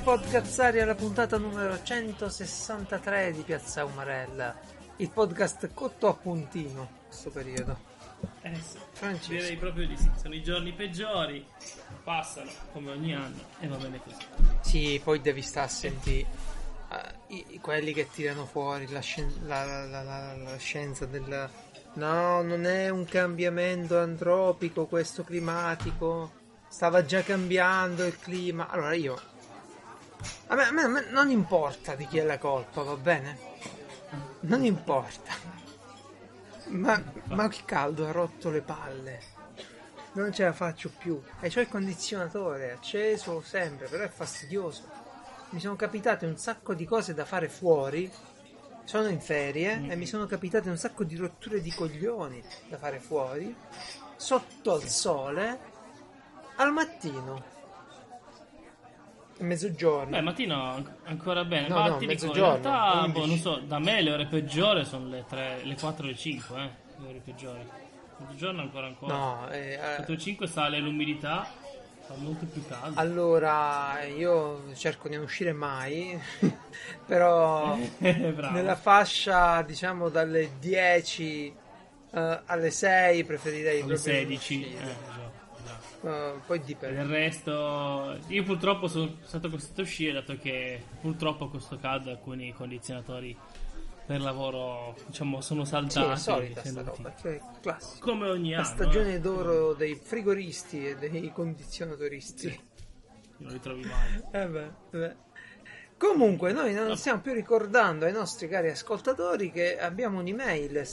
Podcazzari alla puntata numero 163 di Piazza Umarella, il podcast cotto a puntino questo periodo. Sì, Francesco. direi proprio di sì, sono i giorni peggiori, passano come ogni anno e va bene così. Sì, poi devi stare a sentire quelli che tirano fuori la scienza del... No, non è un cambiamento antropico questo climatico, stava già cambiando il clima. Allora a me non importa di chi è la colpa, va bene? Non importa. Ma che caldo ha rotto le palle. Non ce la faccio più. E c'ho il condizionatore acceso sempre, però è fastidioso. Mi sono capitate un sacco di cose da fare fuori. Sono in ferie e mi sono capitate un sacco di rotture di coglioni da fare fuori, sotto al sole, al mattino. Mezzogiorno. Beh, mattino ancora bene. No, ma no, ti dico, in mezzogiorno, realtà, 11. non so, da me le ore peggiori sono le 4 e le 5, le ore peggiori. Mezzogiorno ancora. No, 4 e 5 sale l'umidità, fa molto più caldo. allora io cerco di non uscire mai, però Bravo. nella fascia, diciamo, dalle 10 alle 6 preferirei Alle proprio non 16. uscire. Già. Poi Per dipende. il resto, io purtroppo sono stato costretto a uscire, dato che purtroppo con sto caldo alcuni condizionatori per lavoro, diciamo, sono Sì, saltati. è solita essendo sta tutti- roba, che è classico. Come ogni La anno. stagione d'oro dei frigoristi e dei condizionatoristi. Non li trovi mai. Beh. Comunque, noi non stiamo più ricordando ai nostri cari ascoltatori che abbiamo un'email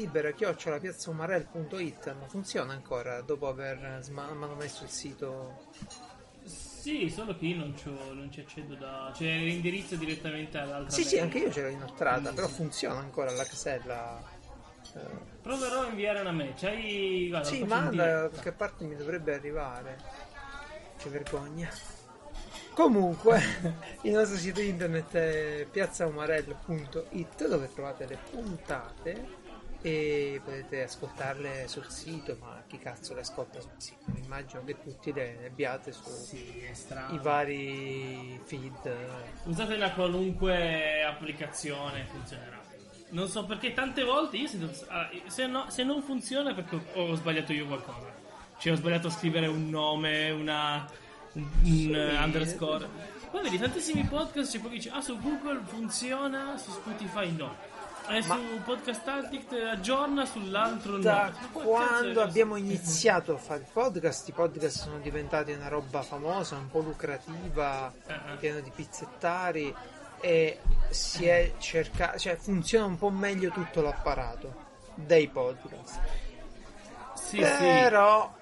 sedialibera@piazzaumarell.it, ma funziona ancora dopo aver manomesso il sito. Sì, solo che io non ci accedo c'è l'indirizzo direttamente all'altra Sì, mail. anche io ce l'ho inoltrata, però funziona ancora la casella. Proverò a inviare una mail. Guarda, Sì, lo faccio in manda, diretta. da qualche parte mi dovrebbe arrivare. Che vergogna. Comunque, il nostro sito internet è piazzaumarell.it, dove trovate le puntate e potete ascoltarle sul sito, ma chi cazzo le ascolta sul sito? Immagino che tutti le abbiate su Sì, è strano. i vari feed. Usate una qualunque applicazione, funzionerà. Non so perché tante volte io se non funziona è perché ho sbagliato io qualcosa. Cioè ho sbagliato a scrivere un nome, un underscore. Poi vedi tantissimi podcast, c'è poi dici su Google funziona, su Spotify no. E su Podcast Addict aggiorna, sull'altro no. Da Ma quando cazzo è abbiamo iniziato a fare i podcast sono diventati una roba famosa, un po' lucrativa, pieno di pizzettari, e si è cercato, cioè funziona un po' meglio tutto l'apparato dei podcast. Sì, Però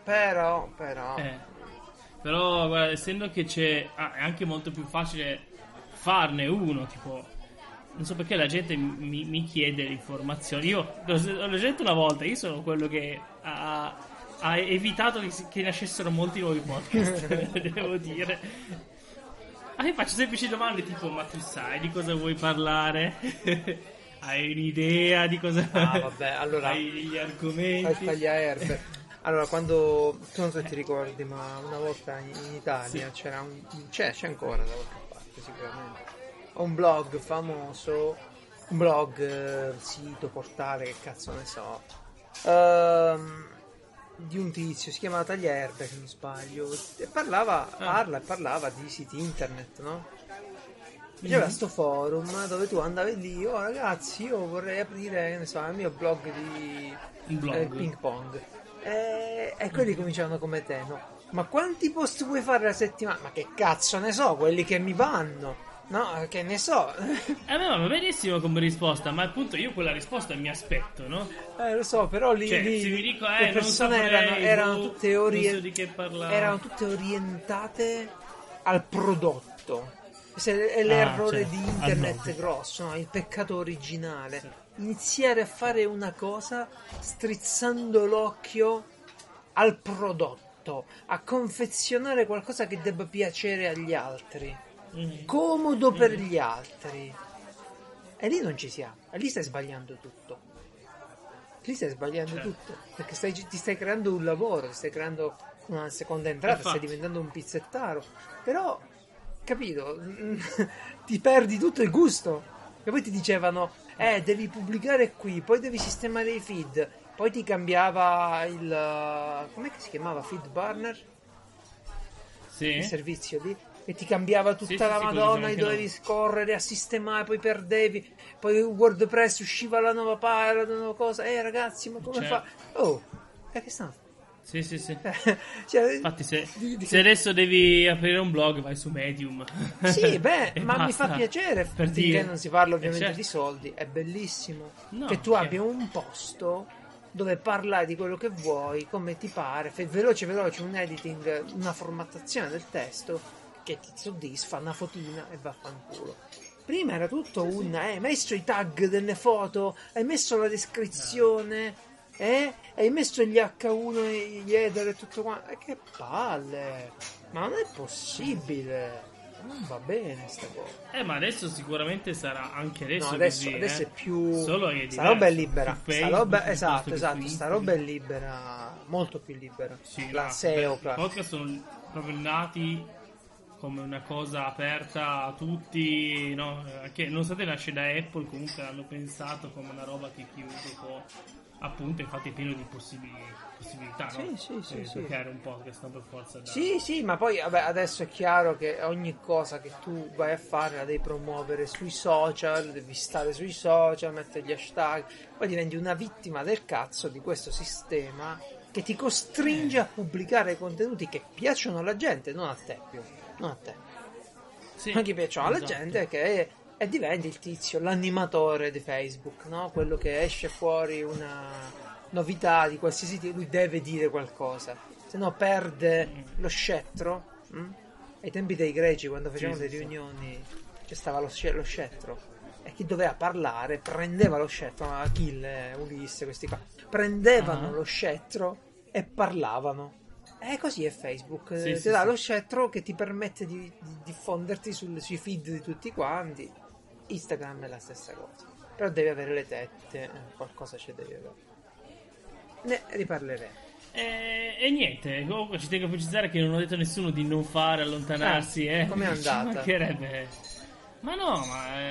Però guarda, essendo che è anche molto più facile farne uno, tipo, non so perché la gente mi chiede le informazioni. Io l'ho detto una volta, io sono quello che ha evitato che nascessero molti nuovi podcast, devo dire. Io faccio semplici domande tipo, ma tu sai di cosa vuoi parlare? Hai un'idea di cosa... vabbè, allora hai gli argomenti? fai tagliaerbe. Allora, quando tu non so se ti ricordi, ma una volta in Italia c'era c'è ancora da qualche parte sicuramente un blog famoso, un blog, sito, portale, che cazzo ne so, di un tizio, si chiamava Tagliaerbe se non sbaglio, e parlava di siti internet, no? C'era sto forum dove tu andavi lì, ragazzi, io vorrei aprire, che ne so, il mio blog di ping pong. E quelli cominciavano come te, no? Ma quanti post vuoi fare la settimana? Ma che cazzo ne so, quelli che mi vanno, no? Che ne so. Beh, va benissimo come risposta, ma appunto io quella risposta mi aspetto, no? Lo so, però lì, Cioè, lì se mi dico, le persone non saprei, erano non tutte so di che parlare. erano tutte orientate al prodotto. Questo è l'errore certo, di internet al grosso, no? Il peccato originale. Sì. Iniziare a fare una cosa strizzando l'occhio al prodotto, a confezionare qualcosa che debba piacere agli altri, comodo per gli altri. E lì non ci siamo, e lì stai sbagliando tutto. Tutto, perché ti stai creando un lavoro, ti stai creando una seconda entrata, stai diventando un pizzettaro. Però capito? Ti perdi tutto il gusto. E poi ti dicevano, devi pubblicare qui, poi devi sistemare i feed, poi ti cambiava com'è che si chiamava? Feed burner? Sì. Il servizio lì. E ti cambiava tutta la Madonna, e dovevi scorrere a sistemare, poi perdevi, poi WordPress usciva la nuova pagina, la nuova cosa. Ragazzi, ma come fa? Oh, che sta? Sì. Cioè, infatti se adesso devi aprire un blog vai su Medium. Sì, ma basta. mi fa piacere perché non si parla ovviamente certo. di soldi. È bellissimo che tu abbia un posto dove parlare di quello che vuoi, come ti pare, fai veloce un editing, una formattazione del testo che ti soddisfa, una fotina e vaffanculo. Prima era tutto hai messo i tag delle foto, hai messo la descrizione, hai messo gli H1 e gli header e tutto quanto. Che palle! Ma non è possibile! Non va bene sta cosa. Ma adesso sicuramente sarà anche adesso. No, adesso così, è più. Solo che sta roba è libera. esatto. Sta roba è libera, molto più libera. Sì, la SEO. I podcast sono proprio nati come una cosa aperta a tutti, no? Che nonostante nasce da Apple, comunque l'hanno pensato come una roba che chiunque può, appunto, infatti è pieno di possibilità, no? Sì. Creare un podcast, non per forza da... Sì, ma poi adesso è chiaro che ogni cosa che tu vai a fare la devi promuovere sui social, devi stare sui social, mettere gli hashtag, poi diventi una vittima del cazzo di questo sistema che ti costringe a pubblicare contenuti che piacciono alla gente, non a te più. Non a te. Sì, non che piacciono alla gente e diventi il tizio, l'animatore di Facebook, no? Quello che esce fuori una novità di qualsiasi tipo, lui deve dire qualcosa, se no perde lo scettro. Ai tempi dei greci, quando facevano le riunioni, c'è stava lo scettro e chi doveva parlare prendeva lo scettro, Achille, Ulisse, questi qua prendevano lo scettro e parlavano. Così è Facebook, ti dà lo scettro che ti permette di diffonderti sui feed di tutti quanti. Instagram è la stessa cosa, però devi avere le tette, qualcosa ci devi avere. Ne riparleremo. E niente, comunque ci tengo a precisare che non ho detto a nessuno di non fare, allontanarsi. Com'è andata? Ci mancherebbe. Ma no,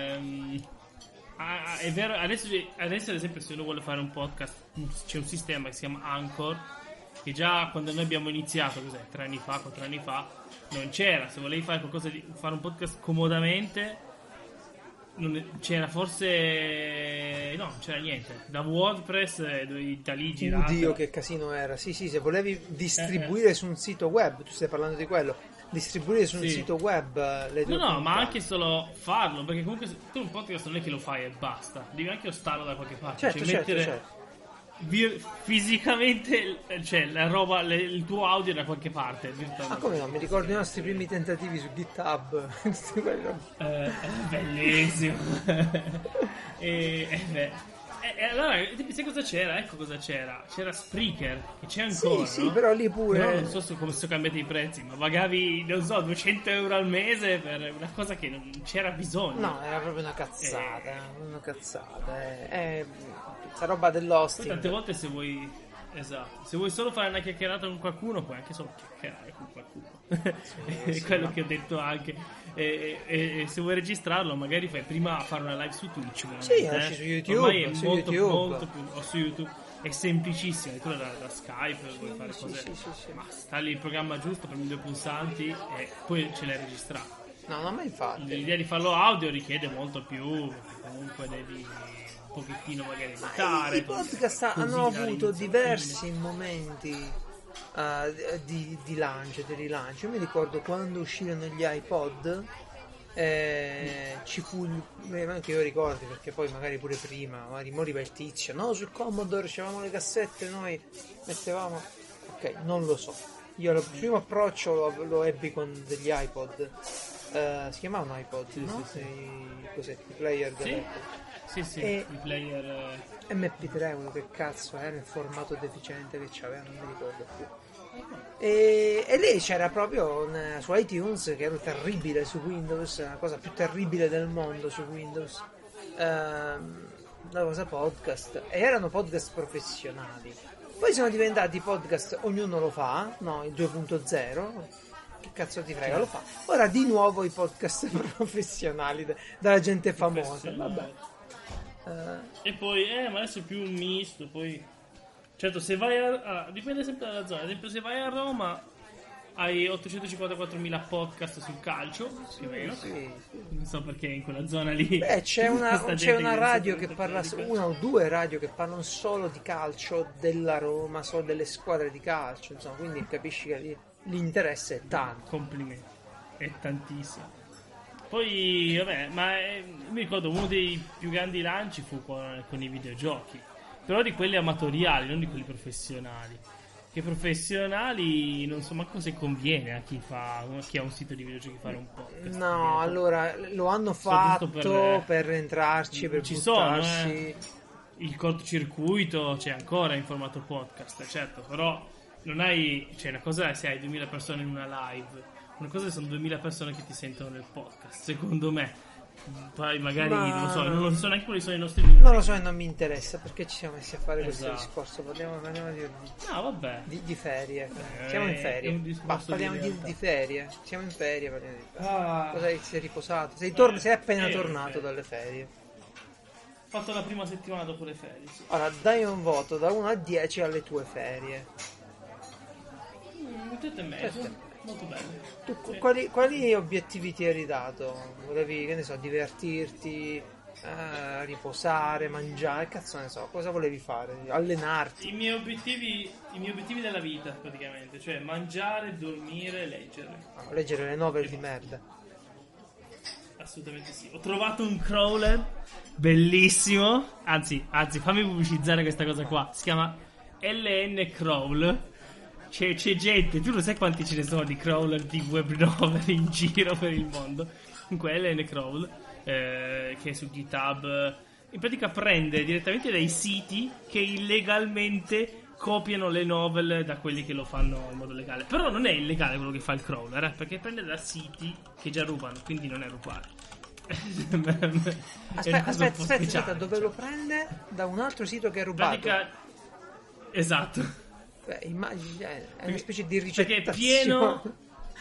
è vero, adesso ad esempio se uno vuole fare un podcast c'è un sistema che si chiama Anchor, che già quando noi abbiamo iniziato, 3 anni fa, 4 anni fa, non c'era. Se volevi fare fare un podcast comodamente, c'era forse no, non c'era niente. Da WordPress da lì girare. Dio, che casino era. Sì, se volevi distribuire su un sito web, tu stai parlando di quello, distribuire su un sito web le tue No, ma anche solo farlo, perché comunque tu un podcast non è che lo fai e basta, devi anche ostarlo da qualche parte, mettere fisicamente, cioè la roba, il tuo audio da qualche parte. Come no, mi ricordo i nostri primi tentativi su GitHub. Bellissimo. E allora sai cosa c'era? Ecco cosa c'era. C'era Spreaker, che c'è ancora. Sì, no? però lì pure. Però non so come sono cambiati i prezzi, ma pagavi, non so, 200 euro al mese per una cosa che non c'era bisogno. No, era proprio una cazzata. Una cazzata. Questa roba dell'hosting. Poi tante volte se vuoi solo fare una chiacchierata con qualcuno, puoi anche solo chiacchierare con qualcuno. È quello che ho detto anche. E se vuoi registrarlo, magari fai prima fare una live su Twitch. Sì, su YouTube. Ormai è molto più. O su YouTube. È semplicissimo. Tu da Skype puoi fare cose. Sì. Ma installi il programma giusto, premi 2 pulsanti e poi ce l'hai registrato. No, ma infatti. L'idea di farlo audio richiede molto più. Comunque devi un pochettino magari editare. I podcast hanno avuto diversi momenti di lancio, di rilancio. Io mi ricordo quando uscirono gli iPod, ci fu anche io ricordo, perché poi magari pure prima moriva il tizio, no, sul Commodore c'avevamo le cassette, noi mettevamo, ok, non lo so, io il primo approccio lo ebbi con degli iPod, si chiamavano iPod, no? Cos'è, i player dell'Apple. Sì, il player MP3, quello che cazzo era, il formato deficiente che c'aveva, non mi ricordo più. E lì c'era proprio su iTunes, che era terribile su Windows, la cosa più terribile del mondo su Windows, la cosa podcast, e erano podcast professionali. Poi sono diventati podcast ognuno lo fa, no, il 2.0, che cazzo ti frega, lo fa. Ora di nuovo i podcast professionali della gente famosa, vabbè. E poi, ma adesso è più un misto, poi... Certo, se vai dipende sempre dalla zona, ad esempio se vai a Roma hai 854.000 podcast sul calcio, più o meno. Sì. Non so perché in quella zona lì... C'è una radio che parla, una o due radio che parlano solo di calcio della Roma, solo delle squadre di calcio, insomma, quindi capisci che lì l'interesse è tanto. Complimenti, è tantissimo. Poi, vabbè, mi ricordo uno dei più grandi lanci fu con i videogiochi, però di quelli amatoriali, non di quelli professionali. Che professionali non so manco se conviene a chi ha un sito di videogiochi fare un podcast. No, allora lo hanno fatto per entrarci, per ci buttarsi. Il cortocircuito c'è ancora in formato podcast, certo, però non hai, cioè una cosa è se hai 2000 persone in una live, una cosa sono 2000 persone che ti sentono nel podcast, secondo me. Poi magari non so neanche quali sono i nostri numeri. Non lo so e non mi interessa perché ci siamo messi a fare questo discorso. Parliamo di ferie. Siamo in ferie. Parliamo di ferie. Siamo in ferie. Parliamo di ferie. Cosa sei riposato? Sei appena tornato dalle ferie. Ho fatto la prima settimana dopo le ferie. Sì. Ora dai un voto da 1 a 10 alle tue ferie. 7,5. Molto bello. Tu quali obiettivi ti eri dato? Volevi, che ne so, divertirti, riposare, mangiare, cazzo ne so, cosa volevi fare? Allenarti? I miei obiettivi della vita, praticamente, cioè mangiare, dormire, leggere. Leggere le novel di merda. Assolutamente sì. Ho trovato un crawler bellissimo. Anzi, fammi pubblicizzare questa cosa qua. Si chiama LN Crawl. C'è gente, tu lo sai quanti ce ne sono di crawler di web novel in giro per il mondo? Comunque LN Crawl, che è su GitHub, in pratica prende direttamente dai siti che illegalmente copiano le novel da quelli che lo fanno in modo legale. Però non è illegale quello che fa il crawler, perché prende da siti che già rubano, quindi non è rubare. Aspetta, dove lo prende? Da un altro sito che è rubato? Esatto. Immagini, è una specie di ricettazione. Perché è pieno.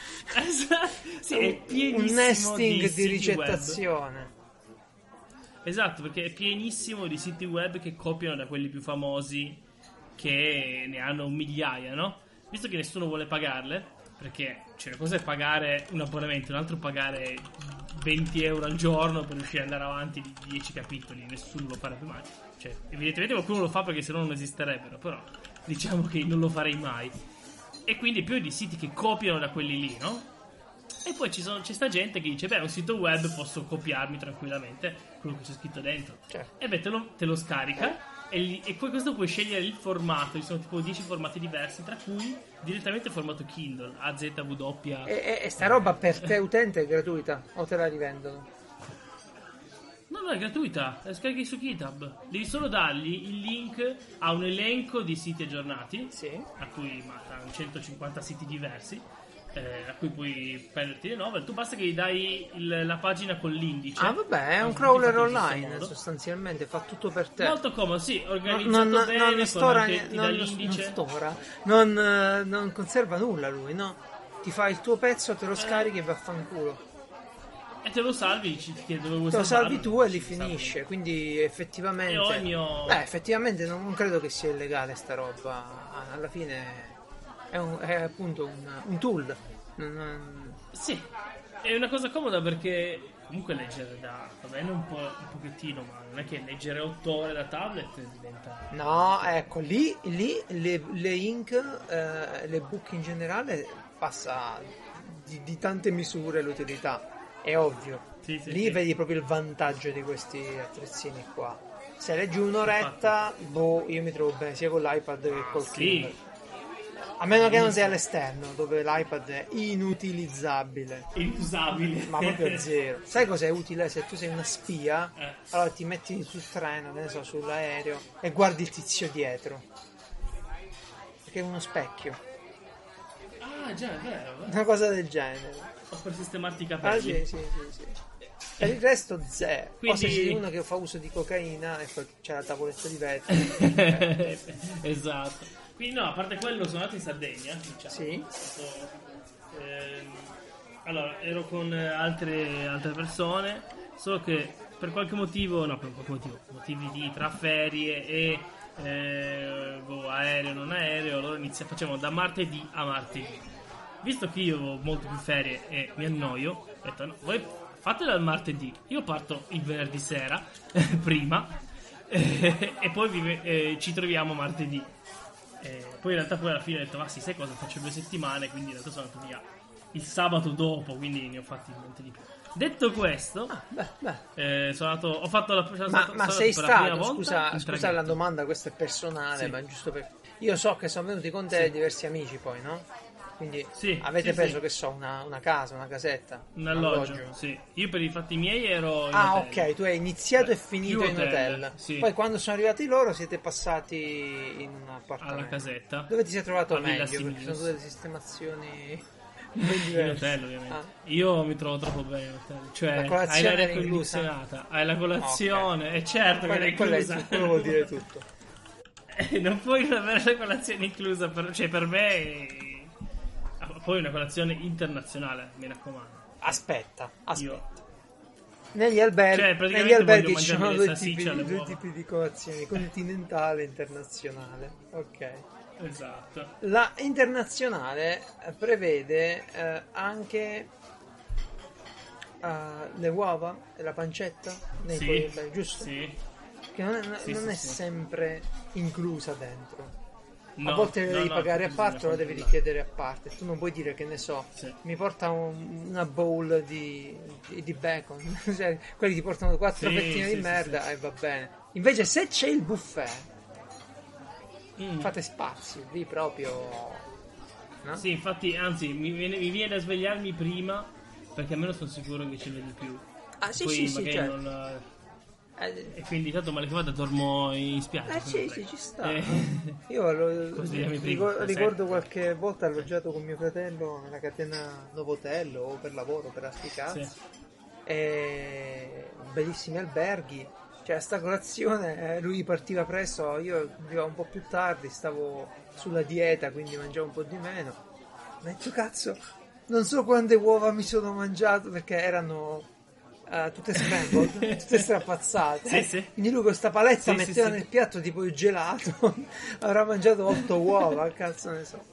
Sì, è pienissimo un nesting di siti ricettazione. Web. Esatto, perché è pienissimo di siti web che copiano da quelli più famosi, che ne hanno migliaia, no? Visto che nessuno vuole pagarle, perché una cosa è pagare un abbonamento, un altro pagare 20 euro al giorno per riuscire ad andare avanti di 10 capitoli, nessuno lo farebbe mai. Cioè, evidentemente qualcuno lo fa perché sennò non esisterebbero, però diciamo che non lo farei mai. E quindi più di siti che copiano da quelli lì, no? E poi c'è sta gente che dice, beh, un sito web posso copiarmi tranquillamente quello che c'è scritto dentro. Certo. E beh, te lo scarica e poi questo puoi scegliere il formato. Ci sono tipo 10 formati diversi, tra cui direttamente il formato Kindle, AZW. E sta roba per te utente è gratuita o te la rivendono? No, è gratuita, la scarichi su GitHub. Devi solo dargli il link a un elenco di siti aggiornati, sì, a cui hanno 150 siti diversi, a cui puoi prenderti le novel. Tu basta che gli dai la pagina con l'indice. Ah, vabbè, è un crawler online sostanzialmente, fa tutto per te. Molto comodo, sì, organizzato bene, non conserva nulla lui, no? Ti fa il tuo pezzo, te lo scarichi e vaffanculo. E te lo salvi, dove vuoi te lo salvarlo, salvi tu e li finisce. Quindi effettivamente effettivamente non credo che sia illegale sta roba. Alla fine è appunto un tool. Sì, è una cosa comoda perché comunque leggere va bene un pochettino, ma non è che leggere 8 ore da tablet diventa... No, ecco, lì le ink, le book in generale passa di tante misure l'utilità. È ovvio, lì vedi proprio il vantaggio di questi attrezzini qua. Se leggi un'oretta, io mi trovo bene sia con l'iPad che col Kindle. A meno che non sia all'esterno, dove l'iPad è inutilizzabile. Ma proprio zero. Sai cos'è utile se tu sei una spia? Allora ti metti sul treno, che ne so, sull'aereo, e guardi il tizio dietro. Perché è uno specchio. Ah, già, è vero. Una cosa del genere. O per sistemarti i capelli. Sì. Per il resto zero. Quindi... O se c'è uno che fa uso di cocaina e poi c'è la tavoletta di vetro. Esatto. Quindi no, a parte quello sono andato in Sardegna, diciamo. Sì. Allora, ero con altre persone, solo che per qualche motivo, motivi di tra ferie e aereo, non aereo, allora facciamo da martedì a martedì. Visto che io ho molto più ferie e mi annoio, ho detto no, voi fatelo al martedì, io parto il venerdì sera, prima, e poi ci troviamo martedì. Poi in realtà alla fine ho detto, ma sì, sai cosa, faccio 2 settimane, quindi in realtà sono andato via il sabato dopo, quindi ne ho fatti molti di più. Detto questo, sono andato, ho fatto ma sei per la prima stato, volta scusa la domanda, questa è personale, sì. ma giusto per... Io so che sono venuti con te diversi amici poi, no? Quindi avete preso, che so, una casa, una casetta, un alloggio, sì. Io per i fatti miei ero in hotel. Ok, tu hai iniziato e finito in hotel. Sì. Poi quando sono arrivati loro siete passati in un appartamento. Alla casetta. Dove ti sei trovato a meglio? Villa Perché sono Simius. delle sistemazioni ben diverse. In hotel, ovviamente. Io mi trovo troppo bene in hotel. Cioè, La hai colazione l'aria era inclusa? condizionata, hai la colazione, e certo che era inclusa. Quello vuol dire tutto. Non puoi avere la colazione inclusa, per me. Poi una colazione internazionale, mi raccomando. Aspetta. Io. Negli alberghi praticamente voglio ci sono mangiarmi le due salsicce alle due uova. tipi di colazioni, continentale e internazionale. Ok. Esatto. La internazionale prevede anche le uova e la pancetta nei alberghi, giusto? Sì. Che non è sempre inclusa dentro. No, a volte le devi pagare a parte o la devi richiedere a parte. Tu non puoi dire, che ne so, mi porta una bowl di bacon. Cioè, quelli ti portano 4 fettine di merda e va bene. Invece se c'è il buffet, fate spazio lì proprio, no? Sì, infatti, anzi, mi viene da svegliarmi prima, perché almeno sono sicuro che ce n'è di più. Sì, certo. Non... E quindi tanto male che vada dormo in spiaggia. Ci sta. Io ricordo qualche volta alloggiato con mio fratello nella catena Novotel o per lavoro, per altri cazzi. E bellissimi alberghi. Cioè, sta colazione, lui partiva presto, io arrivavo un po' più tardi, stavo sulla dieta, quindi mangiavo un po' di meno. Ma detto, cazzo, non so quante uova mi sono mangiato, perché erano tutte scrambled, tutte strapazzate. Quindi lui con sta paletta metteva nel piatto tipo il gelato. Avrà mangiato 8 uova, cazzo ne so.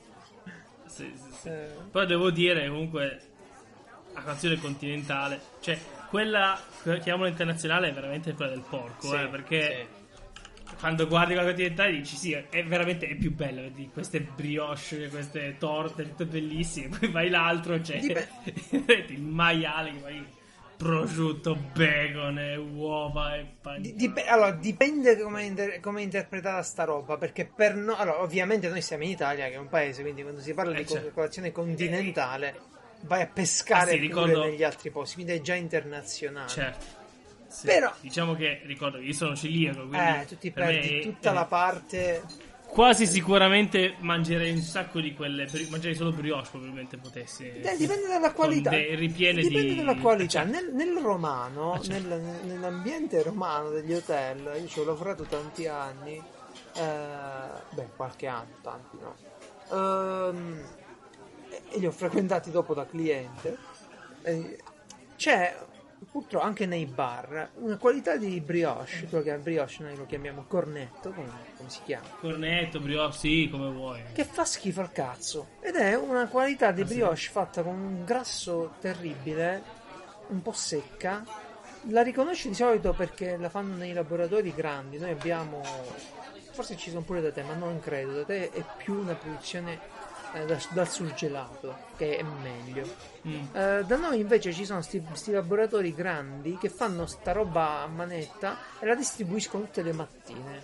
Poi devo dire, comunque, la colazione continentale, cioè quella che chiamano internazionale, è veramente quella del porco, perché quando guardi quella continentale dici è veramente più bella, vedi queste brioche, queste torte tutte bellissime. Poi vai l'altro, c'è il maiale che vai, prosciutto, bacon e uova e pane. Allora, dipende come è interpretata sta roba, perché allora, ovviamente noi siamo in Italia, che è un paese, quindi quando si parla di colazione continentale vai a pescare pure negli altri posti, quindi è già internazionale. Certo. Però diciamo che, ricordo, io sono celiaco, quindi tu ti perdi tutta la parte. Quasi sicuramente mangerei un sacco di quelle, mangerei solo brioche, probabilmente potessi. Dipende dalla qualità. Dipende dalla qualità. Nel romano, nell'ambiente romano degli hotel, io ci ho lavorato tanti anni, qualche anno, tanti no. E li ho frequentati dopo da cliente. C'è purtroppo anche nei bar una qualità di brioche, quello che è brioche noi lo chiamiamo cornetto, come si chiama? Cornetto, brioche, sì, come vuoi. Che fa schifo al cazzo. Ed è una qualità di brioche fatta con un grasso terribile, un po' secca. La riconosci di solito perché la fanno nei laboratori grandi. Noi abbiamo, forse ci sono pure da te, ma non credo, da te è più una produzione dal surgelato, che è meglio. Da noi invece ci sono sti laboratori grandi che fanno sta roba a manetta e la distribuiscono tutte le mattine.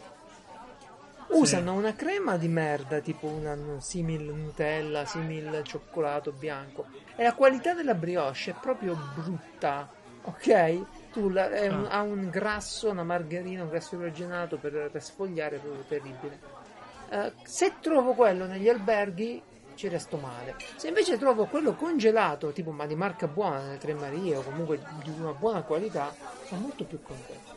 Usano una crema di merda, tipo una simil Nutella, simil cioccolato bianco, e la qualità della brioche è proprio brutta, ok? Ha un grasso, una margherina, un grasso idrogenato per sfogliare, è proprio terribile. Se trovo quello negli alberghi ci resto male. Se invece trovo quello congelato, tipo ma di marca buona, nelle Tre Marie, o comunque di una buona qualità, sono molto più contento.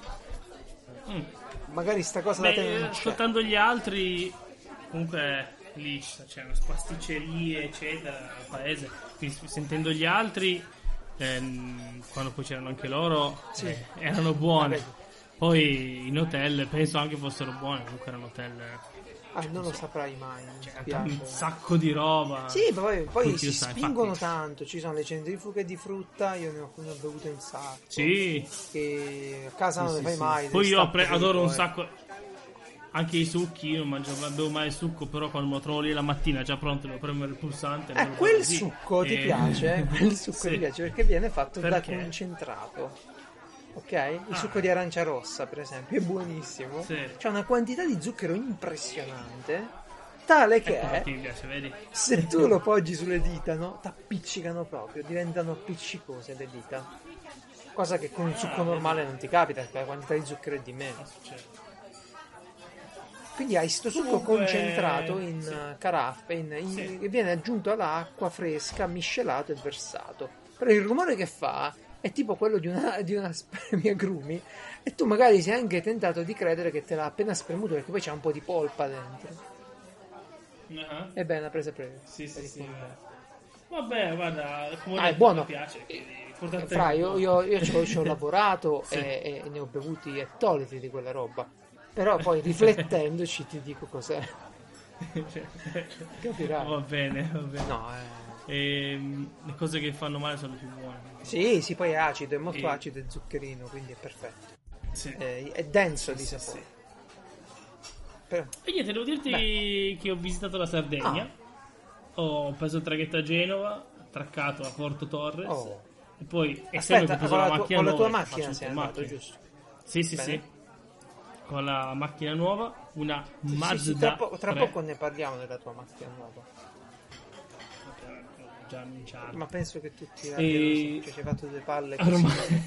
Magari sta cosa da te non c'è. Ascoltando gli altri, comunque lì c'erano pasticcerie eccetera al paese, quindi sentendo gli altri quando poi c'erano anche loro erano buone. Poi in hotel penso anche fossero buone, comunque erano hotel non lo saprai mai, un sacco di roba. Sì, poi si spingono infatti tanto, ci sono le centrifughe di frutta, io ne ho bevuto un sacco. Sì. Che a casa non ne fai mai. Poi io adoro un sacco anche i succhi, io non bevo mai il succo, però quando me lo trovo lì la mattina già pronto, devo premere il pulsante. Quel succo ti piace? Quel succo ti piace perché viene fatto da concentrato. Ok? Il succo di arancia rossa, per esempio, è buonissimo. C'è una quantità di zucchero impressionante, tale che mi piace, vedi? Se tu lo poggi sulle dita, no? T'appiccicano proprio, diventano appiccicose le dita. Cosa che con un succo normale non ti capita, perché la quantità di zucchero è di meno. Quindi hai sto succo concentrato in caraffe che viene aggiunto all'acqua fresca, miscelato e versato. Però il rumore che fa è tipo quello di una spremiagrumi, e tu magari sei anche tentato di credere che te l'ha appena spremuto, perché poi c'è un po' di polpa dentro. Ebbene, l'ha presa Sì. Vabbè, guarda, è buono. Mi piace. Fra, io ci ho lavorato e ne ho bevuti ettolitri di quella roba. Però poi riflettendoci ti dico cos'è. Capirai. Va bene. No, le cose che fanno male sono le più buone. Sì, poi è acido, è molto acido e zuccherino, quindi è perfetto. Sì. È denso di sapore. Sì. E niente, devo dirti che ho visitato la Sardegna. Ho preso il traghetto a Genova, attraccato a Porto Torres. E poi, essendo che ho preso la macchina con nuova, la tua macchina sei andato, giusto? Sì. Con la macchina nuova, una Mazda. Tra poco ne parliamo della tua macchina nuova. Già annunciato. Ma penso che tutti ci hai fatto due palle così.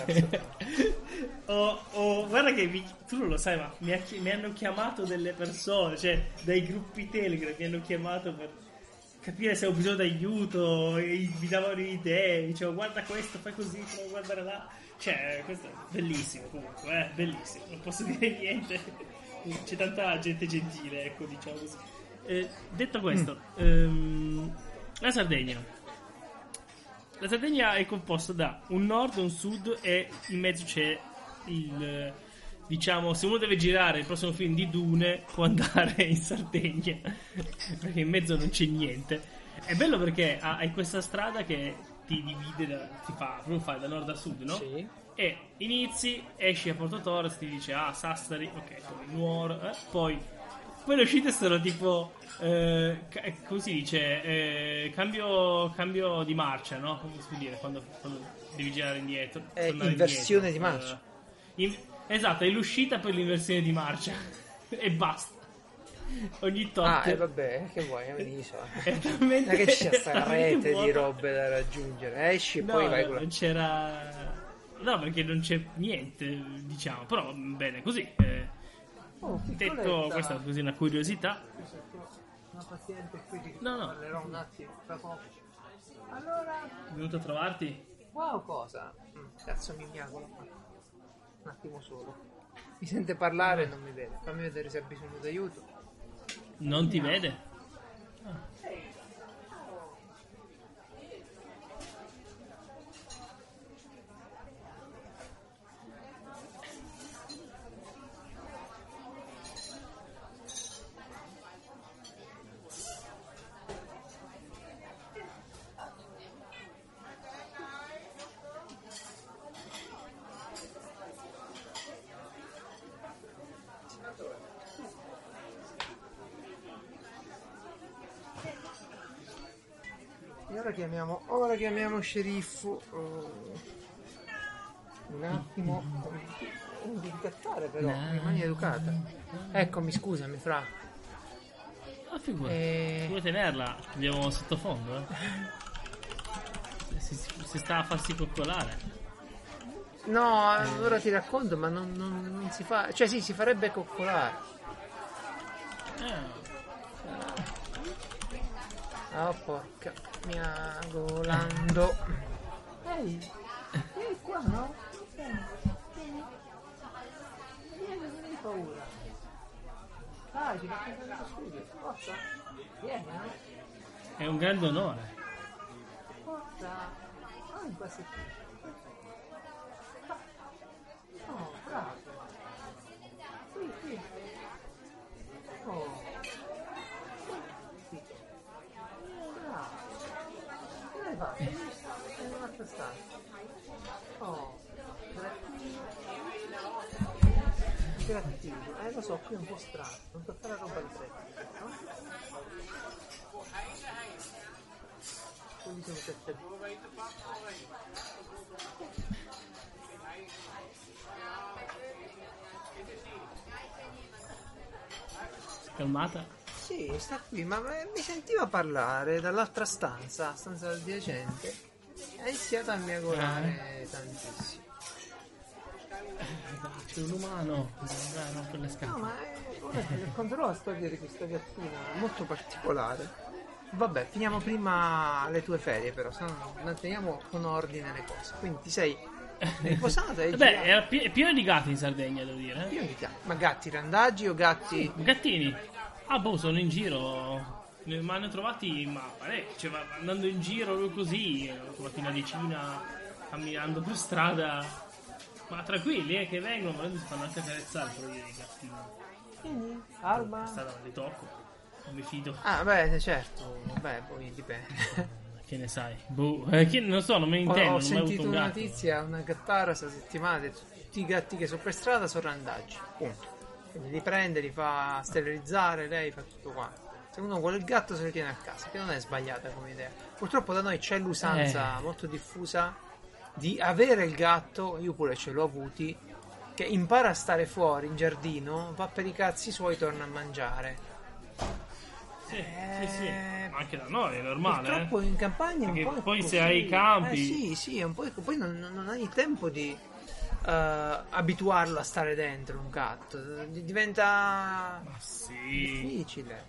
Guarda che tu non lo sai, ma mi hanno chiamato delle persone, cioè dai gruppi Telegram mi hanno chiamato per capire se ho bisogno d'aiuto, e mi davano idee, dicevo guarda questo, fai così, provo a guardare là. Cioè, questo è bellissimo comunque, bellissimo, non posso dire niente. C'è tanta gente gentile, ecco, diciamo così. Detto questo, la Sardegna è composta da un nord, un sud, e in mezzo c'è il, diciamo, se uno deve girare il prossimo film di Dune può andare in Sardegna perché in mezzo non c'è niente. È bello perché hai questa strada che ti divide, proprio fai da nord a sud, no? Sì. E inizi, esci a Porto Torres, ti dice Sassari, ok, poi Nuoro, poi le uscite sono tipo come si dice, cambio di marcia, no? Come si può dire quando devi girare indietro, inversione di marcia. Esatto, è l'uscita per l'inversione di marcia e basta. Ogni tot. Vabbè, che vuoi, l'isola. Non è che c'è sta rete di robe da raggiungere. Esci e poi vai con la... Non c'era. No, perché non c'è niente, diciamo. Però bene, così. Detto questa, così una curiosità. Una paziente qui di parlerò un attimo tra poco. Allora, venuto a trovarti? Wow, cosa? Cazzo, mi miagolo. Un attimo solo. Mi sente parlare e non mi vede. Fammi vedere se ha bisogno d'aiuto. Non ti vede? Ora chiamiamo sceriffo. Un attimo. Non devi cattare però, in maniera educata. Eccomi, scusami, Fra. Figura. Se vuoi tenerla, andiamo sottofondo. Si sta a farsi coccolare. No, ora ti racconto, ma non si fa. Cioè sì, si farebbe coccolare. Oh porca, miagolando. Ehi, vieni qua, no? Vieni, non hai paura. Dai. Dai, ci facciamo vedere lo studio. Forza. Vieni, È un grande onore. Forza. Ah, in questi qui. Oh, bravo. Sì. Oh. Sì. Bravo. Che l'hai fatto? È un'altra stanza. Oh. Grattino. Lo so, qui è un po' strano. Non toccare la roba di fretta, no? Quindi sono queste. Calmata? Sì, sta qui, ma mi sentiva parlare dall'altra stanza adiacente. Ha iniziato a miagolare tantissimo. C'è un umano. Non per le No, scatole. ma ora ti racconterò la storia di questa gattina molto particolare. Vabbè, finiamo prima le tue ferie, però, se no manteniamo con ordine le cose. Quindi ti sei riposata e Beh, è pieno di gatti in Sardegna, devo dire. pieno di gatti. Ma gatti randaggi o gatti? Gattini. Ah, boh, sono in giro. Ma ne ho trovati, cioè, andando in giro così, ho trovati una decina camminando per strada. Ma tranquilli, che vengono, volendo si fanno anche carezzare però i gattini. Alba? Per strada non li tocco, non mi fido. Ah, beh, certo. Beh, poi dipende. Che ne sai? Boh, non so, non me ne intendo. Ho non ho mai sentito avuto un una gatto. notizia, una gattara questa settimana, ha detto tutti i gatti che sono per strada sono randaggi. Punto. Quindi li prende, li fa sterilizzare, lei fa tutto quanto. Se uno vuole il gatto se lo tiene a casa, che non è sbagliata come idea. Purtroppo da noi c'è l'usanza molto diffusa di avere il gatto, io pure ce l'ho avuti, che impara a stare fuori in giardino, va per i cazzi suoi, torna a mangiare. Sì. Ma anche da noi è normale. Purtroppo in campagna è un Perché po' poi così. se hai i campi. Sì, è un po'. Poi non hai il tempo di abituarlo a stare dentro un gatto. Diventa Ma sì. difficile.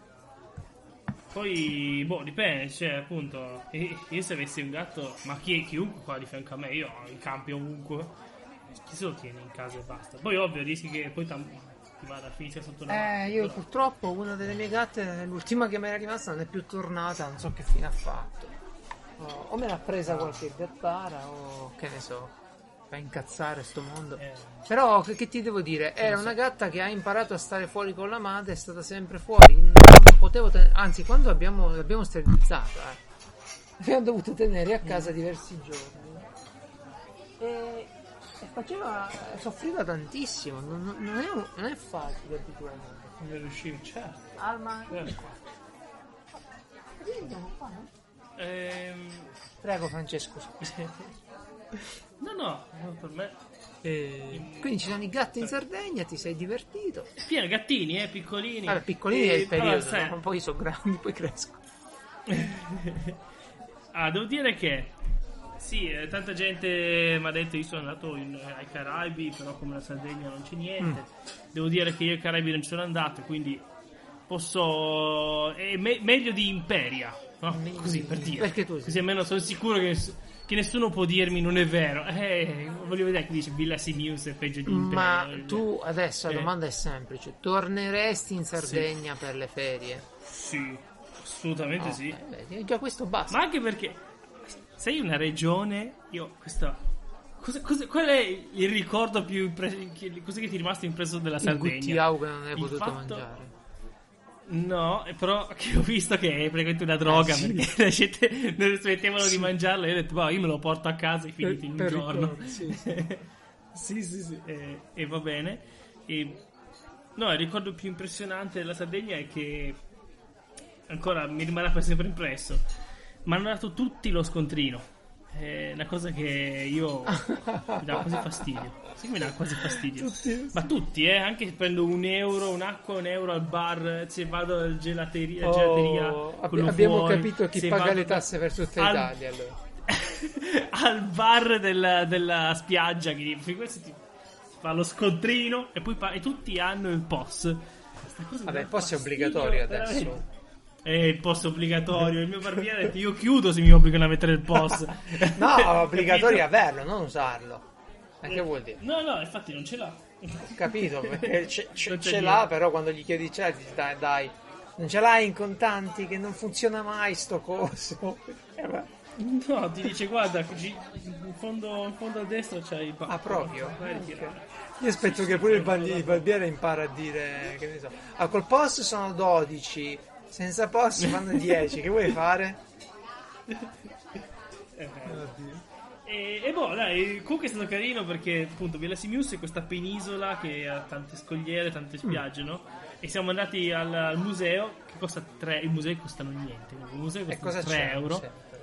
Poi, boh, dipende, cioè, appunto, io se avessi un gatto, ma chiunque qua di fianco a me, io ho i campi ovunque, chi se lo tiene in casa e basta. Poi, ovvio, rischi che poi ti vada a finire sotto la mano. Io purtroppo una delle mie gatte, l'ultima che mi era rimasta, non è più tornata, non so che fine ha fatto. O me l'ha presa qualche gattara, o che ne so. Fa incazzare sto mondo. Però che ti devo dire? Era una gatta che ha imparato a stare fuori con la madre, è stata sempre fuori. Non potevo anzi, quando l'abbiamo sterilizzata, abbiamo dovuto tenere a casa diversi giorni. E soffriva tantissimo. Non è facile abitualmente. Non riuscivo, certo. Alma, Certo. Prego Francesco, scusi. No, per me. Quindi ci sono i gatti in Sardegna, ti sei divertito? Pieno gattini, piccolini. Vabbè, piccolini è il periodo, allora, no? Poi sono grandi, poi crescono. Devo dire che sì, tanta gente mi ha detto io sono andato ai Caraibi, però come la Sardegna non c'è niente. Devo dire che io ai Caraibi non ci sono andato, quindi posso meglio di Imperia, no? Così per dire. Perché tu così almeno sono sicuro che nessuno può dirmi non è vero. Voglio vedere chi dice Villa Simius è peggio di Imperia. Ma tu adesso la domanda è semplice: torneresti in Sardegna per le ferie? Sì, assolutamente sì. Beh, già questo basta. Ma anche perché sei una regione, qual è il ricordo più cos'è che ti è rimasto impresso della Sardegna? Il guttiau che non hai Il potuto fatto- mangiare. No, però che ho visto che è praticamente una droga, sì. perché la gente non smettevano di mangiarla e io ho detto, boh, io me lo porto a casa e finito in un Per giorno. ricordo, sì. Sì. E va bene. No, il ricordo più impressionante della Sardegna è che ancora mi rimarrà per sempre impresso. Mi hanno dato tutti lo scontrino. È una cosa che io mi dà quasi fastidio. Sì, mi dà quasi fastidio. Ma tutti, anche se prendo €1, un'acqua, €1 al bar, se vado alla gelateria, quello abbiamo fuori, capito chi se paga vado le tasse per tutta Italia, allora. al bar della spiaggia che questo ti fa lo scontrino e poi e tutti hanno il POS. Vabbè, il POS è obbligatorio adesso. Veramente. Il POS è obbligatorio. Il mio barbiere ha detto io chiudo se mi obbligano a mettere il POS. No, è obbligatorio Capito? averlo, non usarlo. Ma che vuol dire? No, infatti non ce l'ha. Ho capito, perché Non c'è ce l'ha, però quando gli chiedi c'è, dici, dai, non ce l'hai in contanti, che non funziona mai sto coso. No, ti dice guarda, in fondo a destra c'hai il Ah, proprio? Vai a Ok. ritirare. Io aspetto che pure il barbiere impara a dire, che ne so, col post sono 12, senza post fanno 10, che vuoi fare? E boh, dai, comunque è stato carino perché appunto Villa Simius è questa penisola che ha tante scogliere, tante spiagge, no? E siamo andati al museo che costa 3, i musei costano niente, il museo E costa cosa 3 c'è? euro.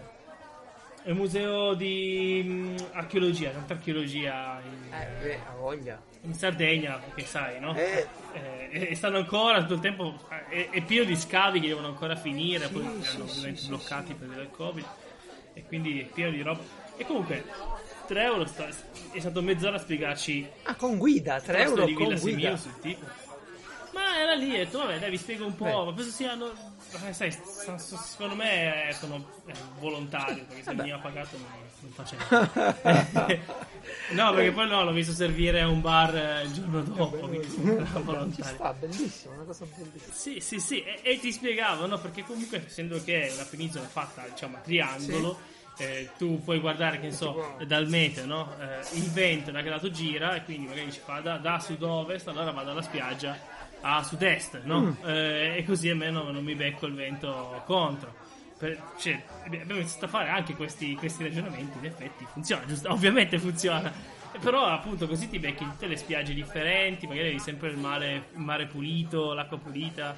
È un museo di archeologia, tanta archeologia Ha voglia. in Sardegna, perché sai, no? Eh. E stanno ancora tutto il tempo, è pieno di scavi che devono ancora finire, poi li hanno ovviamente bloccati per il Covid, e quindi è pieno di roba. E comunque 3 euro è stato mezz'ora a spiegarci Ah, con guida, 3 euro di con Villa guida. Simius, il tipo. Ma era lì, ho detto, vabbè, dai, vi spiego un po', Beh. ma penso siano... sai, secondo me sono volontario, perché se Vabbè. mi ha pagato non faccio. No, perché poi no, l'ho visto servire a un bar il giorno dopo, quindi era Ci volontario. sta, bellissimo, una cosa bellissima. Sì, e ti spiegavo, no? Perché comunque essendo che è una penisola fatta, diciamo, a triangolo, tu puoi guardare, che ne so, dal meteo, no? Il vento da che lato gira, e quindi magari ci fa da sud-ovest, allora vado alla spiaggia a sud-est, no? E così almeno non mi becco il vento contro. Cioè, abbiamo iniziato a fare anche questi ragionamenti, in effetti funziona, giusto? Ovviamente funziona. Però appunto così ti becchi tutte le spiagge differenti, magari hai sempre il mare pulito, l'acqua pulita,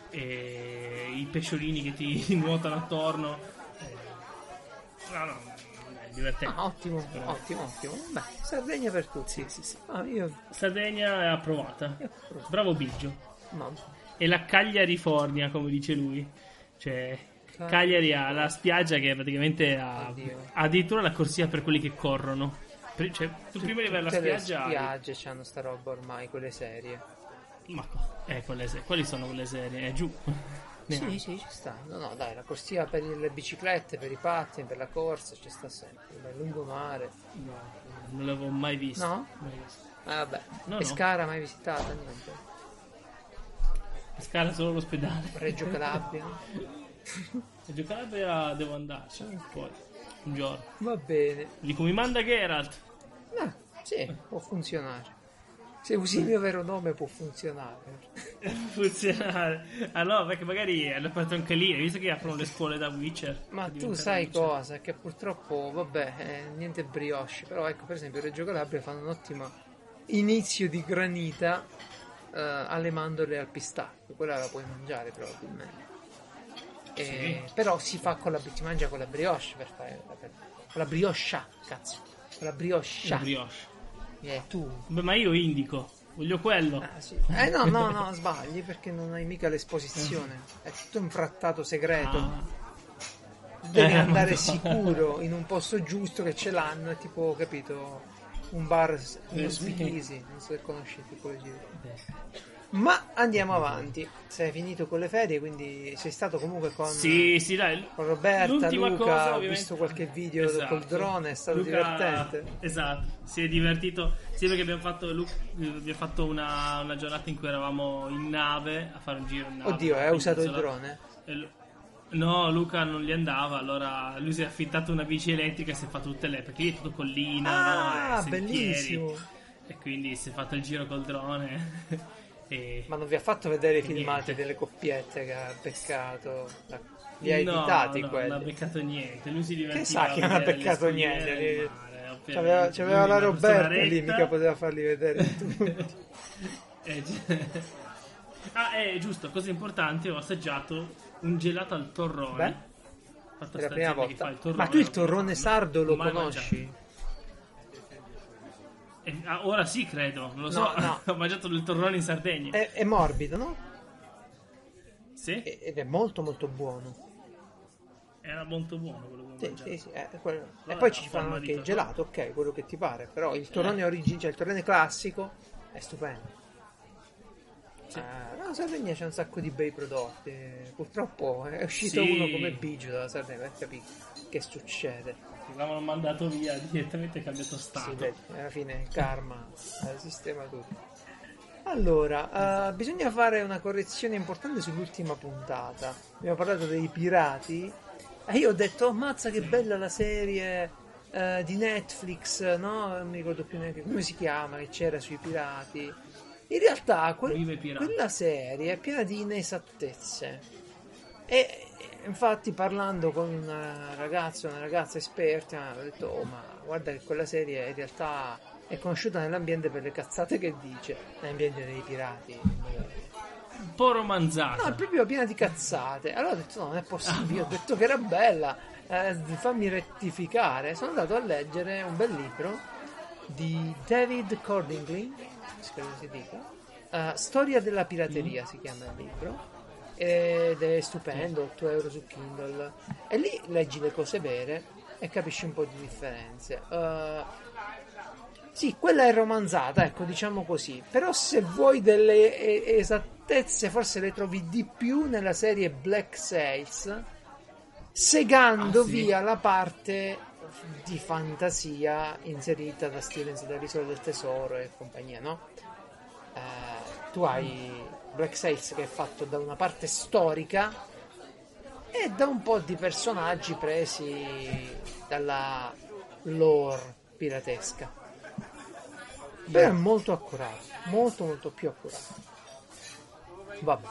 e i pesciolini che ti nuotano attorno. No, è divertente. Ah, ottimo. Beh, Sardegna per tutti. Sì. Ah, io... Sardegna è approvata. Bravo Biggio. No. E la Cagliarifornia, come dice lui. Cioè, Cagliari ha la spiaggia che praticamente ha addirittura la corsia per quelli che corrono. Cioè, tu prima di avere la spiaggia... Le spiagge c'hanno sta roba ormai, quelle serie. Ma quali sono quelle serie? È giù. Sì, ci sta. No, dai, la corsia per le biciclette, per i pattini, per la corsa, ci sta sempre. Il lungomare. No, non l'avevo mai visto. No? Mai visto. Vabbè. No. Pescara mai visitata? Niente. Pescara solo l'ospedale. Reggio Calabria. Reggio Calabria devo andarci. Poi, un giorno. Va bene. Dico, mi manda Geralt. Sì, può funzionare. Se usi il mio vero nome può funzionare. Funzionare. Ah no, perché magari hanno aperto anche lì, hai visto che aprono le scuole da Witcher. Ma tu sai cosa? Che purtroppo, vabbè, niente brioche. Però ecco, per esempio, Reggio Calabria fanno un ottimo inizio di granita alle mandorle al pistacchio. Quella la puoi mangiare probabilmente. Però si fa si mangia con la brioche per fare con la brioscia, cazzo. Con la brioscia. Tu. Beh, ma io indico, voglio quello. Ah, sì. No, sbagli perché non hai mica l'esposizione. È tutto un trattato segreto. Devi andare sicuro in un posto giusto che ce l'hanno. È tipo, capito, un bar in Speakeasy. Non so se conosci il tipo di giro. Ma andiamo avanti. Sei finito con le ferie, quindi sei stato comunque con dai. con Roberta, L'ultima Luca. cosa, Ho visto qualche video col drone, è stato Luca, divertente. Esatto, si è divertito. Sì, perché abbiamo fatto una giornata in cui eravamo in nave a fare un giro in nave. Oddio, hai usato il drone? No, Luca non gli andava, allora lui si è affittato una bici elettrica e si è fatto tutte perché lì è tutto collina, no? Sentieri, Bellissimo. E quindi si è fatto il giro col drone. Ma non vi ha fatto vedere i filmati delle coppiette che ha beccato? Li ha editati quelli? Non ha beccato niente. Lui si divertiva. Che sa che non ha beccato niente? C'aveva la Lui Roberta lì, mica poteva farli vedere tutti. Giusto, cosa importante, ho assaggiato un gelato al torrone. È la prima volta. Ma tu il torrone sardo lo conosci? Ora sì, credo, non lo so. No. Ho mangiato il torrone in Sardegna. È morbido, no? Sì? Ed è molto molto buono. Era molto buono quello che ho mangiato. Sì, e poi ci fanno anche il gelato, ok, quello che ti pare. Però il torrone cioè il torrone classico è stupendo. Sì. No, Sardegna c'è un sacco di bei prodotti. Purtroppo è uscito uno come Biggio dalla Sardegna, per capire che succede. l'avevano mandato via, direttamente cambiato stato. Sì, vedi, alla fine il karma sistema tutto. Allora, bisogna fare una correzione importante sull'ultima puntata. Abbiamo parlato dei pirati e io ho detto, oh, mazza che bella la serie di Netflix, no? Non mi ricordo più neanche come si chiama, che c'era sui pirati. In realtà quella serie è piena di inesattezze. E infatti parlando con una ragazza esperta, ho detto, oh, ma guarda che quella serie in realtà è conosciuta nell'ambiente per le cazzate che dice, nell'ambiente dei pirati. Un po' romanzata. No, è proprio piena di cazzate. Allora ho detto, no, non è possibile, ho detto che era bella, fammi rettificare. Sono andato a leggere un bel libro di David Cordingly, spero si dica, Storia della pirateria si chiama il libro, ed è stupendo, 8 euro su Kindle, e lì leggi le cose vere e capisci un po' di differenze. Sì, quella è romanzata, ecco, diciamo così, però se vuoi delle esattezze forse le trovi di più nella serie Black Sails, segando via la parte di fantasia inserita da Stevens dall'Isola del Tesoro e compagnia, no? Tu hai Black Sails che è fatto da una parte storica e da un po' di personaggi presi dalla lore piratesca. Però è molto accurato, molto più accurato. Vabbè,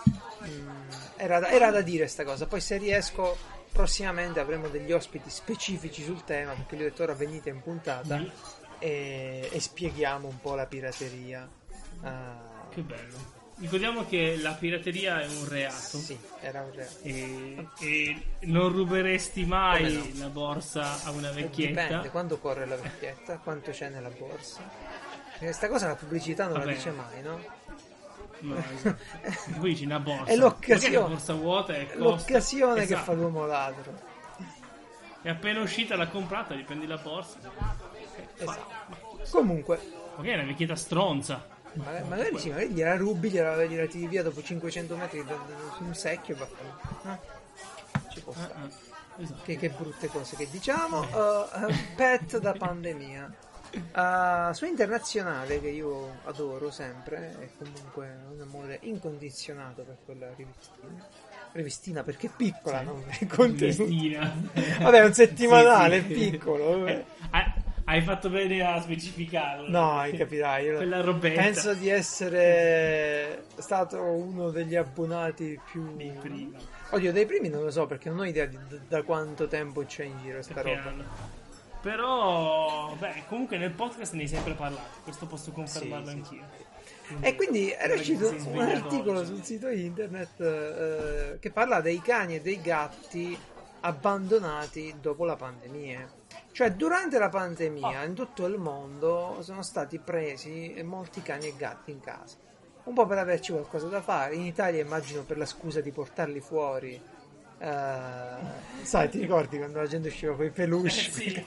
era da dire sta cosa. Poi se riesco prossimamente avremo degli ospiti specifici sul tema, perché gli ho detto ora venite in puntata e spieghiamo un po' la pirateria. Che bello. Ricordiamo che la pirateria è un reato. Sì, era un reato. E non ruberesti mai la borsa a una vecchietta. Dipende, quando corre la vecchietta, quanto c'è nella borsa. Questa cosa la pubblicità non la dice mai, no? No, esatto. Poi dici una borsa. È l'occasione, una borsa vuota e costa. L'occasione che fa l'uomo ladro. È appena uscita, l'ha comprata, gli prendi la borsa. Esatto. Comunque, ok, è una vecchietta stronza. Magari sì, magari gliela rubi, gliela tiri via dopo 500 metri su un secchio, no? Ci può stare. Esatto. Che brutte cose che diciamo. Pet da pandemia. Su Internazionale, che io adoro sempre, è comunque un amore incondizionato per quella rivistina perché è piccola, sì. Non è contenuta. Vabbè, è un settimanale, sì. È piccolo. Hai fatto bene a specificarlo. No, capirai. Io quella robetta. Penso di essere stato uno degli abbonati più dei primi. Oddio, dei primi non lo so, perché non ho idea da quanto tempo c'è in giro sta roba. Però, comunque nel podcast ne hai sempre parlato, questo posso confermarlo anch'io. Quindi, e quindi era uscito un articolo sul sito internet che parla dei cani e dei gatti abbandonati dopo la pandemia. Cioè, durante la pandemia in tutto il mondo sono stati presi molti cani e gatti in casa. Un po' per averci qualcosa da fare. In Italia immagino per la scusa di portarli fuori. Sai, ti ricordi quando la gente usciva con i peluche? Sì.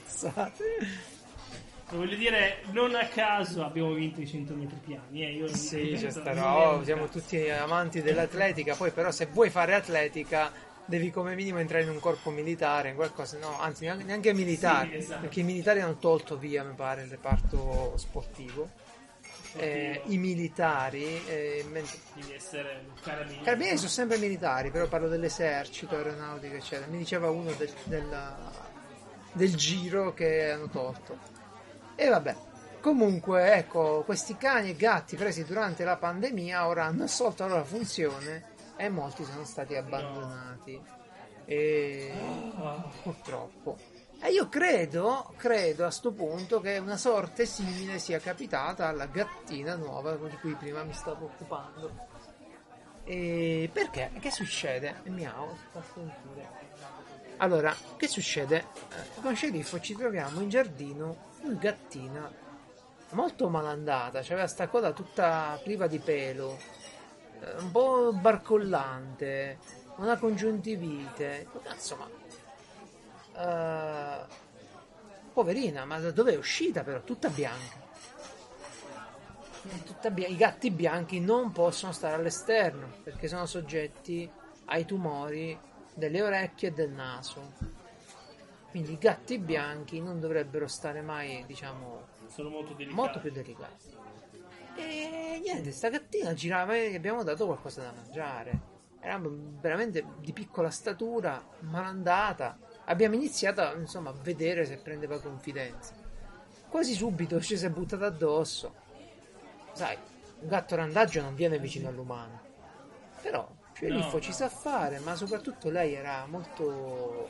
Voglio dire, non a caso abbiamo vinto i 100 metri piani. Sì, siamo tutti amanti dell'atletica. Poi però se vuoi fare atletica devi come minimo entrare in un corpo militare, in qualcosa, no, anzi neanche militare, sì, esatto. Perché i militari hanno tolto via, mi pare, il reparto sportivo. I militari devi essere carabinieri sono sempre militari, però parlo dell'esercito, aeronautica eccetera. Mi diceva uno del giro che hanno tolto. E vabbè, comunque ecco, questi cani e gatti presi durante la pandemia ora hanno assolto la loro funzione e molti sono stati abbandonati e purtroppo. E io credo a sto punto che una sorte simile sia capitata alla gattina nuova di cui prima mi stavo occupando. E perché? Che succede? Miau, fa sentire. Allora, che succede? Con Sceriffo ci troviamo in giardino una gattina molto malandata, c'aveva sta coda tutta priva di pelo, un po' barcollante, una congiuntivite. Cazzo, ma poverina, ma da dove è uscita però? Tutta bianca. I gatti bianchi non possono stare all'esterno perché sono soggetti ai tumori delle orecchie e del naso. Quindi i gatti bianchi non dovrebbero stare mai, diciamo, Sono molto delicati. molto più delicati. E niente, sta gattina girava e gli abbiamo dato qualcosa da mangiare. Era veramente di piccola statura, malandata. Abbiamo iniziato, insomma, a vedere se prendeva confidenza. Quasi subito ci si è buttata addosso. Sai, un gatto randaggio non viene vicino all'umano. Però Sceriffo ci sa fare, ma soprattutto lei era molto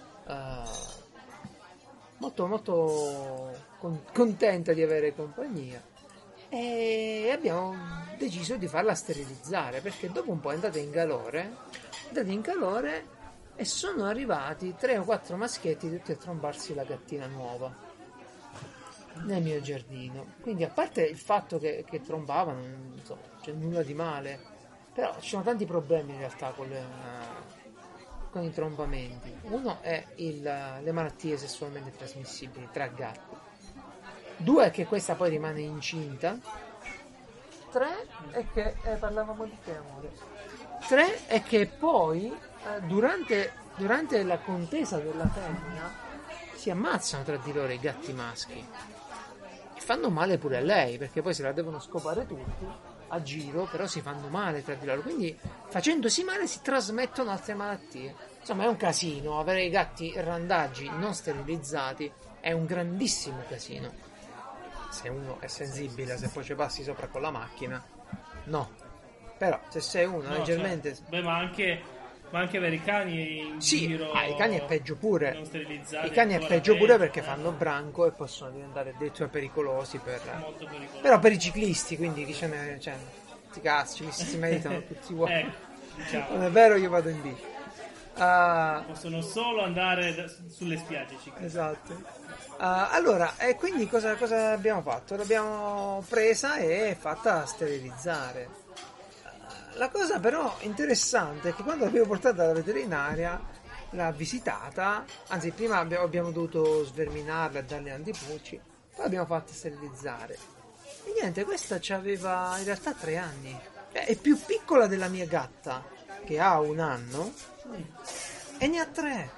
contenta di avere compagnia, e abbiamo deciso di farla sterilizzare, perché dopo un po' è andata in calore e sono arrivati 3 o 4 maschietti tutti a trombarsi la gattina nuova nel mio giardino. Quindi, a parte il fatto che trombavano, insomma, c'è nulla di male, però ci sono tanti problemi in realtà con i trombamenti. Uno è le malattie sessualmente trasmissibili tra gatti. 2 è che questa poi rimane incinta. 3 è che parlavamo di che, amore? 3 è che poi durante la contesa della femmina si ammazzano tra di loro i gatti maschi e fanno male pure a lei, perché poi se la devono scopare tutti a giro, però si fanno male tra di loro, quindi facendosi male si trasmettono altre malattie. Insomma, è un casino. Avere i gatti randaggi non sterilizzati è un grandissimo casino. Se uno è sensibile, se poi ci passi sopra con la macchina, no. Però se sei uno leggermente... Cioè, beh, ma anche avere i cani in giro... i cani è peggio pure. Non sterilizzati. I cani è peggio pure, perché fanno branco e possono diventare addirittura pericolosi Molto pericolosi. però per i ciclisti, quindi chi ce ne... Cioè, sti cazzi, si meritano tutti uguali. Diciamo. Non è vero, io vado in bici. Possono solo andare sulle spiagge ciclisti. Esatto. Allora, e quindi cosa abbiamo fatto? L'abbiamo presa e fatta sterilizzare. La cosa però interessante è che quando l'abbiamo portata alla veterinaria, l'ha visitata, anzi prima abbiamo dovuto sverminarla e darle antipulci, poi l'abbiamo fatta sterilizzare. E niente, questa c'aveva in realtà 3 anni. È più piccola della mia gatta, che ha 1 anno, e ne ha 3.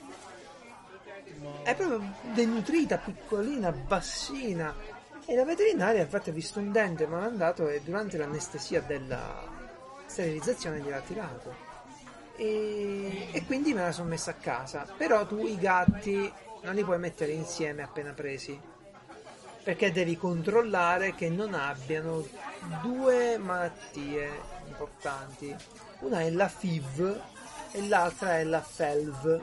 È proprio denutrita, piccolina, bassina. E la veterinaria infatti ha visto un dente malandato e durante l'anestesia della sterilizzazione gliel'ha tirato. E quindi me la sono messa a casa. Però tu i gatti non li puoi mettere insieme appena presi, perché devi controllare che non abbiano 2 malattie importanti. Una è la FIV e l'altra è la FELV.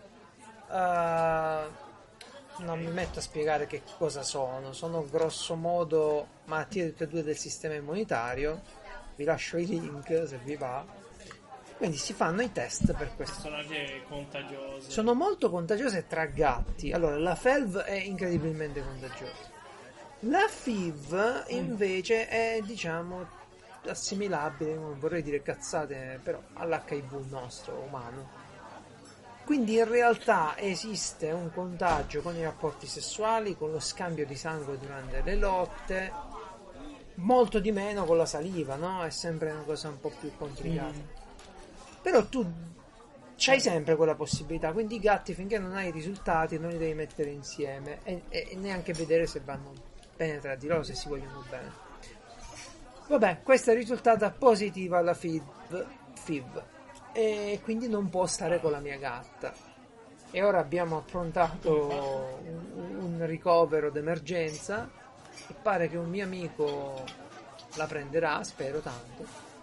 Non mi metto a spiegare che cosa sono grosso modo malattie tutte e 2 del sistema immunitario. Vi lascio i link se vi va. Quindi si fanno i test per questo. Sono anche contagiose. Sono molto contagiose tra gatti. Allora, la FELV è incredibilmente contagiosa. La FIV invece è, diciamo, assimilabile, non vorrei dire cazzate, però all'HIV nostro umano. Quindi in realtà esiste un contagio con i rapporti sessuali, con lo scambio di sangue durante le lotte, molto di meno con la saliva, no? È sempre una cosa un po' più complicata. Però tu c'hai sempre quella possibilità, quindi i gatti, finché non hai i risultati, non li devi mettere insieme e neanche vedere se vanno bene tra di loro, se si vogliono bene. Vabbè, questa è risultata positiva alla FIV. E quindi non può stare con la mia gatta, e ora abbiamo approntato un ricovero d'emergenza e pare che un mio amico la prenderà, spero tanto.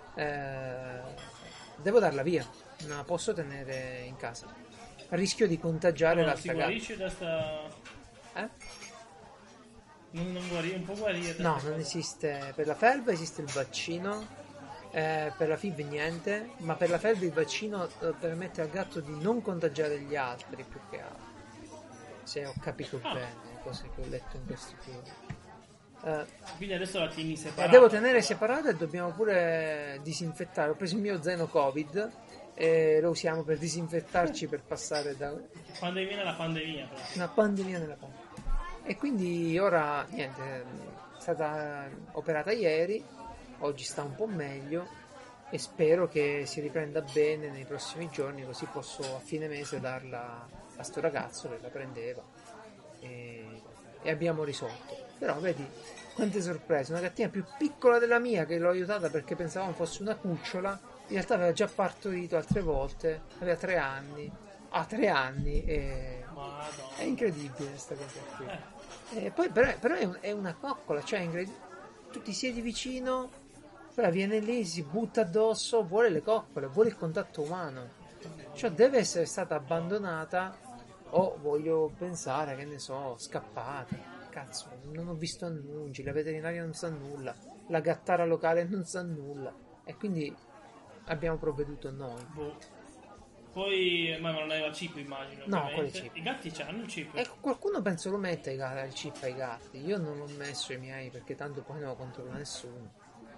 Devo darla via, non la posso tenere in casa, rischio di contagiare l'altra gatta. Si guarisce da sta... Non guarire, un po' guarire da... No, non esiste. Per la felva esiste il vaccino, per la FIV niente, ma per la FELV il vaccino permette al gatto di non contagiare gli altri, più che altro, se ho capito bene cose che ho letto in questi giorni. Quindi adesso la tieni separata. Devo tenere separata e dobbiamo pure disinfettare. Ho preso il mio Zeno Covid e lo usiamo per disinfettarci, per passare da pandemia nella pandemia, però. Una pandemia nella pandemia. E quindi ora niente, è stata operata ieri, oggi sta un po' meglio e spero che si riprenda bene nei prossimi giorni, così posso a fine mese darla a sto ragazzo che la prendeva e abbiamo risolto. Però vedi quante sorprese, una gattina più piccola della mia che l'ho aiutata perché pensavamo fosse una cucciola, in realtà aveva già partorito altre volte, aveva 3 anni, ha 3 anni e è incredibile questa cosa qui. E poi però è una coccola, cioè tu ti siedi vicino, poi viene lì, si butta addosso, vuole le coccole, vuole il contatto umano, cioè deve essere stata abbandonata o voglio pensare, che ne so, scappata. Cazzo, non ho visto annunci, la veterinaria non sa nulla, la gattara locale non sa nulla e quindi abbiamo provveduto noi. Poi, ma non aveva chip, immagino. No, quale chip? I gatti hanno il chip. Ecco, qualcuno penso lo mette il chip ai gatti. Io non l'ho messo i miei perché tanto poi non lo controlla nessuno.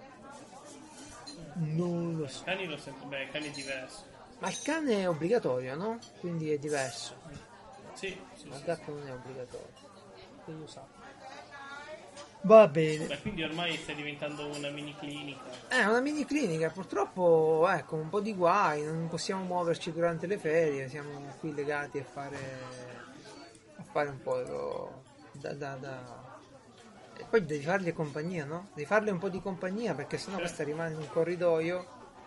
Non lo so. I cani lo sento, beh, il cane è diverso. Ma il cane è obbligatorio, no? Quindi è diverso. Sì. Ma il gatto non è obbligatorio. Che io sappia. Va bene. Beh, quindi ormai stai diventando una mini clinica. Una mini clinica, purtroppo con un po' di guai, non possiamo muoverci durante le ferie, siamo qui legati a fare un po' e poi devi fargli compagnia, no? Devi farle un po' di compagnia perché sennò questa rimane in un corridoio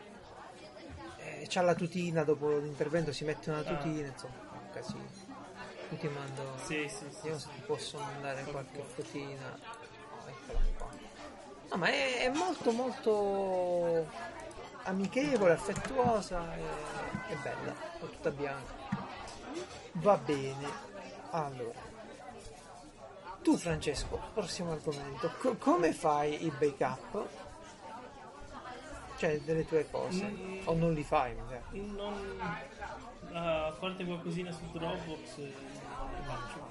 e c'ha la tutina, dopo l'intervento si mette una tutina, insomma, è un casino. Io ti mando, vediamo se ti posso mandare qualche fotina. Eccola qua. No, ma è molto molto amichevole, affettuosa e bella, è tutta bianca. Va bene. Allora, tu Francesco, prossimo argomento, come fai i backup? Cioè delle tue cose o non li fai magari? A parte qualcosina su Dropbox non li faccio.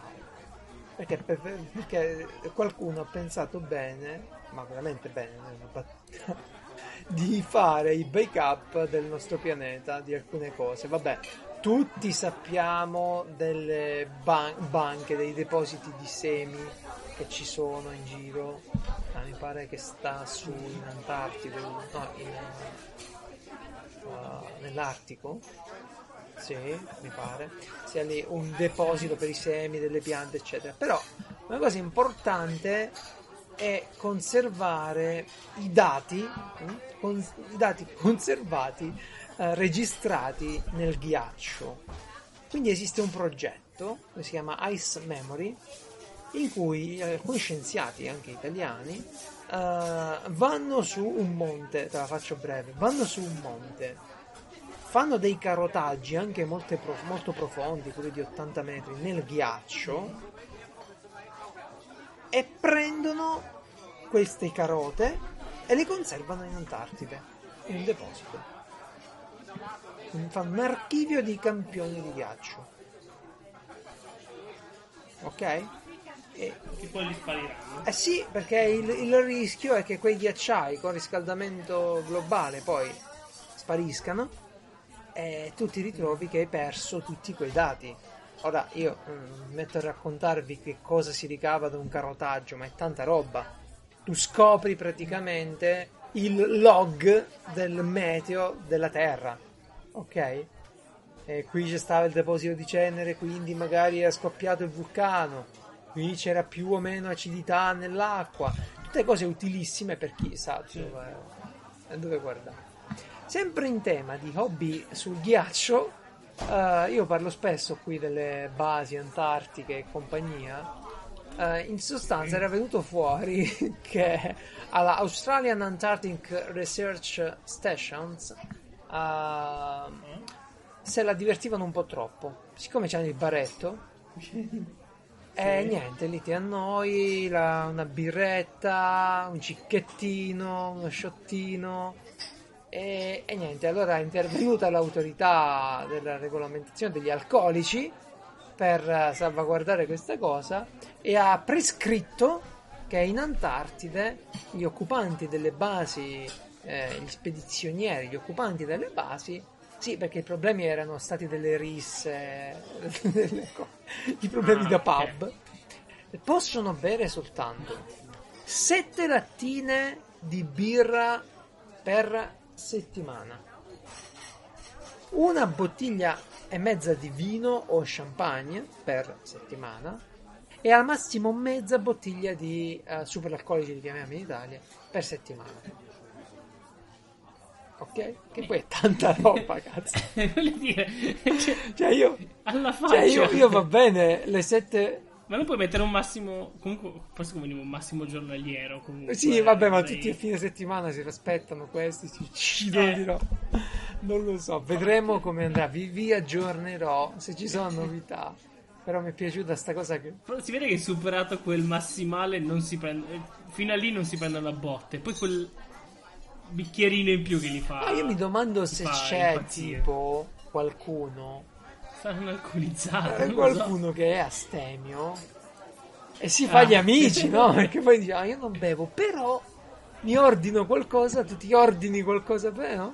Perché qualcuno ha pensato bene, ma veramente bene, di fare i backup del nostro pianeta di alcune cose. Vabbè, tutti sappiamo delle banche, dei depositi di semi che ci sono in giro. Mi pare che sta su in Antartico, no, nell'Artico. Sì, mi pare sia lì un deposito per i semi delle piante, eccetera. Però una cosa importante è conservare i dati conservati, registrati nel ghiaccio. Quindi esiste un progetto che si chiama Ice Memory, in cui alcuni scienziati, anche italiani, vanno su un monte, te la faccio breve, vanno su un monte, fanno dei carotaggi anche molto profondi, quelli di 80 metri, nel ghiaccio e prendono queste carote e le conservano in Antartide, in un deposito. Quindi fanno un archivio di campioni di ghiaccio. Ok? E poi li spariranno. Sì, perché il rischio è che quei ghiacciai con riscaldamento globale poi spariscano e tu ti ritrovi che hai perso tutti quei dati. Ora io mi metto a raccontarvi che cosa si ricava da un carotaggio, ma è tanta roba. Tu scopri praticamente il log del meteo della Terra, ok? E qui c'è stato il deposito di cenere, quindi magari era scoppiato il vulcano, qui c'era più o meno acidità nell'acqua, tutte cose utilissime per chi sa dove guardare. Sempre in tema di hobby sul ghiaccio, io parlo spesso qui delle basi antartiche e compagnia. In sostanza era venuto fuori che alla Australian Antarctic Research Stations se la divertivano un po' troppo, siccome c'hanno il baretto e niente, lì ti annoi, una birretta, un cicchettino, uno sciottino. E niente, allora è intervenuta l'autorità della regolamentazione degli alcolici per salvaguardare questa cosa e ha prescritto che in Antartide gli occupanti delle basi, gli spedizionieri, gli occupanti delle basi, sì, perché i problemi erano stati delle risse, i problemi da pub, possono bere soltanto 7 lattine di birra per settimana, una bottiglia e mezza di vino o champagne per settimana e al massimo mezza bottiglia di superalcolici, li chiamiamo in Italia, per settimana. Ok? Che poi è tanta roba, cazzo. Voglio dire, Cioè io, alla faccia. io va bene le 7. Ma non puoi mettere un massimo, comunque, forse come un massimo giornaliero. Comunque, Sì, vabbè, ma tutti a fine settimana si aspettano questi, si uccidono di roba. Non lo so, vedremo come andrà. Vi aggiornerò se ci sono novità. Però mi è piaciuta sta cosa che... Si vede che superato quel massimale non si prende, fino a lì non si prendono a botte. Poi quel bicchierino in più che li fa. Ma io mi domando se c'è impazzire. tipo qualcuno, Saranno alcolizzati. Non lo qualcuno che è astemio e si fa gli amici, no? Perché poi dice, io non bevo, però mi ordino qualcosa, tu ti ordini qualcosa per, no?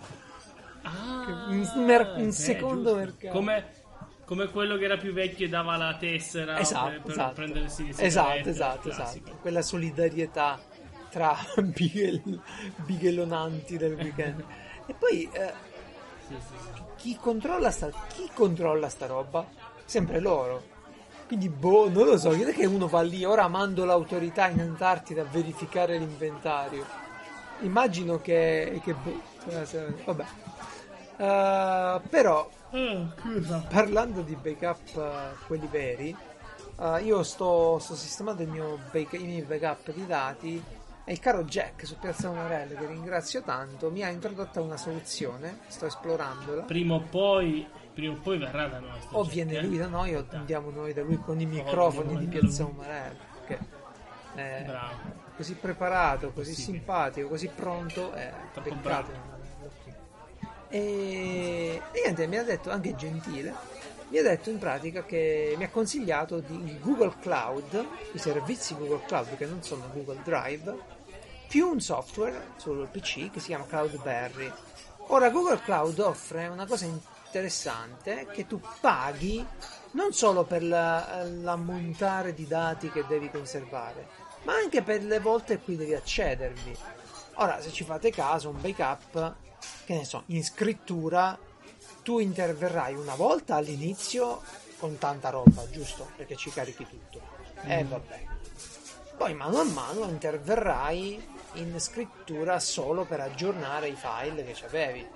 Un secondo giusto. mercato. Come quello che era più vecchio e dava la tessera per prendersi le sigarette. Esatto. Quella solidarietà tra bighellonanti del weekend. E poi chi controlla sta roba? Sempre loro. Quindi non lo so, non è che uno va lì, ora mando l'autorità in Antartide a verificare l'inventario. Immagino che vabbè. Però parlando di backup, quelli veri, io sto sistemando i miei backup di dati e il caro Jack su Piazza Umarell, che ringrazio tanto, mi ha introdotto una soluzione, sto esplorandola. Prima o poi verrà da noi. O viene lui da noi o andiamo noi da lui con i microfoni di Piazza Umarell, che bravo, così preparato, così simpatico, così pronto, troppo peccato. bravo. E niente, mi ha detto, anche gentile, mi ha detto in pratica che mi ha consigliato di Google Cloud, i servizi Google Cloud che non sono Google Drive, più un software sul PC che si chiama Cloudberry. Ora Google Cloud offre una cosa interessante, che tu paghi non solo per l'ammontare di dati che devi conservare, ma anche per le volte in cui devi accedervi. Ora, se ci fate caso, un backup, che ne so, in scrittura, tu interverrai una volta all'inizio con tanta roba, giusto? Perché ci carichi tutto. Vabbè. Poi mano a mano interverrai in scrittura solo per aggiornare i file che avevi.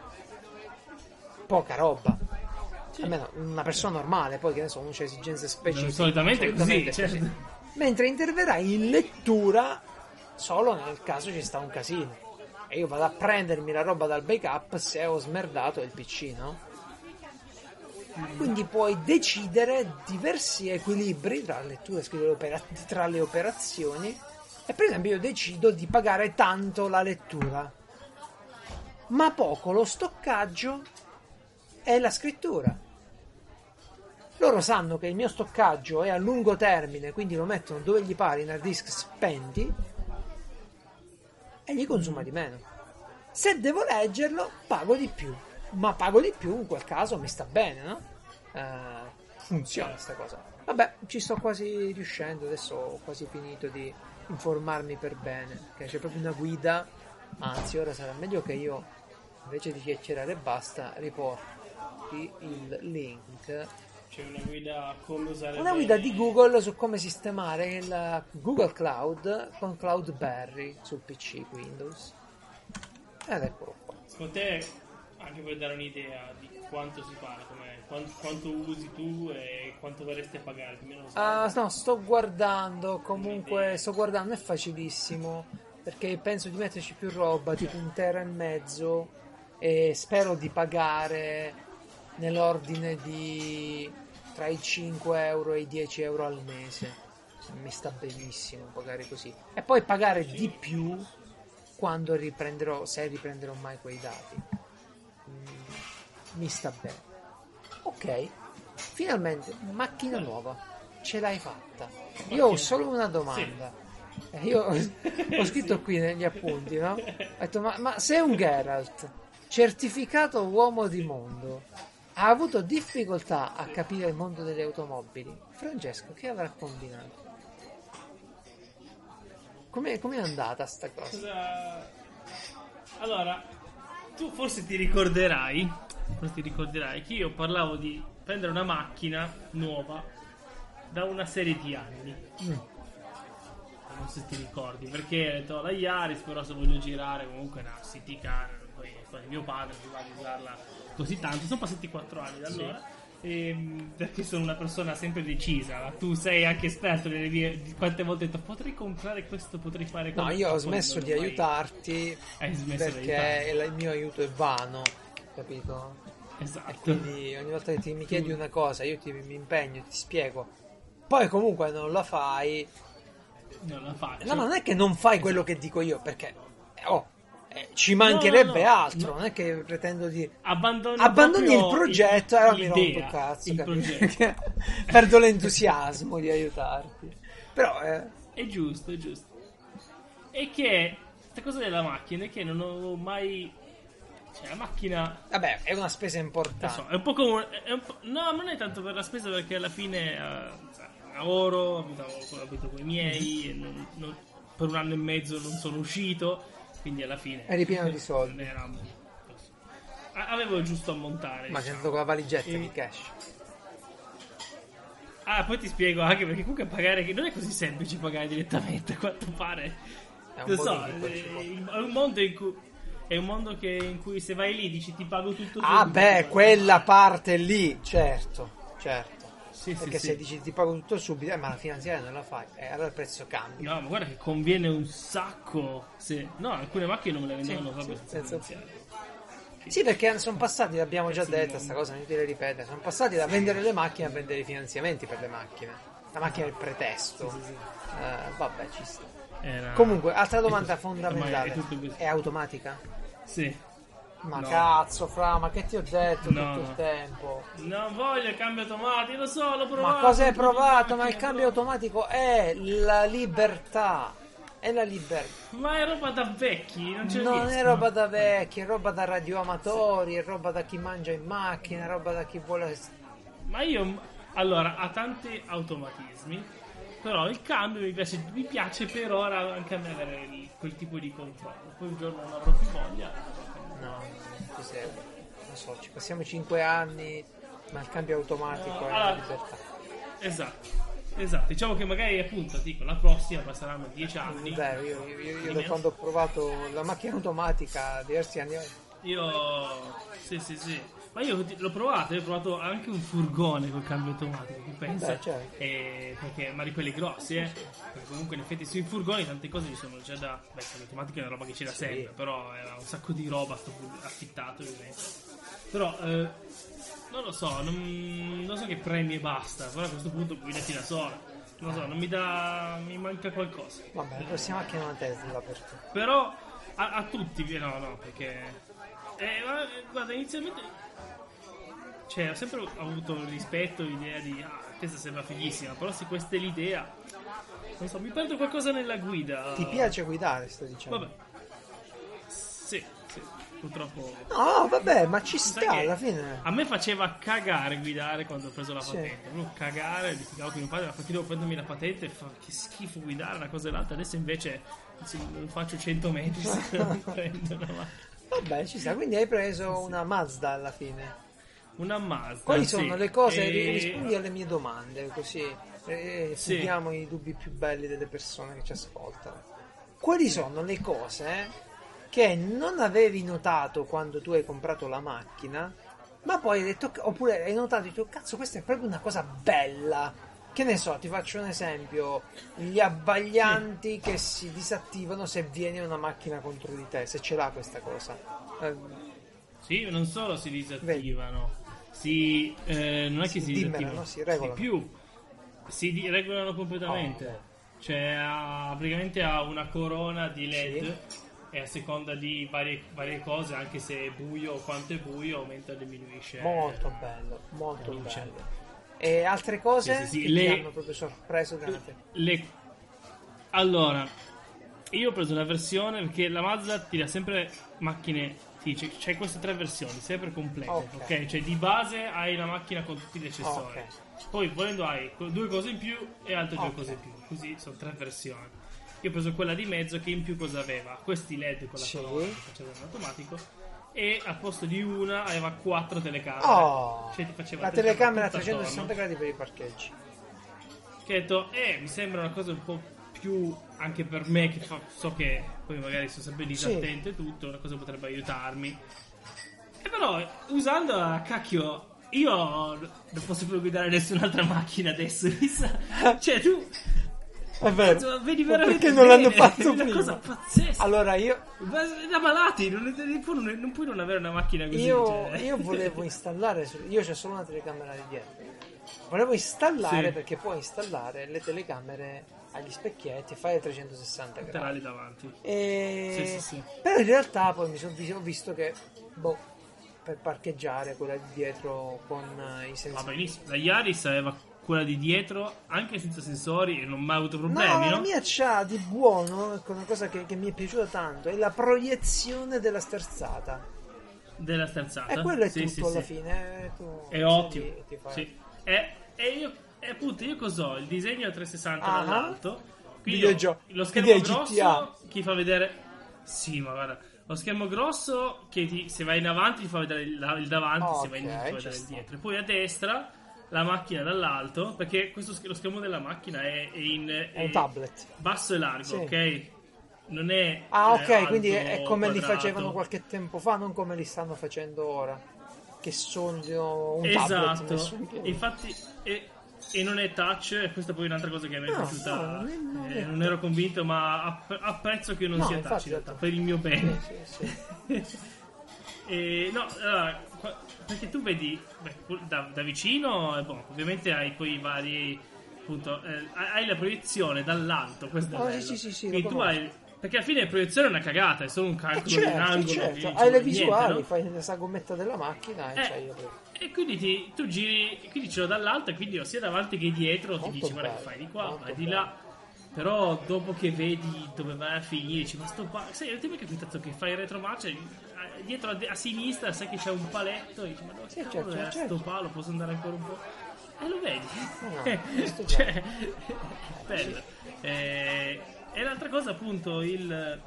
Poca roba. Sì. Almeno una persona normale, poi che ne so, non c'è esigenze specifiche. Solitamente così, certo. Mentre interverrai in lettura solo nel caso ci sta un casino. E io vado a prendermi la roba dal backup se ho smerdato il PC, no? Quindi puoi decidere diversi equilibri tra lettura e scrittura, tra le operazioni. E per esempio io decido di pagare tanto la lettura, ma poco lo stoccaggio e la scrittura. Loro sanno che il mio stoccaggio è a lungo termine, quindi lo mettono dove gli pare in hard disk spenti e gli consuma di meno. Se devo leggerlo pago di più, ma pago di più in quel caso mi sta bene, no? Funziona sta cosa. Vabbè, ci sto quasi riuscendo, adesso ho quasi finito di informarmi per bene, che c'è proprio una guida, anzi ora sarà meglio che io invece di chiacchierare e basta riporti il link. C'è una guida come usare una guida di Google su come sistemare il Google Cloud con Cloudberry sul PC Windows. Ed eccolo qua. Secondo te, anche per dare un'idea di quanto si paga, quanto usi tu e quanto vorresti a pagare? No, sto guardando, è facilissimo, perché penso di metterci più roba, tipo 1,5 tera, e spero di pagare nell'ordine di tra i 5 euro e i 10 euro al mese. Mi sta benissimo pagare così, e poi pagare di più quando riprenderò, se riprenderò mai quei dati. Mi sta bene. Ok, finalmente macchina nuova, ce l'hai fatta. Io ho solo una domanda. Io ho scritto qui negli appunti, no? Ho detto, ma se un Geralt certificato uomo di mondo ha avuto difficoltà a capire il mondo delle automobili, Francesco che avrà combinato? Com'è andata sta cosa? Allora, tu forse ti ricorderai che io parlavo di prendere una macchina nuova da una serie di anni. Non so se ti ricordi, perché ho detto la Yaris, però se voglio girare comunque una city car, poi mio padre mi va a usarla così tanto. Sono passati 4 anni da allora. Perché sono una persona sempre decisa. Tu sei anche esperto nelle mie. Quante volte ho detto potrei comprare questo, potrei fare quello. No, io ho smesso di aiutarti perché il mio aiuto è vano, capito? Esatto. E quindi ogni volta che mi chiedi una cosa io mi impegno, ti spiego, poi comunque non la fai. Non la faccio. No, ma non è che non fai quello che dico io, perché ci mancherebbe altro. Non è che pretendo di abbandoni il progetto e allora mi rompo il cazzo, perdo l'entusiasmo di aiutarti. Però è giusto. E che questa cosa della macchina è che non ho mai, cioè la macchina, vabbè, è una spesa importante. So, è un po' come no, non è tanto per la spesa, perché alla fine lavoro, abito con i miei, e per 1 anno e mezzo non sono uscito, quindi alla fine eri pieno di soldi. Avevo il giusto ammontare. Ma c'è andato con la valigetta di cash. Poi ti spiego anche perché comunque pagare, che non è così semplice pagare direttamente, a quanto pare. È un mondo in cui è un mondo in cui se vai lì dici ti pago tutto. Beh, quella parte lì, certo. Sì, perché se dici ti pago tutto subito, ma la finanziaria non la fai, allora il prezzo cambia. No, ma guarda che conviene un sacco. No, alcune macchine non me le vendevano proprio senza. Sì, perché sono passati, l'abbiamo già detto, sta cosa, non ti ripetere, sono passati da vendere le macchine a vendere i finanziamenti per le macchine. La macchina è il pretesto. Sì. Vabbè, ci sta. Comunque, altra domanda fondamentale. È automatica? Sì. Ma no. Cazzo, Fra, ma che ti ho detto tutto il tempo? Non voglio il cambio automatico, lo so, l'ho provato. Ma cosa hai provato? Ma il cambio automatico è la libertà. È la libertà. Ma è roba da vecchi, non è roba da vecchi, è roba da radioamatori, è roba da chi mangia in macchina, è roba da chi vuole. Ma io, allora, ha tanti automatismi, però il cambio mi piace per ora anche a me avere quel tipo di controllo. Poi un giorno non avrò più voglia. No, cos'è? Non so, ci passiamo 5 anni, ma il cambio automatico è la libertà. Esatto, diciamo che magari appunto dico la prossima passeranno 10 anni. Beh, io da quando ho provato la macchina automatica diversi anni. Sì. Ma io l'ho provato anche un furgone col cambio automatico, che pensa? Beh, certo. Perché ma di quelli grossi, perché comunque in effetti sui furgoni tante cose ci sono già da. Beh, il cambio automatico è una roba che c'era sempre, però era un sacco di roba affittato ovviamente. Però non lo so, non so che premi e basta, però a questo punto guidati da sola. Non lo so, mi manca qualcosa. Vabbè, la prossima macchina è una Tesla per te. Però a tutti, no, perché guarda, inizialmente ho sempre avuto rispetto, l'idea di questa sembra fighissima, però se questa è l'idea, non so, mi perdo qualcosa nella guida. Ti piace guidare, sto dicendo? Vabbè. Sì, purtroppo. No, vabbè, ma ci sta alla fine. A me faceva cagare guidare quando ho preso la patente. Proprio cagare, litigavo con mio padre, ma perché devo prendermi la patente? Che schifo guidare una cosa e l'altra. Adesso invece faccio 100 metri se non prendo una macchina. Vabbè, ci sta, quindi hai preso una Mazda alla fine. Una Mazda. Quali sono le cose? Rispondi alle mie domande, così seguiamo i dubbi più belli delle persone che ci ascoltano. Quali sono le cose che non avevi notato quando tu hai comprato la macchina, ma poi hai detto, oppure hai notato e hai detto, cazzo, questa è proprio una cosa bella. Che ne so, ti faccio un esempio: gli abbaglianti che si disattivano se viene una macchina contro di te, se ce l'ha questa cosa. Sì, non solo si disattivano, non è che si disattivano, si regolano. Si regolano completamente. Cioè praticamente ha una corona di LED, e a seconda di varie cose, anche se è buio o quanto è buio, aumenta o diminuisce. Molto bello, molto bello. E altre cose che ti hanno proprio sorpreso durante? Allora, io ho preso una versione, perché la Mazda ti dà sempre macchine, ti dice c'hai queste 3 versioni sempre complete, ok? Cioè di base hai la macchina con tutti gli accessori, poi volendo hai 2 cose in più e altre 2 cose in più, così sono 3 versioni. Io ho preso quella di mezzo, che in più cosa aveva? Questi LED con la colonna che faceva in automatico, e al posto di una aveva 4 telecamere. Cioè, ti faceva la telecamera a tutto 360 attorno. gradi per i parcheggi. Che ho detto, mi sembra una cosa un po' più anche per me, che so che poi magari sono sempre disattento e tutto, una cosa che potrebbe aiutarmi. E però usandola, cacchio, io non posso più guidare nessun'altra macchina adesso. Cioè tu È vero. vedi veramente perché non l'hanno bene, fatto è una prima? cosa pazzesca. Allora io Da malati, non puoi non avere una macchina così. io volevo installare io c'ho solo una telecamera di dietro. Volevo installare, Sì. perché puoi installare le telecamere agli specchietti e fare 360 gradi. Laterali davanti. E... Sì. Però in realtà poi ho visto che per parcheggiare quella di dietro con i Va sensori. benissimo. La Yaris aveva quella di dietro anche senza sensori e non ho mai avuto problemi, No, no? la mia c'ha di buono, ecco, una cosa che mi è piaciuta tanto, è la proiezione della sterzata. Della sterzata. E quello è Sì, tutto alla sì. fine. Tu È ottimo. ti fai- Sì. E appunto io cos'ho? Il disegno a 360 Ah. dall'alto. Quindi Videogiochi. lo schermo Quindi è grosso GTA. chi fa vedere. Sì, ma guarda. Lo schermo grosso che se vai in avanti ti fa vedere il davanti, se vai in Ok, ti fa ci vedere il sta. dietro. E poi a destra la macchina dall'alto, perché lo schermo della macchina è È un tablet. basso e largo, Sì. ok? Non è Ok, alto, quindi è come li quadrato. facevano qualche tempo fa, non come li stanno facendo ora. Che sono un tablet messo in Esatto, piedi. infatti e non è touch, e questa poi è un'altra cosa che mi è No, piaciuta. no, non è Non ero convinto, ma apprezzo che non No, sia infatti, touch in realtà, detto. per il mio bene. Sì. No, allora, perché tu vedi da vicino, ovviamente hai poi vari appunto, hai la proiezione dall'alto, questo è bello. Sì, Quindi lo tu conosco. hai, perché alla fine la proiezione è una cagata, è solo un calcolo di un angolo, certo. che non Hai le ci vuole visuali, niente, no? fai la sagommetta della macchina e c'hai E quindi tu giri, quindi ce l'ho dall'alto, e quindi ho sia davanti che dietro, ti Molto dici guarda che bello, fai di qua, molto vai di bello. là. Però dopo che vedi dove vai a finire, dici ma sto sai, non ti è mai capitato che fai il retromarcia, dietro a sinistra sai che c'è un paletto e dici ma dove cavolo è sto palo, posso andare ancora un po'? E lo vedi. questo già. Cioè, bello. E l'altra cosa appunto il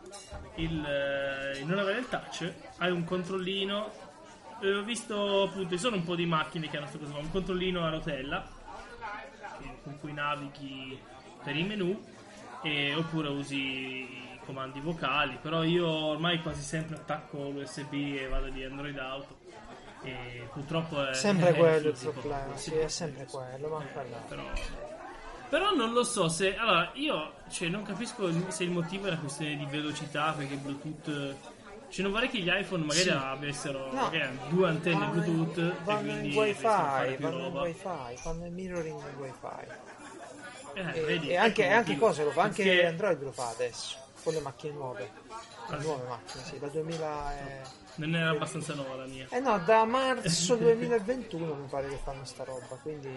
non avere il touch, hai un controllino. Ho visto appunto, ci sono un po' di macchine che hanno questo cosa, un controllino a rotella con cui navighi per i menu, oppure usi i comandi vocali, però io ormai quasi sempre attacco l'USB e vado di Android Auto, e purtroppo è sempre quello il fisico, problema, sì, è sempre quello, manca là. però non lo so se allora io non capisco se il motivo è una questione di velocità, perché Bluetooth, non vorrei che gli iPhone magari avessero magari 2 antenne Bluetooth vanno e quindi in wifi, fanno fanno il mirroring in wifi. vedi, E anche ecco, cosa lo fa, anche perché- Android lo fa adesso con le macchine nuove. Le nuove macchine, sì, da 2000 non era abbastanza nuova la mia. no, da marzo 2021 mi pare che fanno sta roba, quindi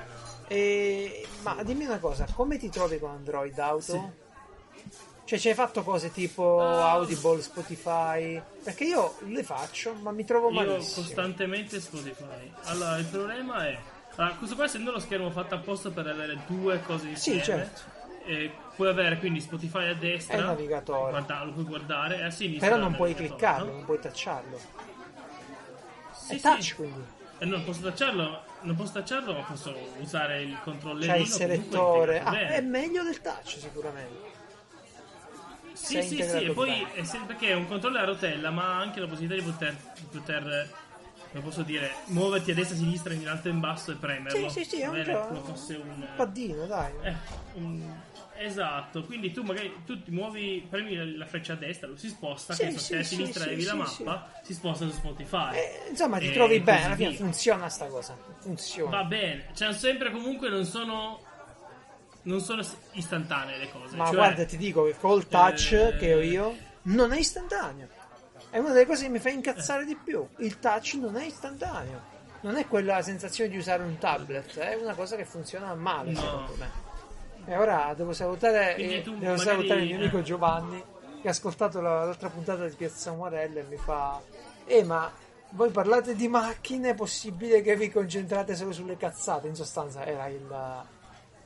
ma dimmi una cosa, come ti trovi con Android Auto? Sì. Cioè ci hai fatto cose tipo Audible, Spotify? Perché io le faccio, ma mi trovo Io malissimo. costantemente Spotify. Allora, il problema è questo qua, essendo lo schermo fatto apposta per avere 2 cose insieme, Sì, certo. puoi avere quindi Spotify a destra, È il navigatore. lo puoi guardare, e a sinistra Però il non puoi navigatore, cliccarlo, no? non puoi toucharlo. Sì, È touch sì. quindi. Non posso toucharlo, ma posso usare il controllerino. C'hai il comunque selettore. integrato bene. È meglio del touch sicuramente. Sì, sì, e poi perché è un controller a rotella, ma ha anche la possibilità di poter come posso dire, muoverti a destra, a sinistra, in alto e in basso e premerlo. Sì, è un come fosse un paddino, dai. Esatto, quindi tu magari ti muovi, premi la freccia a destra, lo si sposta, Sì, che se a sinistra levi la mappa, si sposta su Spotify. Insomma, ti trovi bene, così alla fine via. funziona sta cosa. Funziona. Va bene, cioè sempre comunque non sono istantanee le cose. Ma cioè, guarda, ti dico che col touch che ho io non è istantaneo. È una delle cose che mi fa incazzare di più. Il touch non è istantaneo. Non è quella sensazione di usare un tablet, è una cosa che funziona male, secondo me. E ora devo salutare il mio amico Giovanni, che ha ascoltato l'altra puntata di Piazza Morella e mi fa: ma voi parlate di macchine, è possibile che vi concentrate solo sulle cazzate? In sostanza era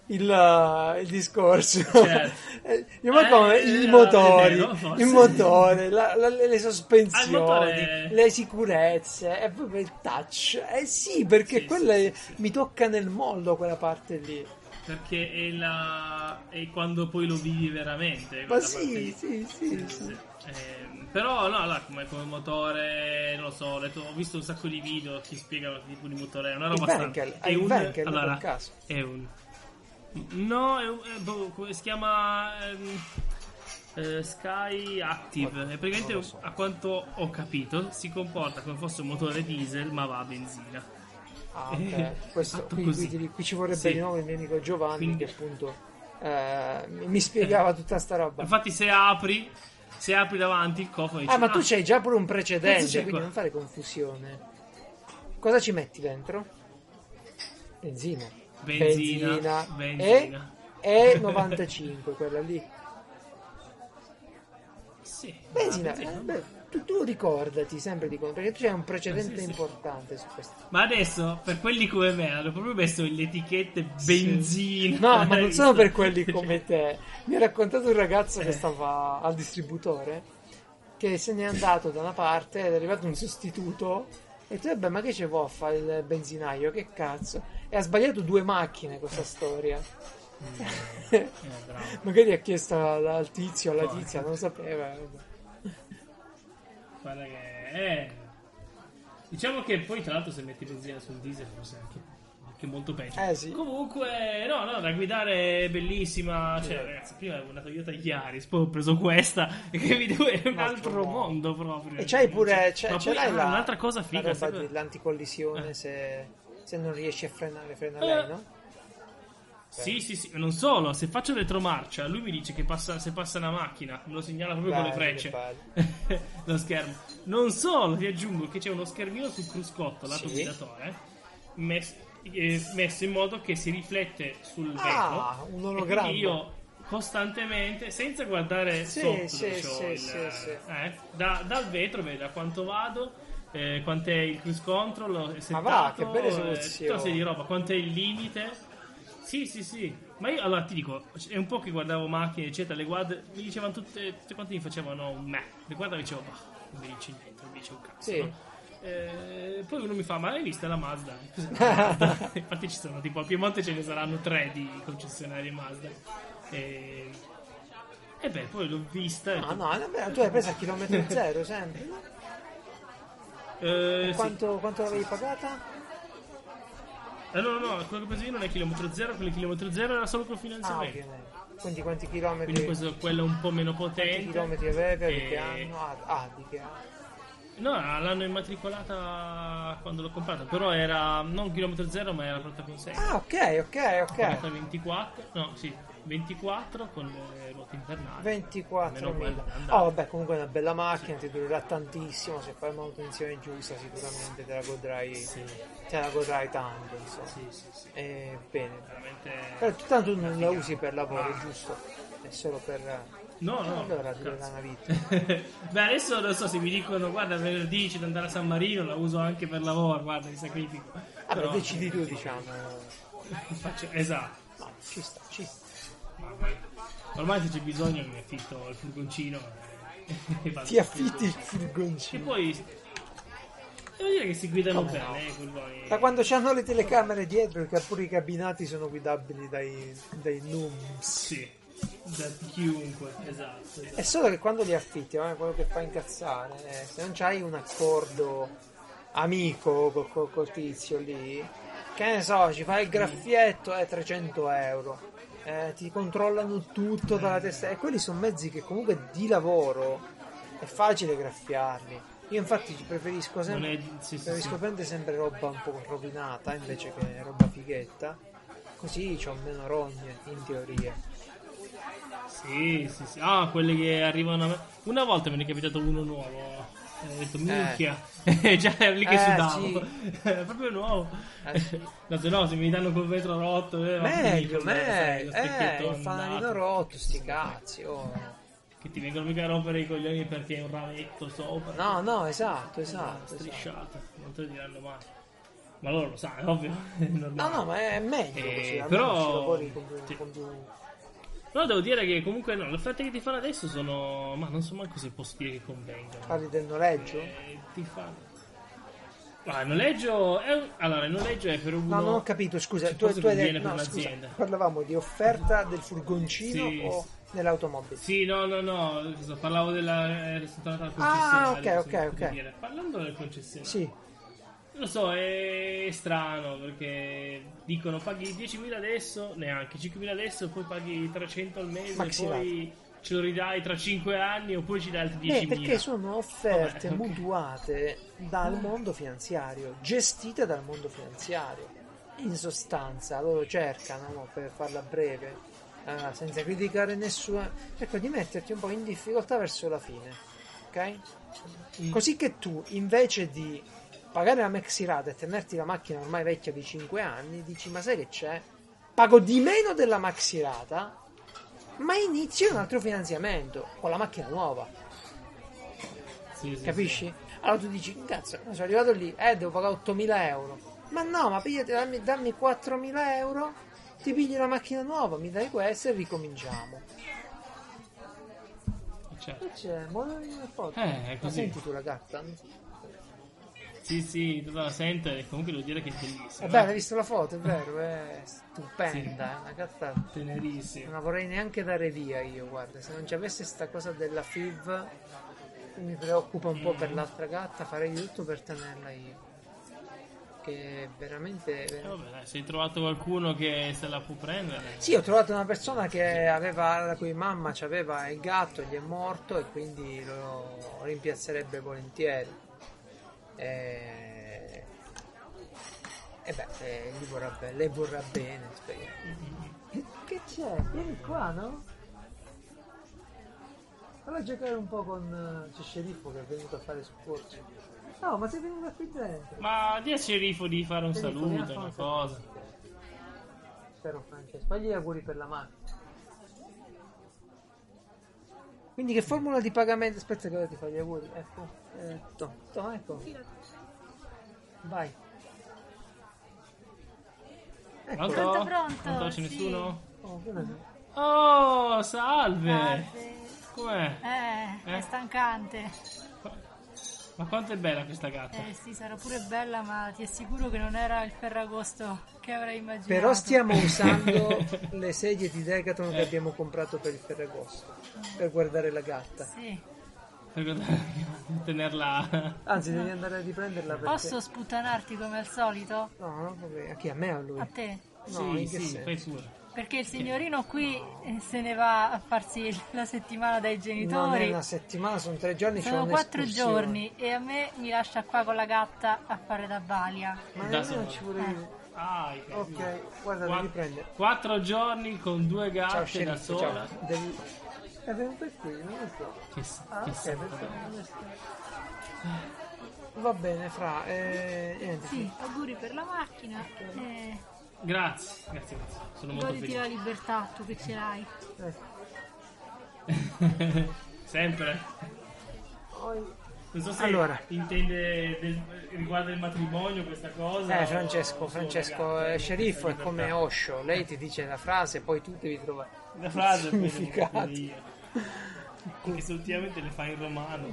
il discorso. Certo. Ma come i motori, vero, forse. il motore, le sospensioni, motore- le sicurezze e poi il touch. Eh sì, perché Sì, quella sì, sì. mi tocca nel mondo quella parte lì. Perché è quando poi lo vivi veramente. Ma quella parte sì, lì. sì. Però no, allora, come motore, non lo so, ho visto un sacco di video che spiegano che tipo di motore è, una roba strana. Wankel, È hai il un, Wankel allora, per caso? è un no, come si chiama Sky Active. È praticamente, non lo so. a quanto ho capito, si comporta come fosse un motore diesel, ma va a benzina. Ah, ok. Questo, Fatto qui, così. qui ci vorrebbe Sì. di nuovo il mio amico Giovanni Quindi- che appunto mi spiegava tutta sta roba. Infatti, se apri davanti il cofano, dici, Ma tu c'hai già pure un precedente, cazzo c'è quindi qua? non fare confusione. Cosa ci metti dentro? Benzina. Benzina. E 95, quella lì. Sì, Benzina. benzina. Beh, tu ricordati sempre di perché tu c'hai un precedente Sì. importante su questo. Ma adesso, per quelli come me, hanno proprio messo le etichette benzina. No, ma non sono Hai per visto? quelli come te. Mi ha raccontato un ragazzo che stava al distributore che se n'è andato da una parte ed è arrivato un sostituto e tu, vabbè, ma che ci può fare il benzinaio? Che cazzo? E ha sbagliato 2 macchine questa storia. Bravo. Magari ha chiesto al tizio, alla Poi. tizia, non lo sapeva. Vabbè. Guarda che diciamo che poi tra l'altro se metti benzina sul diesel forse anche molto peggio. Sì. Comunque no, da guidare è bellissima. Cioè, ragazzi, prima avevo una Toyota Yaris, poi ho preso questa e che video è un altro mondo proprio. E c'hai pure Ma ce poi l'hai un'altra cosa la figa, roba dell'anticollisione se non riesci a frenare, frena lei, no? Sì, non solo, se faccio retromarcia, lui mi dice che se passa una macchina, me lo segnala proprio con le frecce. Lo schermo. Non solo, ti aggiungo che c'è uno schermino sul cruscotto, lato guidatore, messo in modo che si riflette sul vetro. Un ologramma. E quindi io costantemente, senza guardare sotto dal vetro vedo a quanto vado, quant'è il cruise control settato, Ma va, che belle tutta soluzioni. una serie di roba, quant'è il limite. Sì. Ma io allora ti dico, è un po' che guardavo macchine, eccetera, le guardavo, mi dicevano tutte quante mi facevano un me. Le guardavo e dicevo, non mi dici niente, non mi dice un cazzo. Sì. No? Poi uno mi fa, ma l'hai vista la Mazda? Infatti ci sono, tipo a Piemonte ce ne saranno 3 di concessionarie Mazda. E beh, poi l'ho vista. No, tu hai preso a chilometro zero sempre. Quanto l'avevi pagata? No, quello che ho preso io non è chilometro zero, quello chilometro zero era solo col finanziamento. Ovviamente. Quindi quanti chilometri? Quindi questo, quello un po' meno potente. Quanti chilometri aveva? Di che anno? Di che anno? No, l'hanno immatricolata quando l'ho comprata, però era non chilometro zero, ma era pronta con 6. Ok. Pagata 24, no, sì, 24 con le ruote invernali. 24.000. Vabbè, comunque è una bella macchina, ti durerà tantissimo, se fai manutenzione giusta sicuramente te la godrai tanto, insomma. Sì. Bene. Veramente. Però tu tanto non la usi per lavoro, giusto? È solo per... No. Allora durerà una vita. Beh, adesso non so se mi dicono, guarda, venerdì c'è da andare a San Marino, la uso anche per lavoro, guarda, mi sacrifico. Vabbè, decidi tu, diciamo. Esatto. No, ci sta. Ormai se c'è bisogno mi affitto il furgoncino e vado. Ti affitti il E furgoncino. poi devo dire che si guidano Come bene, no? i furgoni. Da quando c'hanno le telecamere dietro, che pure i cabinati sono guidabili dai noobs. Sì, da chiunque, esatto. È solo che quando li affitti, quello che fa incazzare, se non c'hai un accordo amico col tizio lì, che ne so, ci fai il graffietto, 300 euro. Ti controllano tutto dalla testa. E quelli sono mezzi che comunque di lavoro è facile graffiarli. Io infatti preferisco prendere sempre roba un po' rovinata invece che roba fighetta. Così c'ho meno rogne, in teoria. Sì. Quelle che arrivano a me. Una volta me ne è capitato uno nuovo. Ho detto, minchia. Già ero lì che sudavo. Sì. È proprio nuovo. Sì. No, se mi danno col vetro rotto. Meglio. Il Il fanalino rotto, sti cazzi. Che ti vengono mica a rompere i coglioni perché è un rametto sopra. No, esatto. Strisciata. Non te lo diranno mai. Ma loro lo sanno, è ovvio. È normale. No, ma è meglio così, almeno però- ci lavori sì. con- Però devo dire che comunque no, le offerte che ti fanno adesso sono... Ma non so manco se posso dire che convengono. Parli del noleggio? Ti fanno... Ah, il noleggio allora, il noleggio è per uno... No, non ho capito, scusa, Cioè, tu forse hai conviene detto, per no, scusa, un'azienda. parlavamo di offerta del furgoncino Sì, o dell'automobile? Sì, no, parlavo della... sono tornato al Ah, concessionario. ok, cosa ok. devo dire. Parlando del concessionario. Sì, Lo so, è strano perché dicono paghi 10.000 adesso, neanche 5.000 adesso, poi paghi 300 al mese, Maxi poi ce lo ridai tra 5 anni oppure ci dai altri 10.000. perché sono offerte Vabbè, ok. mutuate dal mondo finanziario, gestite dal mondo finanziario. In sostanza, loro cercano, no, per farla breve, senza criticare nessuno, cercano di metterti un po' in difficoltà verso la fine, ok? Così che tu, invece di pagare la maxirata e tenerti la macchina ormai vecchia di 5 anni, dici, ma sai che c'è? Pago di meno della maxirata, ma inizio un altro finanziamento con la macchina nuova, Sì, sì, capisci? Allora tu dici, cazzo, sono arrivato lì, devo pagare 8.000 euro. Ma no, ma dammi 4.000 euro, ti pigli la macchina nuova, mi dai questa e ricominciamo. sì. Certo. E c'è, muoio una foto. È Ma così. senti tu la gatta? Sì, tutta la sento e comunque devo dire che è bellissima. Vabbè, hai visto la foto, è vero, è stupenda, è una gatta. Tenerissima. Non la vorrei neanche dare via io, guarda, se non ci avesse sta cosa della FIV, che mi preoccupa un po' per l'altra gatta, farei di tutto per tenerla io. Che è veramente... Vabbè, dai, se hai trovato qualcuno che se la può prendere. Sì, ho trovato una persona che aveva, la cui mamma c'aveva il gatto, gli è morto e quindi lo rimpiazzerebbe volentieri. E beh, lei vorrà bene, speriamo. Che c'è? Vieni qua, no? Allora a giocare un po' con c'è Sceriffo che è venuto a fare sforzo. No, ma sei venuto qui dentro. Ma di a Sceriffo di fare un Sceriffo, vieni a saluto, fare una un cosa. Spero Francesco. Fagli gli auguri per la macchina. Quindi che formula di pagamento? Aspetta che ora ti fai gli auguri. Ecco. Ecco. Vai. Ecco. Pronto? Pronto, C'è sì. nessuno? Oh, che ne so. Oh, salve! Salve. Com'è? È stancante. Ma quanto è bella questa gatta? Sì, sarà pure bella, ma ti assicuro che non era il Ferragosto che avrei immaginato. Però stiamo usando le sedie di Decathlon che abbiamo comprato per il Ferragosto per guardare la gatta. Sì. Per tenerla... Anzi, devi andare a riprenderla perché... Posso sputtanarti come al solito? No, no, vabbè. A chi? A me o a lui? A te? No, in che sì, senso? fai pure. Perché il signorino qui se ne va a farsi la settimana dai Non è genitori. una settimana, sono 3 giorni. c'è Sono 4 un'escursione. giorni e a me mi lascia qua con la gatta a fare da balia. Ma Da nemmeno solo. ci volevi... Ah, hai capito. Ok, guarda, devi prendere. 4 giorni con 2 Ciao, gatte da sceriffo, sola. ciao. È venuto qui, non lo so. Che, Ah, che ok, santo. perfetto. Va bene, Fra. Niente. Sì, auguri per la macchina. Grazie. Sono molto Goditi la felice. libertà, tu che ce l'hai. Sempre. Poi... Non so se Allora. intende riguardo il matrimonio questa cosa. o Francesco, solo la gatta, sceriffo è questa come libertà. Osho. Lei ti dice la frase, poi tu devi trovare La frase poi devo significato. capire io. Perché se ultimamente le fa in romano.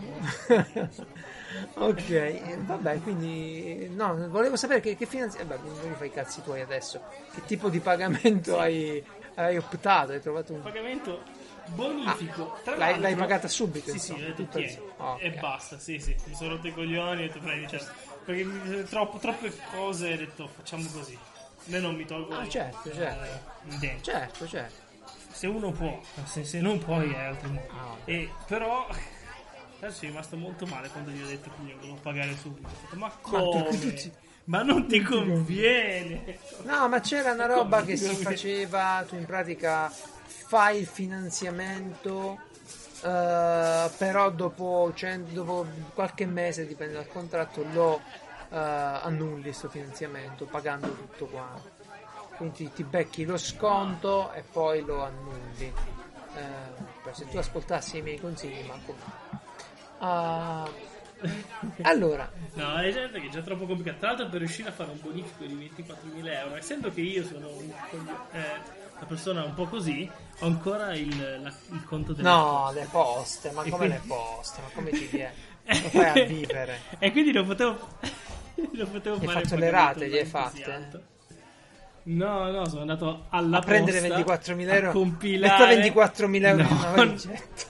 Ok, vabbè, quindi no, volevo sapere che finanziamento. Vabbè, non mi fai i cazzi tuoi adesso. Che tipo di pagamento hai optato? Hai trovato un Pagamento bonifico. Tra l'hai l'altro- pagata subito? Sì, sì, insomma, ho detto tutto tieni. insieme. Oh, E ok. basta, sì. Mi sono rotto i coglioni e ho detto prendi, cioè, perché troppe cose ho detto facciamo così. Io non mi tolgo Ah, certo. in dentro. Certo. Se uno può, se non puoi è altro modo. Ah, vabbè. E però adesso è rimasto molto male quando gli ho detto che io volevo pagare subito. Ho detto, ma tu- come? Ma non ti conviene. No, ma c'era una roba Come? che si faceva, tu in pratica fai il finanziamento, però dopo qualche mese, dipende dal contratto, lo annulli questo finanziamento pagando tutto quanto. Quindi ti becchi lo sconto e poi lo annulli. Però se tu ascoltassi i miei consigli, Marco. Allora, No, è certo che è già troppo complicato. Tra l'altro, per riuscire a fare un bonifico di 24.000 euro, essendo che io sono una persona un po' così, ho ancora il conto delle no, le poste, ma come le poste? Ma come ti viene? Lo fai a vivere? E quindi non potevo Hai fare fatto il le rate, pagamento gli hai così fatte? alto. No, sono andato alla A prendere posta 24.000 euro? a compilare. Metta 24.000 euro in una No. valigetta.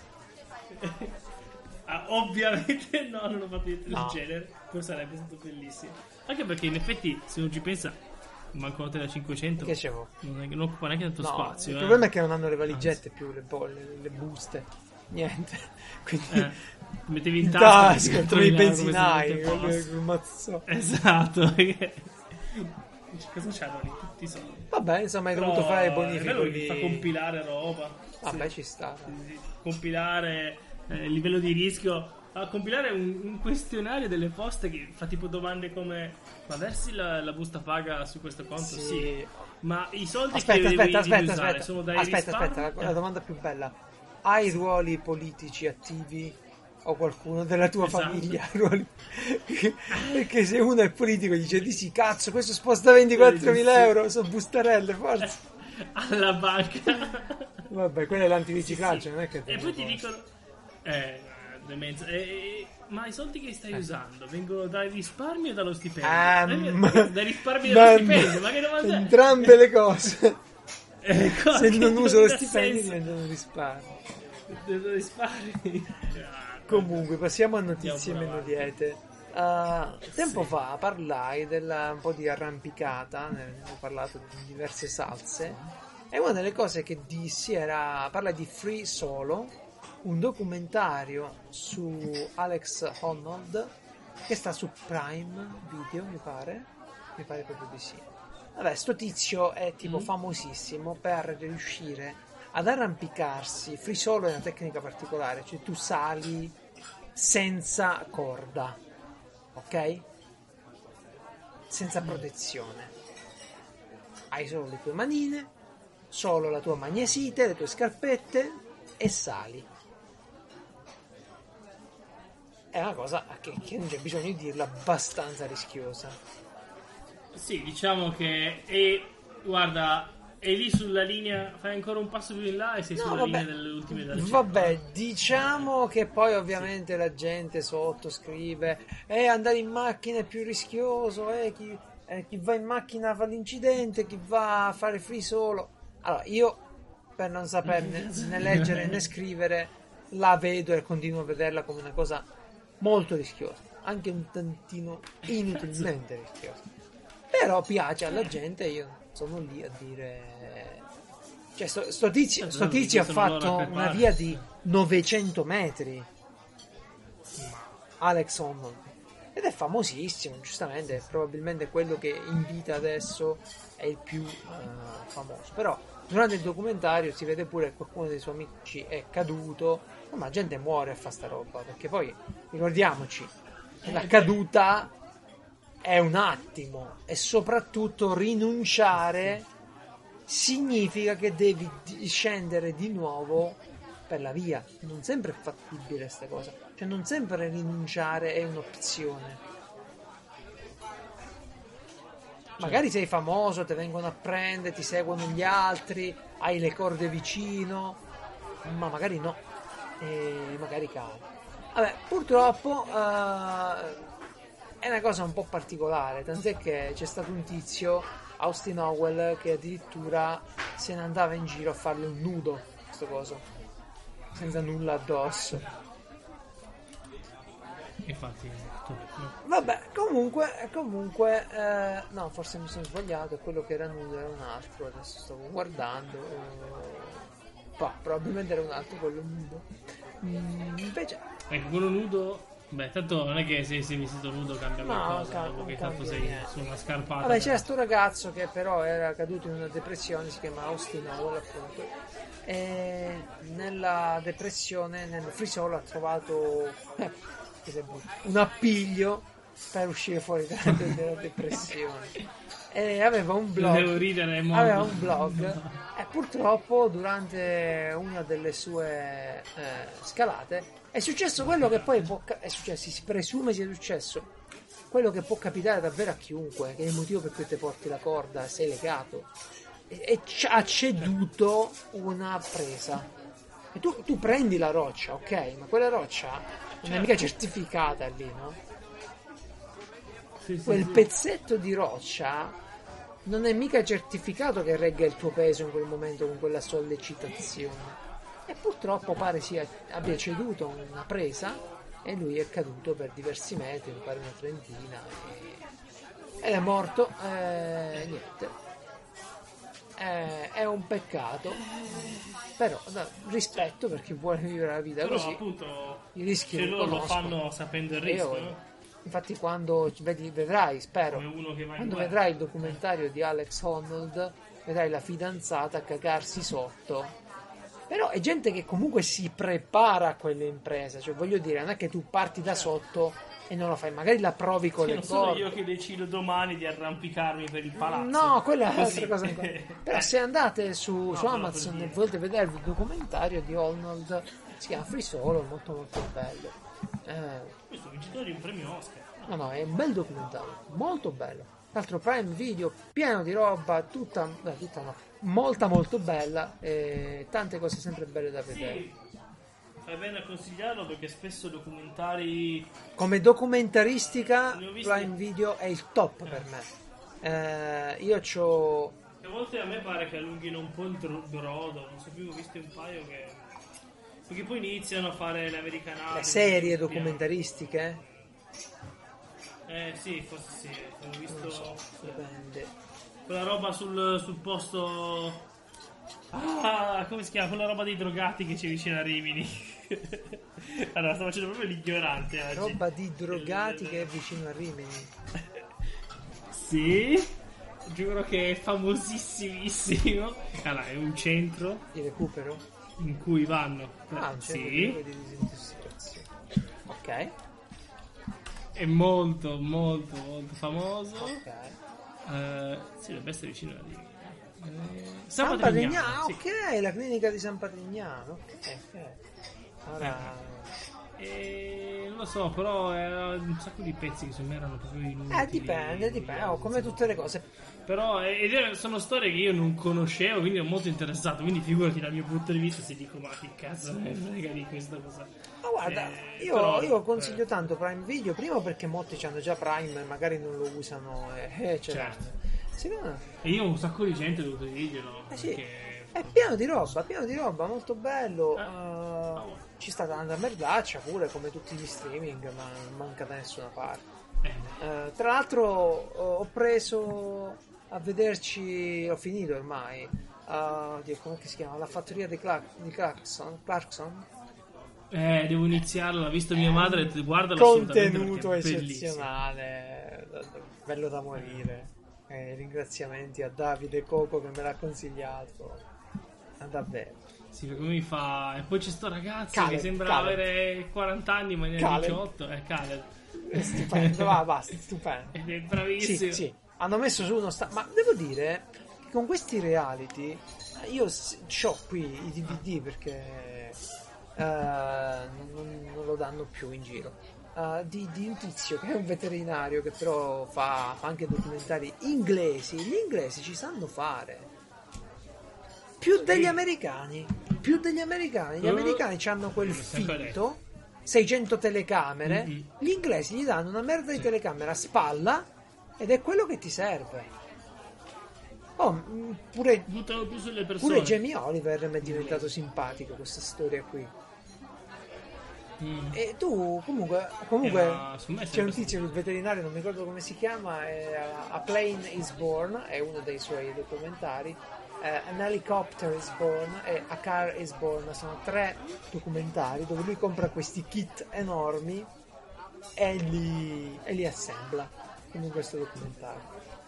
Ovviamente no, non ho fatto niente No. del genere. Poi sarebbe stato bellissimo. Anche perché in effetti, se non ci pensa, manco note da 500. Che c'avevo? Non occupa neanche tanto No, spazio. il problema è che non hanno le valigette più, le buste. Niente. Quindi Mettevi in in tasca tasca, trovi i benzinai, col mazzo. Esatto. Cosa c'hanno lì? Tutti i soldi. Vabbè, insomma, hai Però dovuto fare i è bello che bonifici. fa compilare roba. Vabbè, ci sta. Sì. Compilare il livello di rischio. A compilare un questionario delle poste che fa tipo domande come: ma versi la busta paga su questo conto? Sì. Ma i soldi Aspetta, che devi aspetta, usare aspetta. sono dai Aspetta, risparmi? la domanda più bella. Hai ruoli politici attivi? O qualcuno della tua Esatto. famiglia? Ruoli... Perché se uno è politico dice di sì, cazzo, questo sposta 24.000 euro, sono bustarelle, forza. Alla banca. Vabbè, quello è l'antiriciclaggio, Sì. non è che... E poi ti dicono demenza. Ma i soldi che stai usando vengono dai risparmi o dallo stipendio? Dai risparmi e dallo stipendio, ma che domanda è? Entrambe le cose. Cosa Se che non uso lo dà stipendio senso? diventano risparmi. Risparmi. Comunque, passiamo a notizie Andiamo meno avanti. liete. Tempo fa parlai un po' di arrampicata, ne ho parlato di diverse salse, e una delle cose che dissi parla di Free Solo, un documentario su Alex Honnold che sta su Prime Video, mi pare proprio di sì. Vabbè, sto tizio è tipo famosissimo per riuscire ad arrampicarsi. Free solo è una tecnica particolare, cioè tu sali senza corda, ok? Senza protezione. Hai solo le tue manine, solo la tua magnesite, le tue scarpette e sali. È una cosa che non c'è bisogno di dirla, abbastanza rischiosa. Sì, diciamo che guarda, è lì sulla linea, fai ancora un passo più in là e sei sulla linea delle ultime dal centro. Vabbè, diciamo che poi ovviamente la gente sotto scrive andare in macchina è più rischioso, chi va in macchina fa l'incidente, chi va a fare free solo. Allora, io per non saperne né leggere né scrivere la vedo e continuo a vederla come una cosa molto rischiosa, anche un tantino inutilmente rischiosa. Però piace alla gente, io sono lì a dire, cioè sto tizio ha fatto una via di 900 metri, Alex Honnold, ed è famosissimo, giustamente, è probabilmente quello che in vita adesso è il più famoso. Però durante il documentario si vede pure che qualcuno dei suoi amici è caduto, ma la gente muore a fare sta roba, perché poi ricordiamoci che la caduta è un attimo, e soprattutto rinunciare significa che devi scendere di nuovo per la via. Non sempre è fattibile questa cosa, cioè non sempre rinunciare è un'opzione. Magari sei famoso, ti vengono a prendere, ti seguono gli altri, hai le corde vicino, ma magari no, e magari cadi. Vabbè, purtroppo è una cosa un po' particolare, tant'è che c'è stato un tizio, Austin Howell, che addirittura se ne andava in giro a farlo nudo, questo coso, senza nulla addosso. Infatti, Vabbè, comunque no, forse mi sono sbagliato, quello che era nudo era un altro, adesso stavo guardando, probabilmente era un altro quello nudo. Invece ecco, quello nudo. Beh, tanto non è che se sei vestito nudo cambia qualcosa, dopo che tanto sei niente. su una scarpata. Vabbè, c'era sto ragazzo che però era caduto in una depressione, si chiama Austin Howell appunto, e nella depressione, nel free solo ha trovato un appiglio per uscire fuori dalla depressione. e aveva un blog. Devo ridere molto. Aveva un blog e purtroppo durante una delle sue scalate è successo quello che poi è successo, si presume sia successo quello che può capitare davvero a chiunque, che è il motivo per cui ti porti la corda, sei legato e ha ceduto una presa. E tu prendi la roccia, ok, ma quella roccia non è mica certificata lì, no? Quel pezzetto di roccia non è mica certificato che regga il tuo peso in quel momento con quella sollecitazione. E purtroppo pare abbia ceduto una presa e lui è caduto per diversi metri, mi pare una trentina, ed è morto. Niente. È un peccato, però rispetto per chi vuole vivere la vita, però così appunto i rischi se loro lo fanno sapendo il rischio, no? Infatti quando vedrai, spero, come uno che va in quando guerra. vedrai il documentario di Alex Honnold, vedrai la fidanzata a cagarsi sotto. Però è gente che comunque si prepara a quelle imprese, cioè voglio dire, non è che tu parti da sotto e non lo fai, magari la provi con le non sono corde. io che decido domani di arrampicarmi per il palazzo. No, quella è Così. un'altra cosa ancora. Però se andate su Amazon e volete vedere il documentario di Honnold, si chiama Free Solo, molto molto bello. Questo è vincitore di un premio Oscar. No, è un bel documentario, molto bello. Tra l'altro Prime Video, pieno di roba, tutta no, molta molto bella e tante cose sempre belle da vedere. Sì, fai bene a consigliarlo perché spesso documentari... Come documentaristica Ne ho visti- Prime Video è il top per me. Io c'ho... A volte a me pare che allunghino un po' il brodo, non so più, ho visto un paio che... Perché poi iniziano a fare le americanate. le serie documentaristiche. Sì, forse sì. Ho visto Non so, dipende. quella roba sul posto... Ah, come si chiama? Quella roba dei drogati che c'è vicino a Rimini. Allora, sto facendo proprio l'ignorante oggi. Roba di drogati che è vicino a Rimini. Sì, giuro che è famosissimissimo. Allora, è un centro Di recupero? in cui vanno. Ah, un centro Sì, di disintossicazione. Ok. è molto, molto, molto famoso. Ok. Sì, dovrebbe essere vicino a Rimini. San Patrignano, sì. ok, la clinica di San Patrignano. Ok. Ora... Non lo so, però erano un sacco di pezzi che secondo me erano proprio inutili. Dipende, come tutte le cose. Però sono storie che io non conoscevo, quindi ero molto interessato. Quindi figurati dal mio punto di vista se dico ma che cazzo me ne frega di questa cosa. Ma guarda, io consiglio tanto Prime Video, primo perché molti hanno già Prime e magari non lo usano. Certo. Secondo me, E io un sacco di gente ho dovuto dirglielo. sì. Perché... È pieno di roba, molto bello. Ci sta tanta merdaccia pure, come tutti gli streaming, ma non manca da nessuna parte. Tra l'altro ho preso a vederci, ho finito ormai. Oddio, come si chiama? La fattoria di Clarkson. Devo iniziarlo, l'ha visto mia madre, guardalo assolutamente Contenuto perché è bellissimo. eccezionale, bello da morire. Ringraziamenti a Davide Coco che me l'ha consigliato. Davvero. Sì, perché mi fa... E poi c'è sto ragazzo Caleb, che sembra Caleb. avere 40 anni ma ne ha Caleb. 18. È Caleb. È stupendo, basta, stupendo. Ed è bravissimo. Sì. Hanno messo su uno ma devo dire che con questi reality io c'ho qui i DVD perché non lo danno più in giro. Di un tizio che è un veterinario che però fa anche documentari inglesi. Gli inglesi ci sanno fare più degli americani. Gli americani hanno quel fitto, 600 telecamere. Gli inglesi gli danno una merda di telecamera a spalla ed è quello che ti serve. Pure Buttano più sulle persone. pure Jamie Oliver mi è diventato simpatico questa storia qui. E tu comunque su me c'è un tizio, il veterinario, non mi ricordo come si chiama, A Plane is Born è uno dei suoi documentari, An Helicopter is Born e A Car is Born, sono 3 documentari dove lui compra questi kit enormi e li assembla in questo documentario.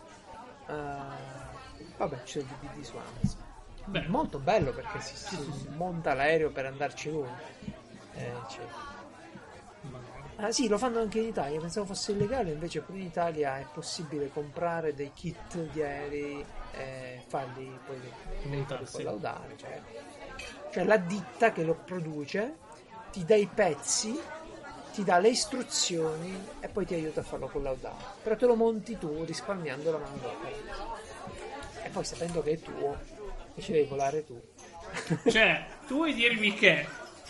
Vabbè, c'è il DVD su Amazon. Beh. Molto bello perché si monta l'aereo per andarci lui. Sì, lo fanno anche in Italia, pensavo fosse illegale, invece pure in Italia è possibile comprare dei kit di aerei e farli poi Montarsi. collaudare. Cioè la ditta che lo produce ti dà i pezzi, ti dà le istruzioni e poi ti aiuta a farlo collaudare. Però te lo monti tu risparmiando la manodopera. E poi sapendo che è tuo, e ci devi volare tu. Cioè, tu vuoi dirmi che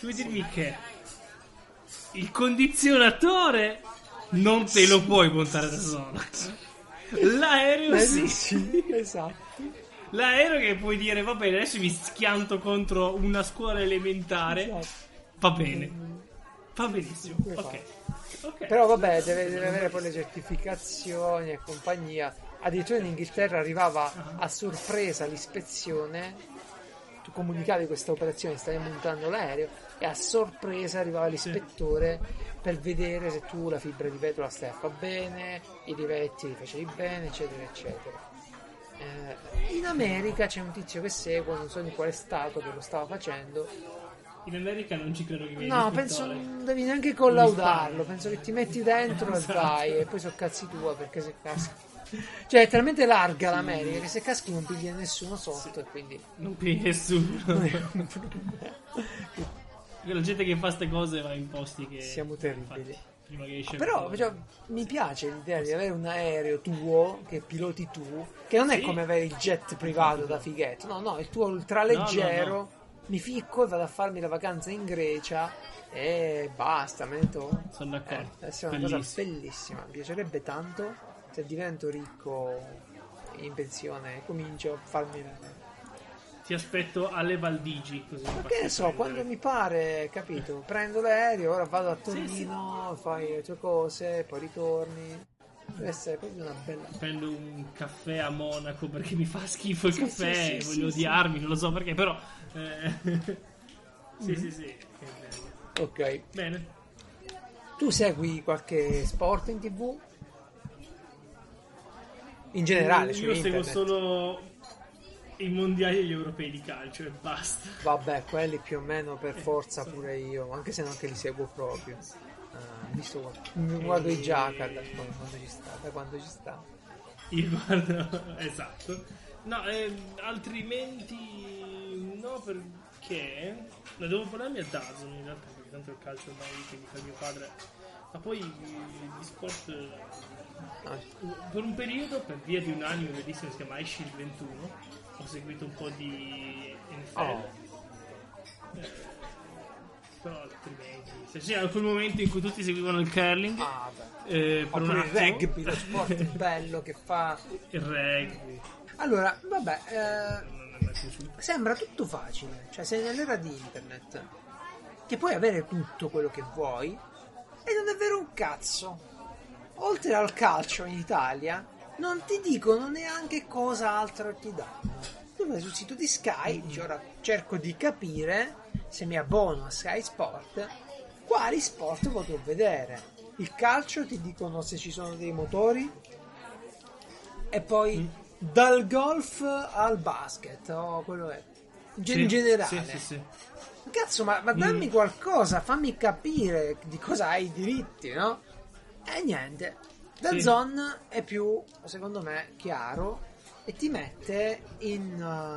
il condizionatore non te lo puoi montare da solo. L'aereo sì. Esatto. L'aereo che puoi dire, va bene, adesso mi schianto contro una scuola elementare. Esatto. Va bene. Va benissimo. Ok. Però vabbè, deve avere poi le certificazioni e compagnia. Addirittura in Inghilterra arrivava a sorpresa l'ispezione. Tu comunicavi questa operazione, stavi montando l'aereo e a sorpresa arrivava l'ispettore per vedere se tu la fibra di vetro la stai a fare bene, i rivetti li facevi bene, eccetera eccetera. In America c'è un tizio che segue, non so in quale stato, che lo stava facendo. In America non ci credo che vieni. No, penso non devi neanche collaudarlo, penso che ti metti dentro e vai, e poi sono cazzi tua perché se caschi. Cioè è talmente larga l'America che se caschi non piglia nessuno sotto e quindi Non pigli nessuno. La gente che fa ste cose va in posti che siamo terribili. infatti, prima che esce Però fuori. cioè, mi piace l'idea di avere un aereo tuo che piloti tu, che non è come avere il jet privato da fighetto, no, il tuo ultraleggero. No. Mi ficco e vado a farmi la vacanza in Grecia e basta, me ne torno. Sono d'accordo. Deve essere una cosa bellissima. Mi piacerebbe tanto se divento ricco in pensione e comincio a farmi Ti aspetto alle Valdigi, così. ma che ne so, quando mi pare, capito? Prendo l'aereo, ora vado a Torino, fai le tue cose, poi ritorni. Deve essere proprio una bella. Prendo un caffè a Monaco perché mi fa schifo il caffè, sì, voglio odiarmi, non lo so perché, però. Sì. Ok. Bene. Tu segui qualche sport in TV? In generale, su Io seguo internet. solo i mondiali e gli europei di calcio e basta. Vabbè, quelli più o meno per forza pure io, anche se non che li seguo proprio. Visto guardo i Jackal quando ci sta. Io guardo, esatto. No, altrimenti no, perché devo parlarmi a Dazn in realtà, perché tanto il calcio ormai che mi fa mio padre. Ma poi di sport per un periodo, per via di un anime bellissimo che si chiama iShield 21, ho seguito un po' di NFL. Però altrimenti c'era quel momento in cui tutti seguivano il curling per un il attimo. rugby, lo sport bello che fa Il rugby allora vabbè non è mai piaciuto. sembra tutto facile, cioè sei nell'era di internet che puoi avere tutto quello che vuoi e non è vero un cazzo. Oltre al calcio in Italia non ti dicono neanche cosa altro ti danno. Tu vai sul sito di Sky, dici ora cerco di capire se mi abbono a Sky Sport quali sport potrò vedere. Il calcio ti dicono se ci sono dei motori e poi dal golf al basket quello è in generale. Sì. Cazzo, ma dammi qualcosa, fammi capire di cosa hai i diritti, no? E niente. DAZN è più, secondo me, chiaro e ti mette in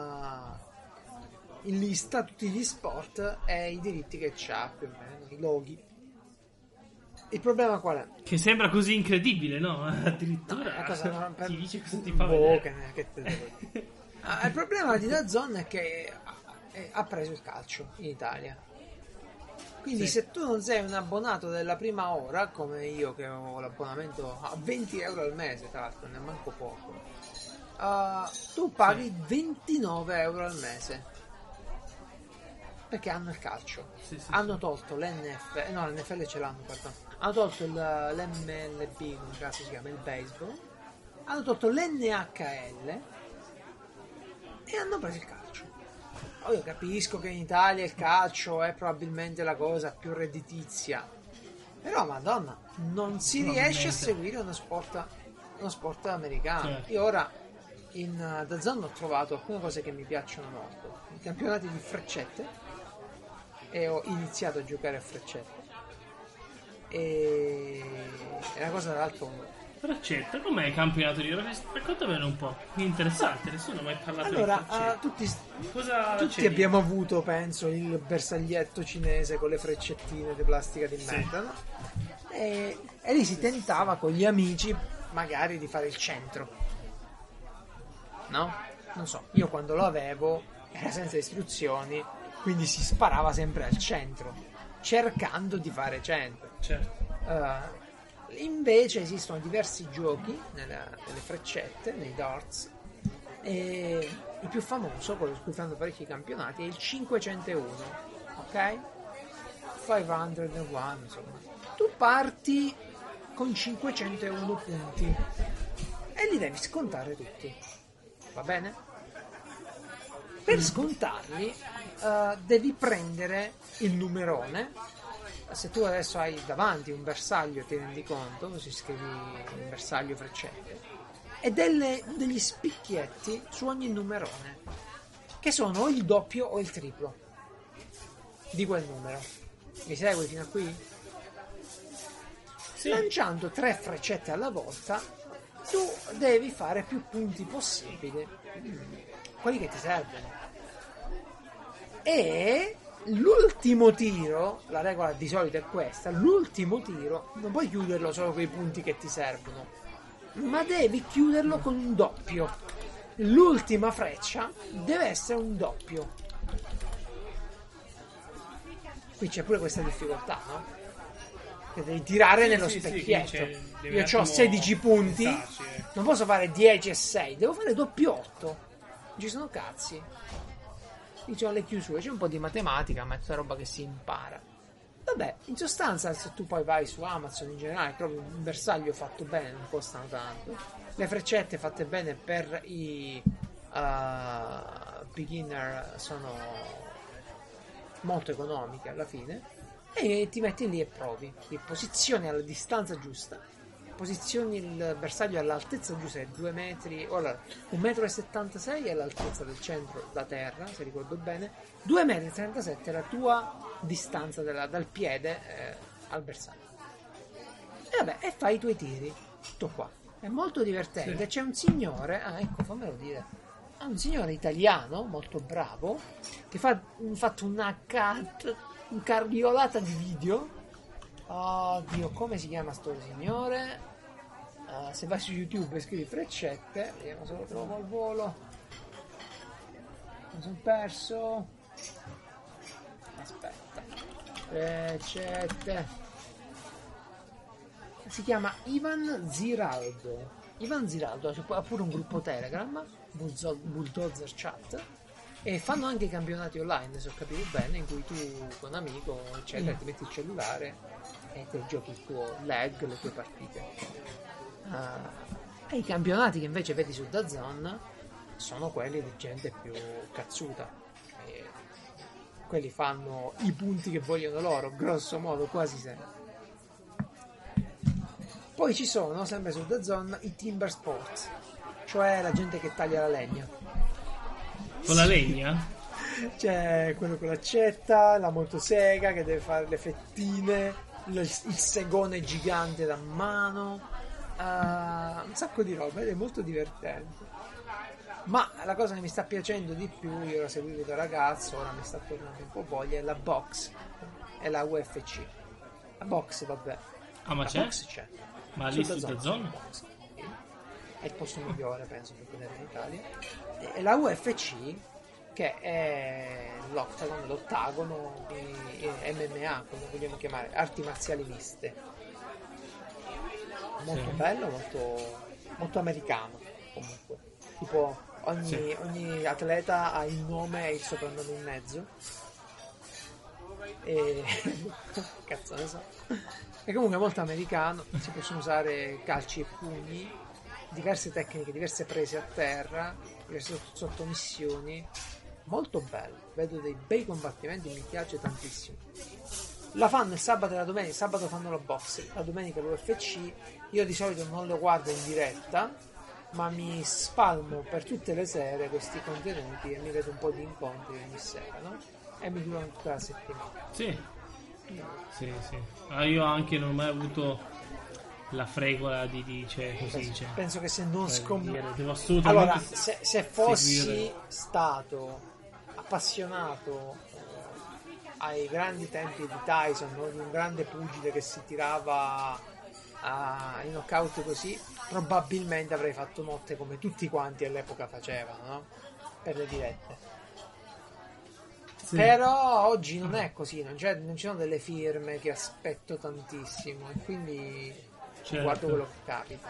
lista tutti gli sport e i diritti che c'ha, più o meno, i loghi. Il problema qual è? Che sembra così incredibile, no? Addirittura ti dice cosa ti fa vedere. Che te devo dire. Il problema di DAZN è che ha preso il calcio in Italia. Quindi se tu non sei un abbonato della prima ora, come io che ho l'abbonamento a 20 euro al mese, tra l'altro ne manco poco, tu paghi 29 euro al mese. Perché hanno il calcio. Hanno tolto l'NF, no, l'NFL ce l'hanno, perdono. Hanno tolto l'MLB, come cazzo si chiama, il baseball. Hanno tolto l'NHL e hanno preso il calcio. Io capisco che in Italia il calcio è probabilmente la cosa più redditizia, però madonna, non si riesce a seguire uno sport americano. Certo. Io ora in DAZN ho trovato alcune cose che mi piacciono molto, i campionati di freccette, e ho iniziato a giocare a freccette, e È una cosa dall'altro. Freccetta, com'è il campionato di raccontamene un po'. Interessante, nessuno ha mai parlato Allora, di freccette. tutti abbiamo avuto, penso, il bersaglietto cinese con le freccettine di plastica di merda, no? E lì si tentava con gli amici magari di fare il centro, no? Non so, io quando lo avevo era senza istruzioni, quindi si sparava sempre al centro, cercando di fare centro. Certo. Invece esistono diversi giochi nelle freccette, nei darts, e il più famoso, quello su cui fanno parecchi campionati, è il 501, ok? 501, insomma. Tu parti con 501 punti e li devi scontare tutti, va bene? Per scontarli devi prendere il numerone. Se tu adesso hai davanti un bersaglio, ti rendi conto, si scrivi un bersaglio freccette, e degli spicchietti su ogni numerone, che sono o il doppio o il triplo di quel numero. Mi segui fino a qui? Sì. Lanciando 3 freccette alla volta, tu devi fare più punti possibili, quelli che ti servono. E l'ultimo tiro, la regola di solito è questa, l'ultimo tiro non puoi chiuderlo solo con i punti che ti servono, ma devi chiuderlo con un doppio. L'ultima freccia deve essere un doppio. Qui c'è pure questa difficoltà, no? Che devi tirare nello specchietto. Io ho 16 punti, non posso fare 10 e 6, devo fare doppio 8. Non ci sono cazzi. Diciamo le chiusure, c'è un po' di matematica, ma è tutta roba che si impara. Vabbè, in sostanza, se tu poi vai su Amazon in generale, proprio un bersaglio fatto bene, non costano tanto. Le freccette fatte bene per i beginner sono molto economiche alla fine, e ti metti lì e provi. Ti posizioni alla distanza giusta, posizioni il bersaglio all'altezza giusta, 2 metri, allora 1,76 m è l'altezza del centro da terra, se ricordo bene, 2,37 m è la tua distanza dal piede al bersaglio. E vabbè, e fai i tuoi tiri, tutto qua. È molto divertente. Sì. C'è un signore, ecco, fammelo dire, un signore italiano molto bravo che ha fatto una carriolata di video. Oddio, come si chiama sto signore? Se vai su YouTube e scrivi freccette, vediamo se lo trovo al volo. Mi sono perso. Aspetta. Freccette. Si chiama Ivan Ziraldo. Ivan Ziraldo ha pure un gruppo Telegram, Bulldozer Chat, e fanno anche campionati online, se ho capito bene, in cui tu con un amico eccetera ti metti il cellulare e te giochi il tuo leg, le tue partite. E i campionati che invece vedi su DAZN sono quelli di gente più cazzuta, e quelli fanno i punti che vogliono loro, grosso modo, quasi sempre. Poi ci sono, sempre su DAZN, i Timber Sports, cioè la gente che taglia la legna. Con la legna? C'è quello con l'accetta, la motosega che deve fare le fettine, il segone gigante da mano, un sacco di roba, ed è molto divertente. Ma la cosa che mi sta piacendo di più, io la seguivo da ragazzo, ora mi sta tornando un po' voglia, è la box e la UFC. La box, vabbè. Ah, ma la c'è? Box c'è. Ma lì su DAZN? È il posto migliore, penso, per vedere in Italia. E la UFC, che è l'ottagono di MMA, come vogliamo chiamare, arti marziali miste. Molto bello, molto, molto americano, comunque. Tipo, ogni atleta ha il nome e il soprannome in mezzo. E cazzo ne so. E comunque è molto americano, si possono usare calci e pugni, diverse tecniche, diverse prese a terra, diverse sottomissioni, molto bello, vedo dei bei combattimenti, mi piace tantissimo. La fanno il sabato e la domenica, il sabato fanno la box, la domenica l'UFC. Io di solito non lo guardo in diretta, ma mi spalmo per tutte le sere questi contenuti e mi vedo un po' di incontri ogni sera, no? E mi durano tutta la settimana. Sì. Sì. Io anche non ho mai avuto la fregola di cioè, così dice. Penso che se non devo assolutamente allora, se fossi seguire. stato appassionato ai grandi tempi di Tyson, no? Di un grande pugile che si tirava in knockout così, probabilmente avrei fatto notte come tutti quanti all'epoca facevano, no? Per le dirette. Sì. Però oggi non è così, non ci sono delle firme che aspetto tantissimo e quindi guardo quello che capita.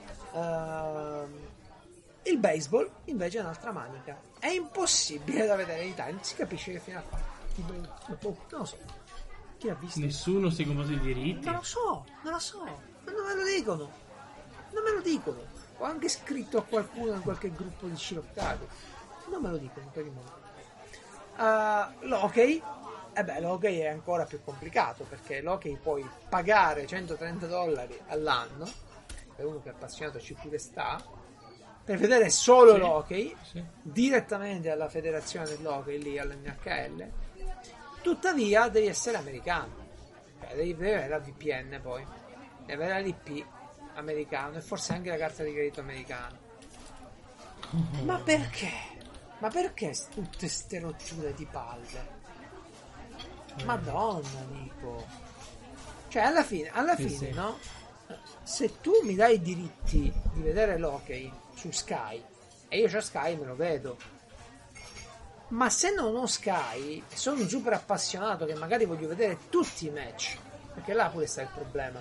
Il baseball invece è un'altra manica, è impossibile da vedere in Italia, non si capisce che fine ha fatto. Non lo so, chi l'ha visto? Nessuno si è comprato i diritti. Non lo so, ma non me lo dicono. Ho anche scritto a qualcuno in qualche gruppo di sciroccati, non me lo dicono per il momento. L'hockey, l'hockey è ancora più complicato perché l'hockey puoi pagare $130 all'anno per uno che è appassionato ci pure sta per vedere solo l'hockey direttamente alla federazione dell'hockey lì all'NHL. Tuttavia devi essere americano, devi avere la VPN, poi devi avere l'IP americano e forse anche la carta di credito americana. Ma perché? Ma perché tutte ste rotture di palle? Madonna, Nico. Cioè, alla fine, sì. No? Se tu mi dai i diritti di vedere l'hockey su Sky e io c'ho Sky me lo vedo. Ma se non ho Sky, sono un super appassionato che magari voglio vedere tutti i match, perché là pure sta il problema.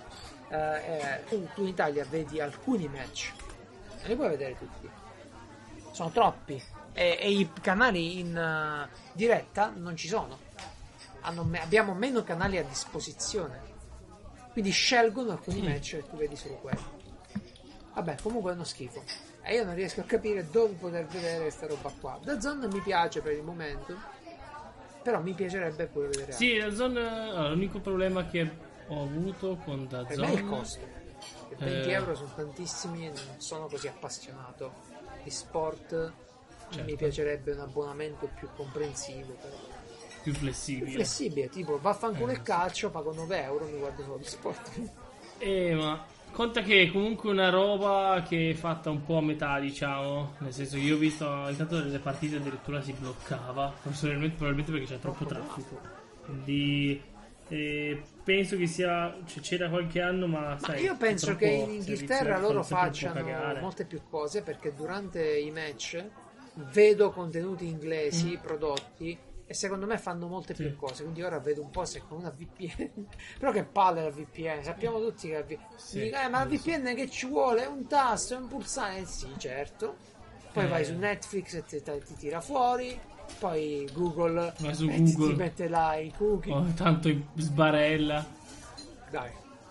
Tu in Italia vedi alcuni match, non li puoi vedere tutti. Sono troppi. E i canali in diretta non ci sono. Abbiamo meno canali a disposizione, quindi scelgono alcuni match e tu vedi solo quelli. Vabbè, comunque è uno schifo e io non riesco a capire dove poter vedere questa roba qua. DAZN mi piace per il momento, però mi piacerebbe pure vedere sì, DAZN. L'unico problema che ho avuto con DAZN per me è il costo. 20 euro sono tantissimi e non sono così appassionato di sport. Certo. Mi piacerebbe un abbonamento più comprensivo, però. Più flessibile, tipo vaffanculo il calcio, pago 9 euro, mi guardo solo di sport. Ma conta che è comunque una roba che è fatta un po' a metà, diciamo, nel senso che io ho visto intanto delle partite addirittura si bloccava, probabilmente perché c'è troppo traffico, quindi penso che sia, c'era qualche anno, ma sai, io penso che in Inghilterra loro facciano molte più cose, perché durante i match vedo contenuti inglesi prodotti e secondo me fanno molte più cose, quindi ora vedo un po' se con una VPN però che palle la VPN, sappiamo tutti che ma la VPN che ci vuole? Un tasto, un pulsante, sì certo, poi vai su Netflix e ti tira fuori, poi Google ti mette là i cookie, tanto sbarella, dai.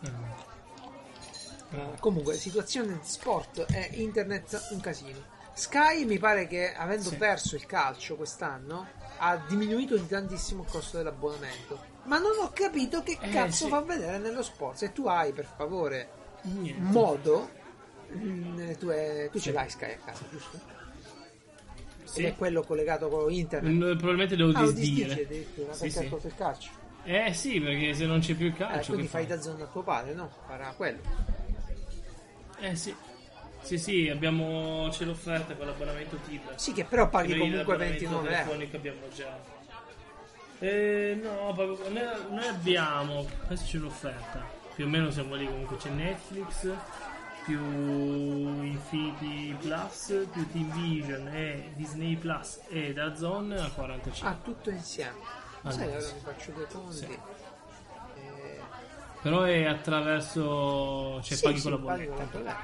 Comunque situazione di sport e internet un casino. Sky mi pare che avendo perso il calcio quest'anno ha diminuito di tantissimo il costo dell'abbonamento, ma non ho capito che cazzo fa vedere nello sport. Se tu hai per favore modo tu ce l'hai Sky a casa, giusto? Sì. Ed è quello collegato con internet. Probabilmente devo disdire addirittura perché ha tolto il calcio. Sì, perché se non c'è più il calcio quindi fai da zona a tuo padre, no? Farà quello. Sì, c'è l'offerta con l'abbonamento TIP. Sì, che però paghi comunque 29 euro. Che abbiamo già. No, noi abbiamo, adesso c'è l'offerta. Più o meno siamo lì, comunque c'è Netflix, più Infinity Plus, più TVision e Disney Plus e DAZN a 45. Tutto insieme. Sai, ora mi faccio due conti. Sì. Però è attraverso, paghi con la bolletta.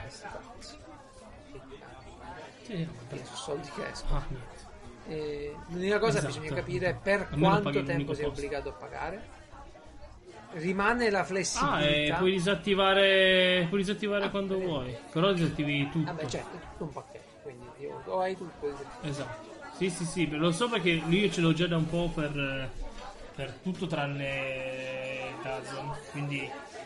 Sono soldi che escono. L'unica cosa bisogna capire per quanto tempo sei obbligato a pagare. Rimane la flessibilità. Puoi disattivare quando vuoi, però disattivi tutto. Certo, è tutto un pacchetto, quindi o hai tutto. Esatto. Sì, lo so perché io ce l'ho già da un po' per tutto tranne DAZN, quindi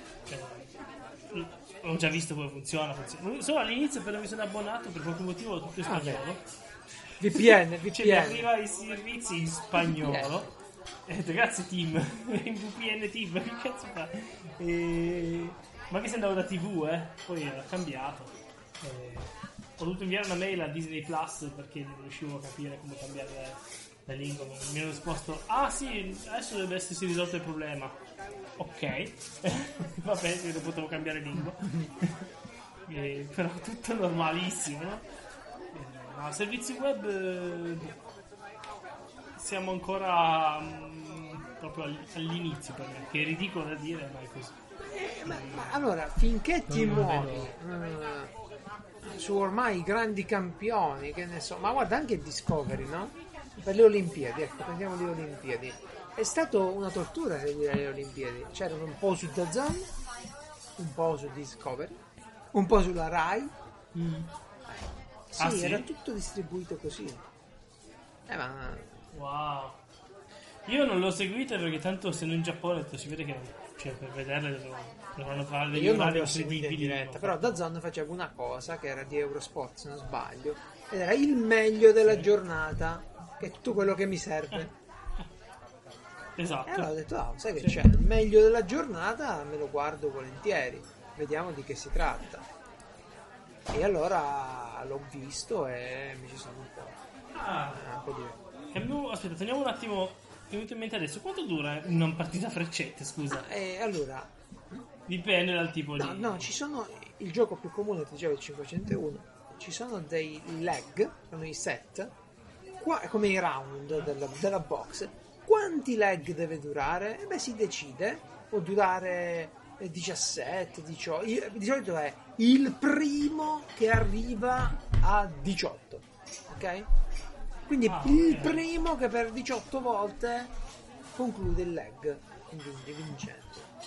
ho già visto come funziona. Solo all'inizio però mi sono abbonato per qualche motivo tutto in spagnolo. VPN. Mi arriva i servizi in spagnolo e ho detto grazie team in VPN team, che cazzo fa? Ma che se andavo da TV, poi ho cambiato. Ho dovuto inviare una mail a Disney Plus perché non riuscivo a capire come cambiare la lingua. Mi hanno risposto: ah sì, adesso dovrebbe essersi risolto il problema. Ok, va bene, quindi potevo cambiare lingua. Però tutto normalissimo, no? No, servizi web siamo ancora proprio all'inizio per me, che è ridicolo da dire, ma è così. Ma allora, finché ti muovi su ormai i grandi campioni, che ne so, ma guarda anche Discovery, no? Per le Olimpiadi, ecco, prendiamo le Olimpiadi. È stato una tortura seguire le Olimpiadi. C'erano un po' su DAZN, un po' su Discovery, un po' sulla Rai. Sì, era tutto distribuito così. Ma... Wow. Io non l'ho seguita perché tanto essendo in Giappone si vede che cioè, per vederle dovranno fare degli io non orari l'ho seguita in diretta, però DAZN faceva una cosa che era di Eurosport, se non sbaglio, ed era il meglio della giornata, che è tutto quello che mi serve. Esatto. E allora ho detto, sai che c'è? Il meglio della giornata me lo guardo volentieri, vediamo di che si tratta. E allora l'ho visto e mi ci sono un po' divertito. Aspetta, teniamo un attimo. Mi è venuto in mente adesso. Quanto dura una partita a freccette, scusa? Allora, dipende dal tipo di. No, ci sono. Il gioco più comune, ti dicevo, il 501. Ci sono dei leg, sono i set, come i round della box. Quanti leg deve durare? Si decide. Può durare 17, 18. Di solito è il primo che arriva a 18. Ok? Quindi il primo che per 18 volte conclude il leg vincente.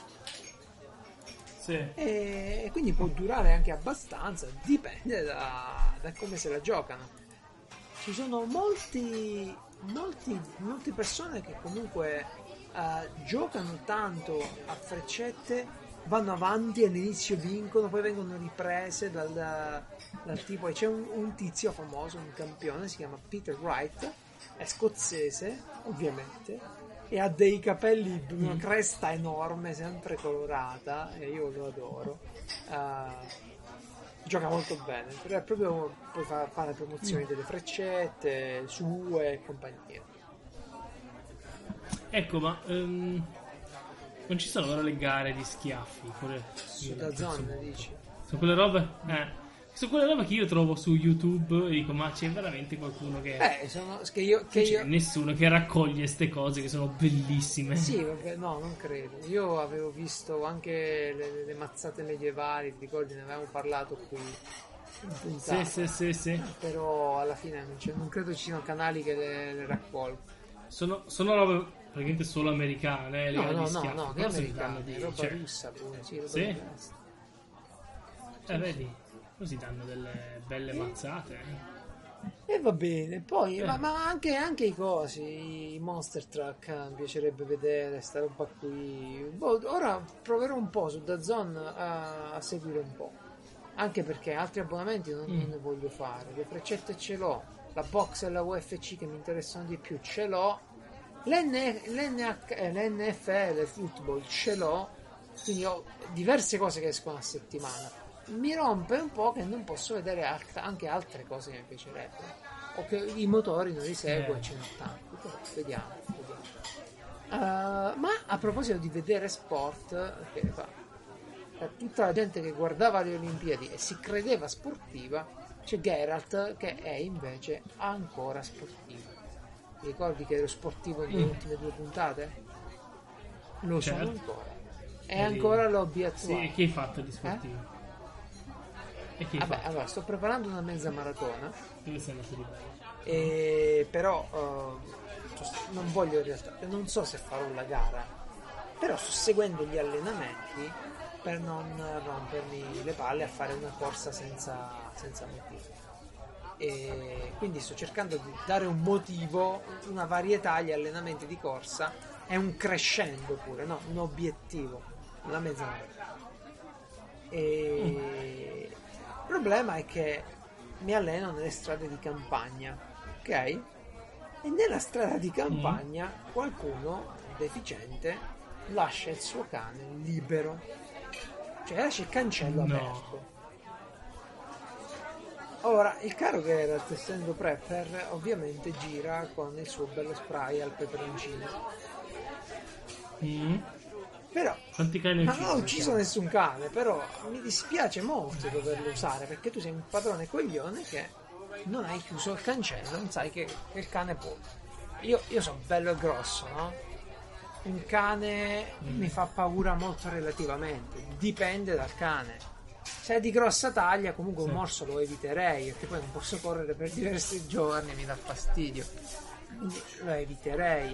Sì. E quindi può durare anche abbastanza, dipende da come se la giocano. Ci sono molte persone che comunque giocano tanto a freccette, vanno avanti, all'inizio vincono, poi vengono riprese dal tipo. E c'è un tizio famoso, un campione, si chiama Peter Wright, è scozzese ovviamente, e ha dei capelli, una cresta enorme, sempre colorata, e io lo adoro. Gioca molto bene, però è proprio, poi fa le promozioni delle freccette sue e compagnia. Ecco, ma non ci sono ora le gare di schiaffi Su DAZN dici? Sono quelle robe? Sono quelle robe che io trovo su YouTube e dico, ma c'è veramente qualcuno che c'è nessuno che raccoglie ste cose che sono bellissime. Sì, vabbè, no, non credo. Io avevo visto anche le mazzate medievali, ti ricordi, ne avevamo parlato qui in puntata. Sì. Però alla fine non credo ci siano canali che le raccolgono. Sono robe praticamente solo americane. No, che americane, roba russa pure, sì, vedi, così danno delle belle mazzate. E va bene, poi ma anche i cosi, i Monster Truck mi piacerebbe vedere, sta roba qui. Ora proverò un po' su DAZN a seguire un po', anche perché altri abbonamenti non ne voglio fare. Le freccette ce l'ho, la box e la UFC che mi interessano di più ce l'ho, l'NFL football ce l'ho, quindi ho diverse cose che escono a settimana. Mi rompe un po' che non posso vedere anche altre cose che mi piacerebbero, o che i motori non li seguo e ce ne ho tanti. Però vediamo. Ma a proposito di vedere sport, per tutta la gente che guardava le Olimpiadi e si credeva sportiva, c'è Geralt che è invece ancora sportivo. Ti ricordi che ero sportivo nelle ultime 2 puntate? Lo sono ancora. È ancora l'hobby attuale. Sì, che hai fatto di sportivo? Allora sto preparando una mezza maratona. Dove sei andato di bello? Però non voglio in realtà, non so se farò la gara, però sto seguendo gli allenamenti per non rompermi le palle a fare una corsa senza motivo. E quindi sto cercando di dare un motivo, una varietà agli allenamenti di corsa e un crescendo pure, no? Un obiettivo, una mezza maratona. Il problema è che mi alleno nelle strade di campagna, ok? E nella strada di campagna qualcuno deficiente lascia il suo cane libero. cioè lascia il cancello No. aperto. Ora, il caro che era essendo prepper ovviamente gira con il suo bello spray al peperoncino. Però Quanti cani ma uccisi? non ho ucciso nessun cane, però mi dispiace molto doverlo usare perché tu sei un padrone coglione che non hai chiuso il cancello, non sai che il cane può. Io sono bello e grosso, no? Un cane mi fa paura molto relativamente, dipende dal cane. Se è di grossa taglia comunque un morso lo eviterei, perché poi non posso correre per diversi giorni, mi dà fastidio, quindi lo eviterei.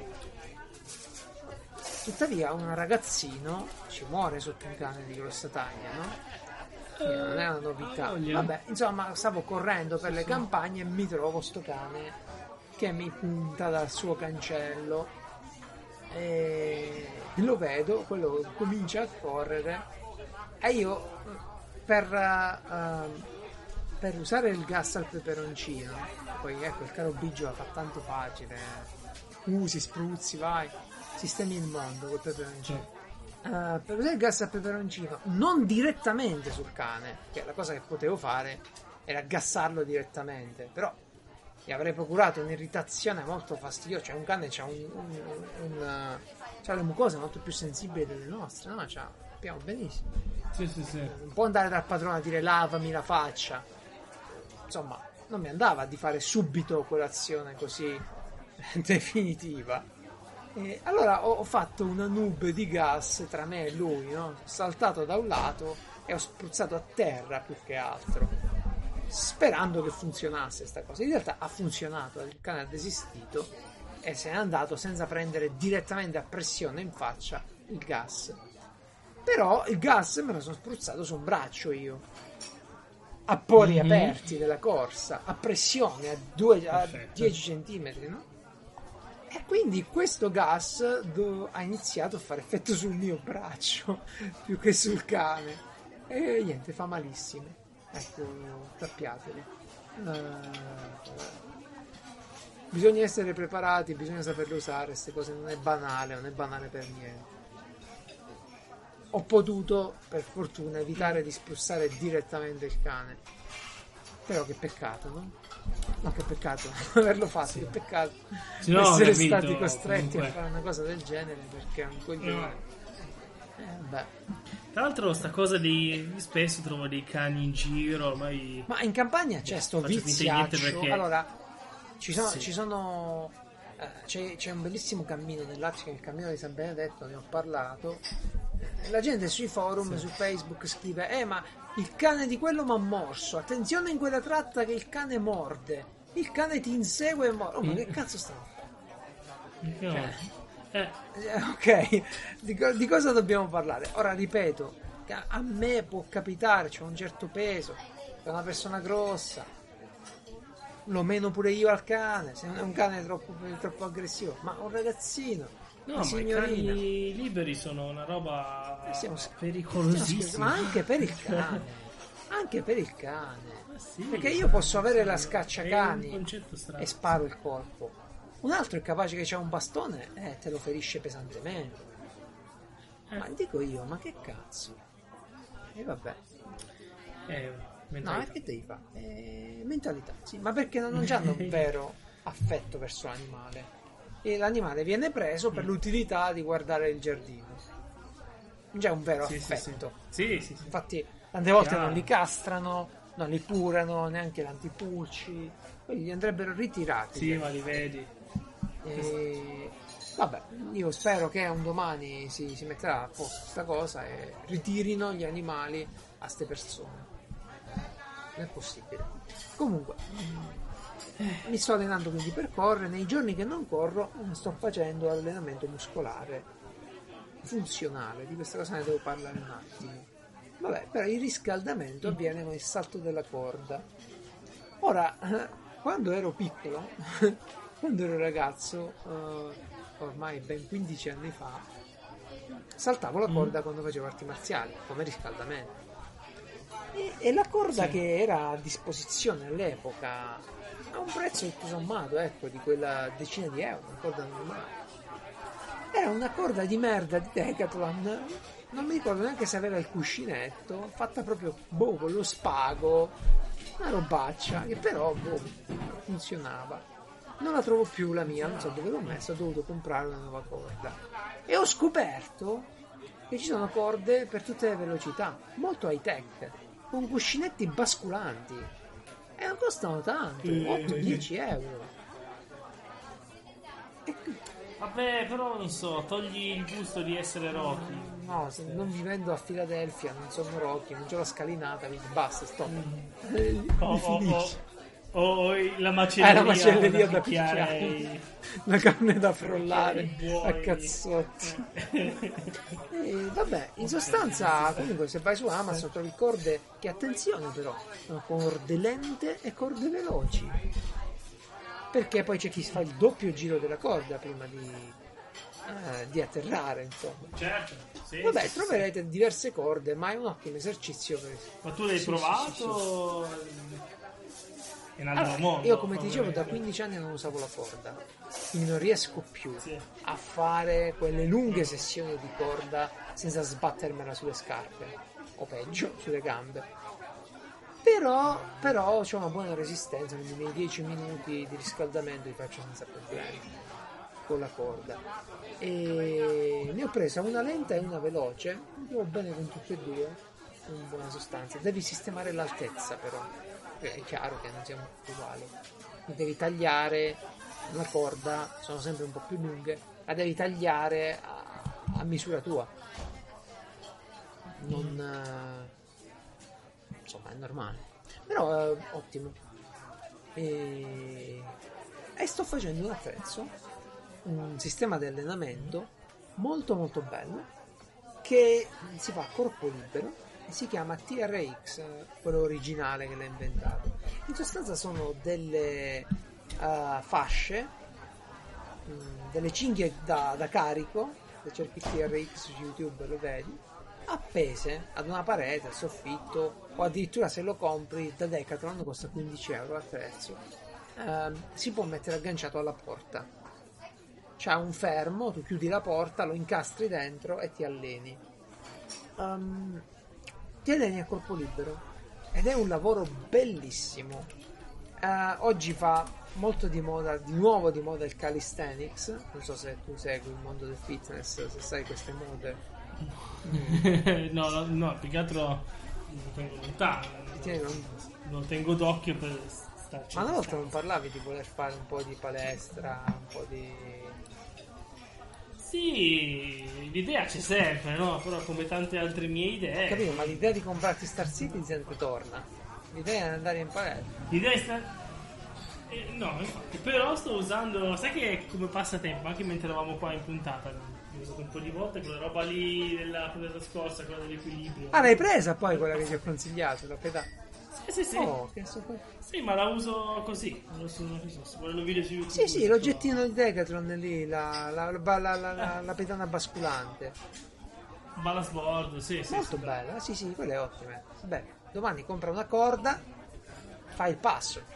Tuttavia un ragazzino ci muore sotto un cane di grossa taglia, no? Quindi non è una novità. Vabbè, insomma, stavo correndo per le campagne e mi trovo sto cane che mi punta dal suo cancello e lo vedo, quello comincia a correre e io per usare il gas al peperoncino, poi ecco il caro Biggio la fa tanto facile, usi, spruzzi, vai, sistemi il mondo col peperoncino. Per usare il gas al peperoncino non direttamente sul cane, che la cosa che potevo fare era gassarlo direttamente, però gli avrei procurato un'irritazione molto fastidiosa. Cioè un cane c'ha c'ha le mucose molto più sensibili delle nostre, no? Sappiamo benissimo. Sì. Non può andare dal padrone a dire lavami la faccia. Insomma, non mi andava di fare subito quell'azione così definitiva. E allora ho fatto una nube di gas tra me e lui, no? Ho saltato da un lato e ho spruzzato a terra più che altro, sperando che funzionasse sta cosa. In realtà ha funzionato, il cane ha desistito e se n'è andato senza prendere direttamente a pressione in faccia il gas. Però il gas me lo sono spruzzato su un braccio io, a pori aperti della corsa, a pressione, a 10 centimetri, no? E quindi questo gas ha iniziato a fare effetto sul mio braccio più che sul cane e niente, fa malissimo. Ecco, tappiateli. Bisogna essere preparati, bisogna saperle usare, queste cose non è banale per niente. Ho potuto, per fortuna, evitare di spruzzare direttamente il cane. Però che peccato, no? No, che peccato averlo fatto, che peccato essere stati costretti a fare una cosa del genere perché è un coglione. Beh. Tra l'altro sta cosa di spesso trovo dei cani in giro ormai. Ma in campagna c'è sto viziaccio perché... Allora ci sono c'è un bellissimo cammino nell'Africa, il cammino di San Benedetto, ne ho parlato. La gente sui forum, su Facebook scrive ma il cane di quello m'ha morso, attenzione in quella tratta che il cane morde, il cane ti insegue e morde. Ma che cazzo stanno ok, di cosa dobbiamo parlare? Ora ripeto, a me può capitare, c'è un certo peso, è una persona grossa, lo meno pure io al cane, se non è un cane troppo aggressivo, ma un ragazzino, no, ma i cani liberi sono una roba pericolosissima, ma anche per il cane, perché io posso avere la scacciacani e sparo il colpo. Un altro è capace che c'ha un bastone e te lo ferisce pesantemente. Ma dico io, ma che cazzo? E vabbè. No, che devi fare? Mentalità, sì, ma perché non hanno un vero affetto verso l'animale. E l'animale viene preso per l'utilità di guardare il giardino. Non c'è un vero affetto. Sì. Infatti, tante volte non li castrano, non li curano, neanche l'antipulci. Poi gli andrebbero ritirati. Sì, ma li vedi. Vabbè, io spero che un domani si metterà a posto questa cosa e ritirino gli animali a ste persone. Non è possibile. Comunque mi sto allenando quindi per correre. Nei giorni che non corro sto facendo allenamento muscolare funzionale. Di questa cosa ne devo parlare un attimo. Vabbè, però il riscaldamento avviene con il salto della corda. Ora, quando ero piccolo quando ero ragazzo, ormai ben 15 anni fa, saltavo la corda quando facevo arti marziali come riscaldamento. E la corda che era a disposizione all'epoca a un prezzo tutto sommato, ecco, di quella decina di euro, una corda normale. Era una corda di merda di Decathlon, non mi ricordo neanche se aveva il cuscinetto, fatta proprio con lo spago, una robaccia che però funzionava. Non la trovo più la mia, non so dove l'ho messa, ho dovuto comprare una nuova corda e ho scoperto che ci sono corde per tutte le velocità, molto high tech, con cuscinetti basculanti e non costano tanto, 8-10 euro. Vabbè, però non so, togli il gusto di essere Rocky. No, se non vivendo a Filadelfia, non sono Rocky, non c'ho la scalinata, quindi basta, stop. O la macelleria, la macelleria da picchiare picchiare, la carne da frollare a cazzotti. E vabbè, in sostanza, comunque, se vai su Amazon trovi corde che, attenzione però, sono corde lente e corde veloci. Perché poi c'è chi fa il doppio giro della corda prima di atterrare, insomma. Certo, sì, vabbè, troverete diverse corde, ma è un ottimo esercizio per... Ma tu l'hai provato? È un altro mondo. Io, come ti dicevo, da 15 anni non usavo la corda, quindi non riesco più a fare quelle lunghe sessioni di corda senza sbattermela sulle scarpe, o peggio, sulle gambe. Però c'ho una buona resistenza, quindi nei 10 minuti di riscaldamento li faccio senza problemi con la corda. E ne ho presa una lenta e una veloce, mi trovo bene con tutte e due, in buona sostanza. Devi sistemare l'altezza però, è chiaro che non siamo uguali. Devi tagliare la corda, sono sempre un po' più lunghe, la devi tagliare a misura tua. Non... insomma, è normale, però è ottimo. E sto facendo un attrezzo, un sistema di allenamento molto molto bello che si fa a corpo libero e si chiama TRX, quello originale che l'ha inventato. In sostanza sono delle fasce, delle cinghie da carico. Se cerchi TRX su YouTube lo vedi, appese ad una parete, al soffitto, o addirittura se lo compri da Decathlon costa 15 euro l'attrezzo. Si può mettere agganciato alla porta, c'è un fermo, tu chiudi la porta, lo incastri dentro e ti alleni. Ti alleni a corpo libero ed è un lavoro bellissimo. Oggi va molto di nuovo di moda il calisthenics. Non so se tu segui il mondo del fitness, se sai queste mode. No, più che altro lo tengo lontano, lo tengo d'occhio per starci. Ma una volta non parlavi di voler fare un po' di palestra, un po' di... Sì, l'idea c'è sempre, no? Però come tante altre mie idee... Capito, ma l'idea di comprarti Star Citizen torna. L'idea è andare in palestra. L'idea è no, infatti, però sto usando... Sai che come passatempo, anche mentre eravamo qua in puntata, ho usato un po' di volte quella roba lì della puntata scorsa, quella dell'equilibrio. Ah, l'hai presa poi quella che ti ho consigliato, la pedà? Sì. Oh, che so... Sì, ma la uso così. Non so, guardo video su YouTube. Sì, l'oggettino di Decathlon lì, la pedana basculante. Balance board, sì. Molto bella, sì, quella è ottima. Vabbè, domani compra una corda, fai il passo.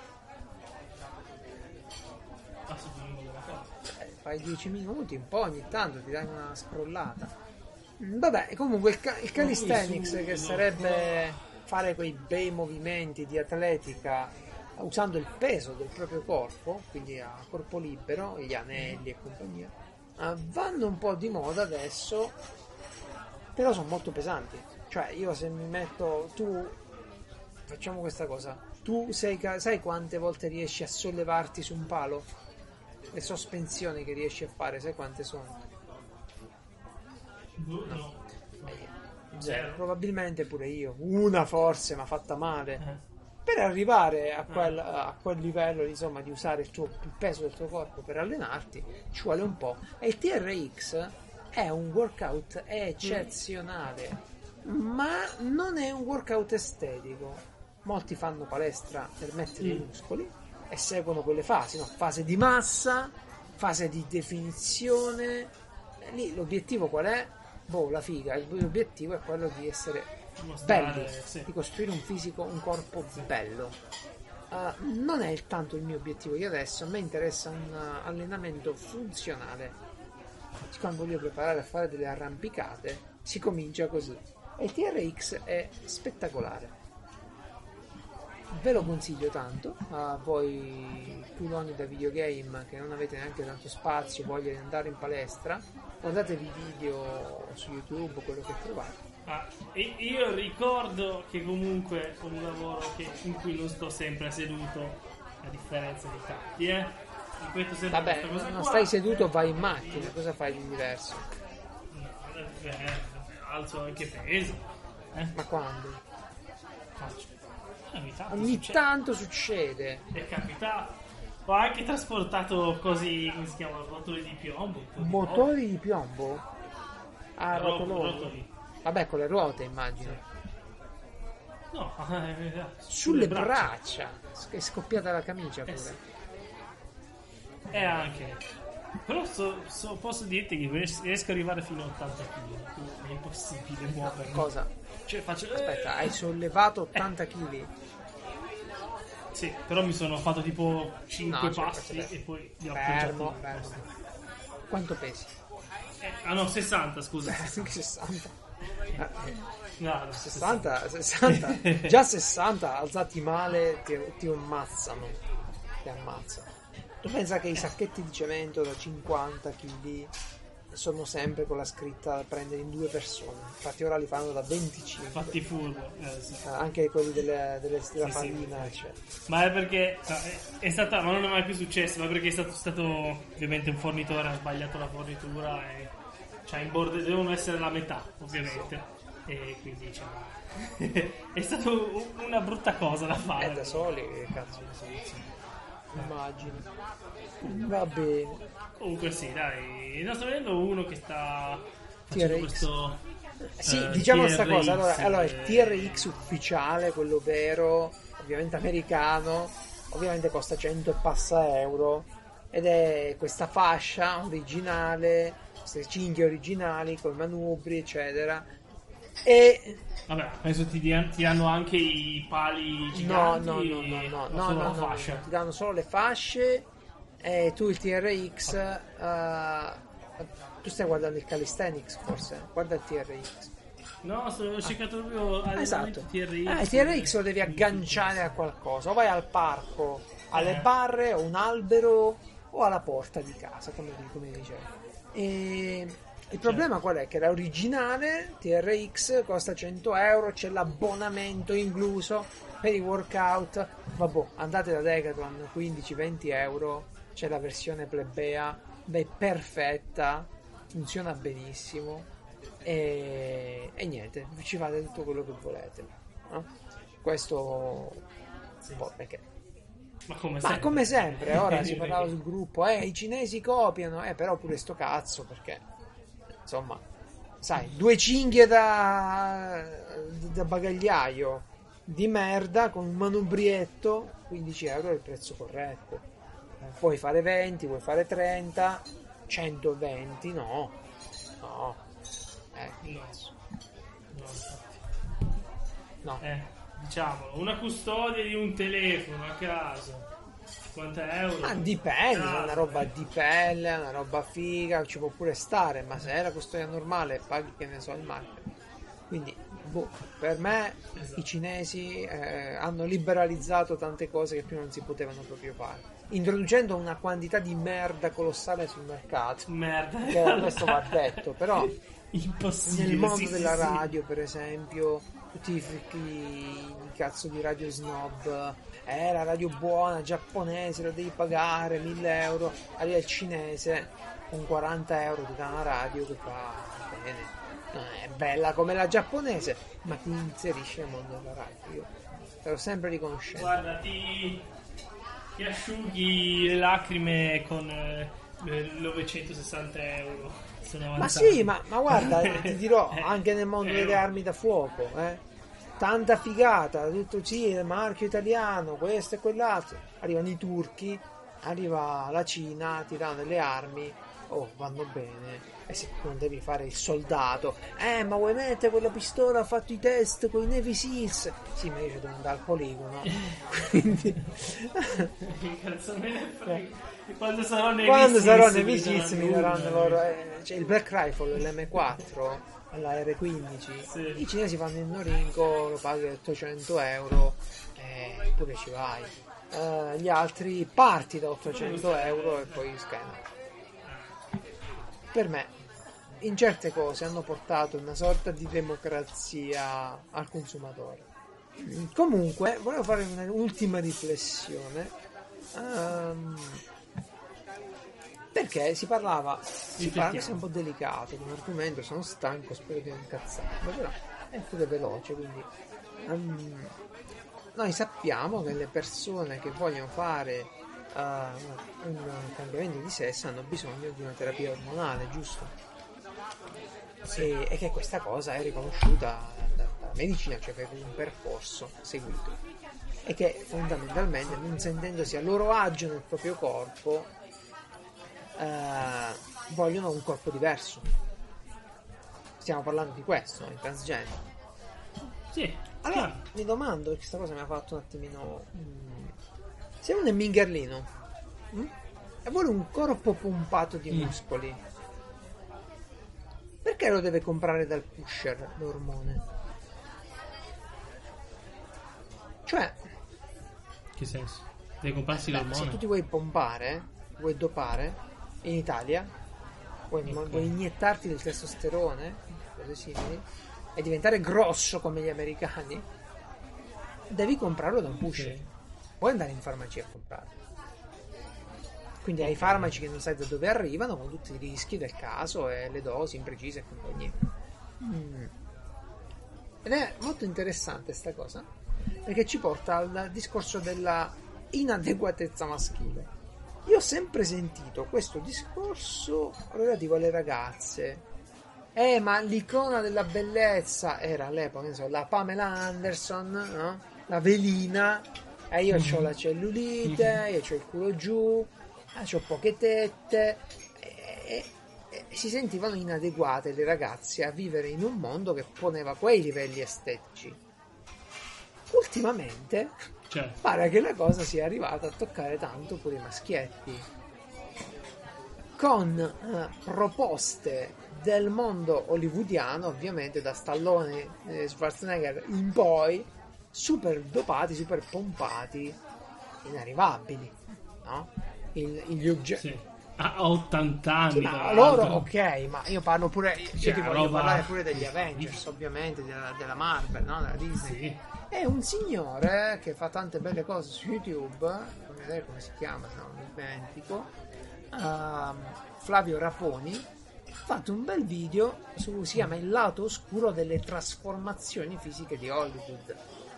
Fai 10 minuti, un po' ogni tanto ti dai una scrollata. Vabbè, comunque il calisthenics, che sarebbe fare quei bei movimenti di atletica usando il peso del proprio corpo, quindi a corpo libero, gli anelli e compagnia, vanno un po' di moda adesso, però sono molto pesanti. Cioè, io se mi metto, facciamo questa cosa, tu sai quante volte riesci a sollevarti su un palo? Le sospensioni che riesci a fare, sai quante sono? No. Zero. Probabilmente pure io, una forse, ma fatta male. Per arrivare a quel livello, insomma, di usare il peso del tuo corpo per allenarti ci vuole un po'. E il TRX è un workout eccezionale, ma non è un workout estetico. Molti fanno palestra per mettere i muscoli e seguono quelle fasi, no? Fase di massa, fase di definizione. Lì l'obiettivo qual è? La figa. L'obiettivo è quello di essere belli, di costruire un fisico, un corpo bello. Non è tanto il mio obiettivo. Io adesso a me interessa un allenamento funzionale, quando voglio preparare a fare delle arrampicate, si comincia così. E il TRX è spettacolare. Ve lo consiglio tanto a voi culoni da videogame che non avete neanche tanto spazio, voglia di andare in palestra, guardatevi video su YouTube, quello che trovate. E io ricordo che comunque è un lavoro in cui non sto sempre seduto, a differenza di tanti, ripeto sempre Vabbè, questa cosa non qua. stai seduto, vai in macchina, cosa fai di diverso? Alzo anche peso. Ma quando? Faccio. Ogni tanto Ogni succede. tanto succede. È capitato. Ho anche trasportato così, come si chiamano, motori di piombo. Motori di piombo? Ah, rotoloni. Rotoli. Vabbè, con le ruote immagino. No, Sulle braccia. È scoppiata la camicia pure. Sì. E anche. Però posso dirti che riesco ad arrivare fino a 80 kg. È impossibile muovermi. Cosa? Cioè faccio. Aspetta, hai sollevato 80 kg? Sì, però mi sono fatto tipo 5 No, passi aspetta. e poi li ho Fermo, appoggiati. fermo. Quanto pesi? No, 60, scusa. 60. No, 60. Già 60 alzati male ti ammazzano. Ti ammazzano. Tu pensa che i sacchetti di cemento da 50 kg sono sempre con la scritta da prendere in 2 persone, infatti ora li fanno da 25. Fatti furbo. Sì. Anche quelli della Sì, farina, sì. eccetera. Ma è perché è stata, ma non è mai più successo, ma perché è stato ovviamente un fornitore, ha sbagliato la fornitura e cioè in bordo devono essere la metà, ovviamente. E quindi diciamo è stato una brutta cosa da fare. Da soli, che cazzo di soluzione. Immagino. Va bene. Comunque sì, dai, ne sto vedendo uno che sta facendo TRX. questo Sì, diciamo TRX, sta cosa. Allora, il TRX ufficiale, quello vero, ovviamente americano, ovviamente costa 100 e passa euro. Ed è questa fascia originale, queste cinghie originali con i manubri, eccetera. E vabbè, penso ti hanno anche i pali giganti no, o solo la fascia. ti danno solo le fasce. E tu il TRX, tu stai guardando il Calisthenics forse? Guarda il TRX. No, ho cercato proprio Esatto. TRX. Il TRX lo devi agganciare a qualcosa, o vai al parco, alle barre, o un albero, o alla porta di casa, come dicevo. E il problema qual è? Che l'originale TRX costa 100 euro, c'è l'abbonamento incluso per i workout. Vabbè, andate da Decathlon, 15-20 euro, c'è la versione plebea, perfetta, funziona benissimo e niente, ci fate tutto quello che volete, no? Questo Sì. perché? Ma come Ma come sempre, ora si parlava sul gruppo, i cinesi copiano, però pure sto cazzo, perché insomma, sai, 2 cinghie da bagagliaio di merda con un manubrietto, 15 euro è il prezzo corretto. Puoi fare 20, puoi fare 30, 120, no. No. Diciamolo, una custodia di un telefono a caso 50 euro. Ma dipende, è una roba di pelle, una roba figa, ci può pure stare, ma se è la custodia normale paghi, che ne so, il marketing. Quindi per me i cinesi hanno liberalizzato tante cose che prima non si potevano proprio fare, introducendo una quantità di merda colossale sul mercato. Merda. Questo va detto, però impossibile. nel mondo sì, della sì. radio, per esempio, tutti i cazzo di radio snob, la radio buona giapponese lo devi pagare 1000 euro, arriva il cinese con 40 euro ti dà una radio che fa bene, non è bella come la giapponese, ma ti inserisce nel mondo della radio. Io te l'ho sempre riconoscente. Guarda, ti asciughi le lacrime con 960 euro. Sono Ma avanzati. sì, ma guarda, ti dirò, anche nel mondo delle armi da fuoco, tanta figata, tutto sì, il marchio italiano, questo e quell'altro. Arrivano i turchi, arriva la Cina, ti danno delle armi vanno bene. E se tu non devi fare il soldato, ma vuoi mettere quella pistola, ha fatto i test con i Navy Seals? Sì, ma io ci devo andare al poligono. Quindi Che cazzo me ne frega? Quando sarò Navy Seals mi daranno loro. Cioè il Black Rifle, l'M4, la R15, sì. I cinesi fanno il Norinco, lo paghi 800 euro eppure ci vai. Gli altri parti da 800 euro e poi scena. Per me in certe cose hanno portato una sorta di democrazia al consumatore. Comunque volevo fare un'ultima riflessione, perché si parla, questo è un po' delicato di un argomento, sono stanco, spero di non incazzarmi, però è pure veloce, quindi noi sappiamo che le persone che vogliono fare un cambiamento di sesso hanno bisogno di una terapia ormonale, giusto? Sì. E che questa cosa è riconosciuta dalla medicina, cioè per un percorso seguito, e che fondamentalmente, non sentendosi a loro agio nel proprio corpo, vogliono un corpo diverso. Stiamo parlando di questo, il transgender. Sì. Allora mi domando, perché questa cosa mi ha fatto un attimino, se uno è mingerlino e vuole un corpo pompato di muscoli, perché lo deve comprare dal pusher l'ormone? Cioè, che senso? Deve comprarsi l'ormone? se tu ti vuoi pompare, vuoi dopare in Italia, vuoi iniettarti del testosterone, cose simili, e diventare grosso come gli americani, devi comprarlo da un pusher. Sì. Puoi andare in farmacia a comprarlo. Quindi hai farmaci che non sai da dove arrivano, con tutti i rischi del caso e le dosi imprecise e compagnia. Ed è molto interessante sta cosa, perché ci porta al discorso della inadeguatezza maschile. Io ho sempre sentito questo discorso relativo alle ragazze. Ma l'icona della bellezza era all'epoca, non so, la Pamela Anderson, no? La velina, io ho la cellulite, io ho il culo giù, ho poche tette, e si sentivano inadeguate le ragazze a vivere in un mondo che poneva quei livelli estetici. Ultimamente pare che la cosa sia arrivata a toccare tanto pure i maschietti, con proposte del mondo hollywoodiano, ovviamente da Stallone e Schwarzenegger in poi, super dopati, super pompati, inarrivabili, no? Il Hugh Jackman a 80 anni, ma loro ok, ma io parlo pure, io ti voglio parlare pure degli Avengers, ovviamente della Marvel, no? Della Disney. È un signore che fa tante belle cose su YouTube, non mi ricordo come si chiama, se non mi dimentico, Flavio Raponi, ha fatto un bel video si chiama Il lato oscuro delle trasformazioni fisiche di Hollywood.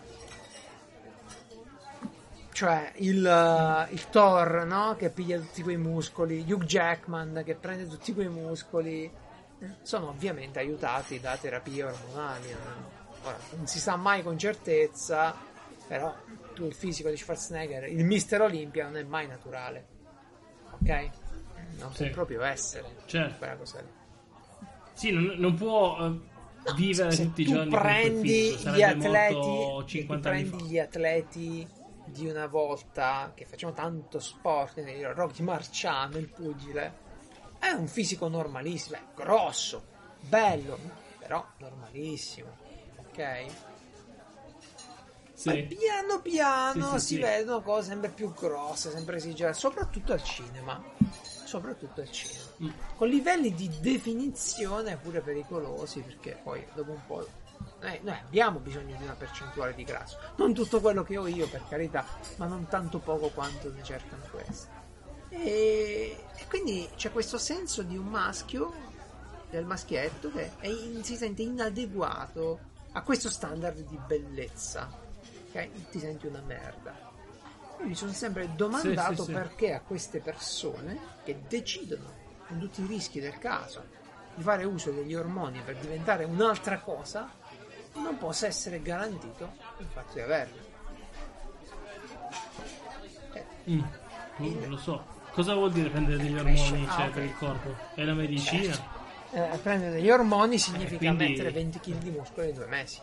Cioè il Thor, no? Che piglia tutti quei muscoli, Hugh Jackman che prende tutti quei muscoli, sono ovviamente aiutati da terapie ormonali. Ora, non si sa mai con certezza, però tu il fisico di Schwarzenegger, il Mister Olympia, non è mai naturale, ok? Non può proprio essere quella cosa lì. Sì, non può vivere tutti i giorni. Prendi gli atleti, 50 anni fa. Gli atleti di una volta che facevano tanto sport, Rocky Marciano, il pugile, è un fisico normalissimo, è grosso, bello, però normalissimo, ok? Poi piano piano si vedono cose sempre più grosse, sempre esigerate, soprattutto al cinema, con livelli di definizione pure pericolosi, perché poi dopo un po' noi abbiamo bisogno di una percentuale di grasso, non tutto quello che ho io, per carità, ma non tanto poco quanto ne cercano questi, e quindi c'è questo senso di un maschio, del maschietto, che si sente inadeguato a questo standard di bellezza, ok? Ti senti una merda. Io mi sono sempre domandato perché a queste persone che decidono, con tutti i rischi del caso, di fare uso degli ormoni per diventare un'altra cosa, non possa essere garantito il fatto di averlo. Non lo so. Cosa vuol dire prendere degli ormoni Ah, ok. per il corpo? È la medicina? Prendere degli ormoni significa quindi- mettere 20 kg di muscolo in 2 mesi.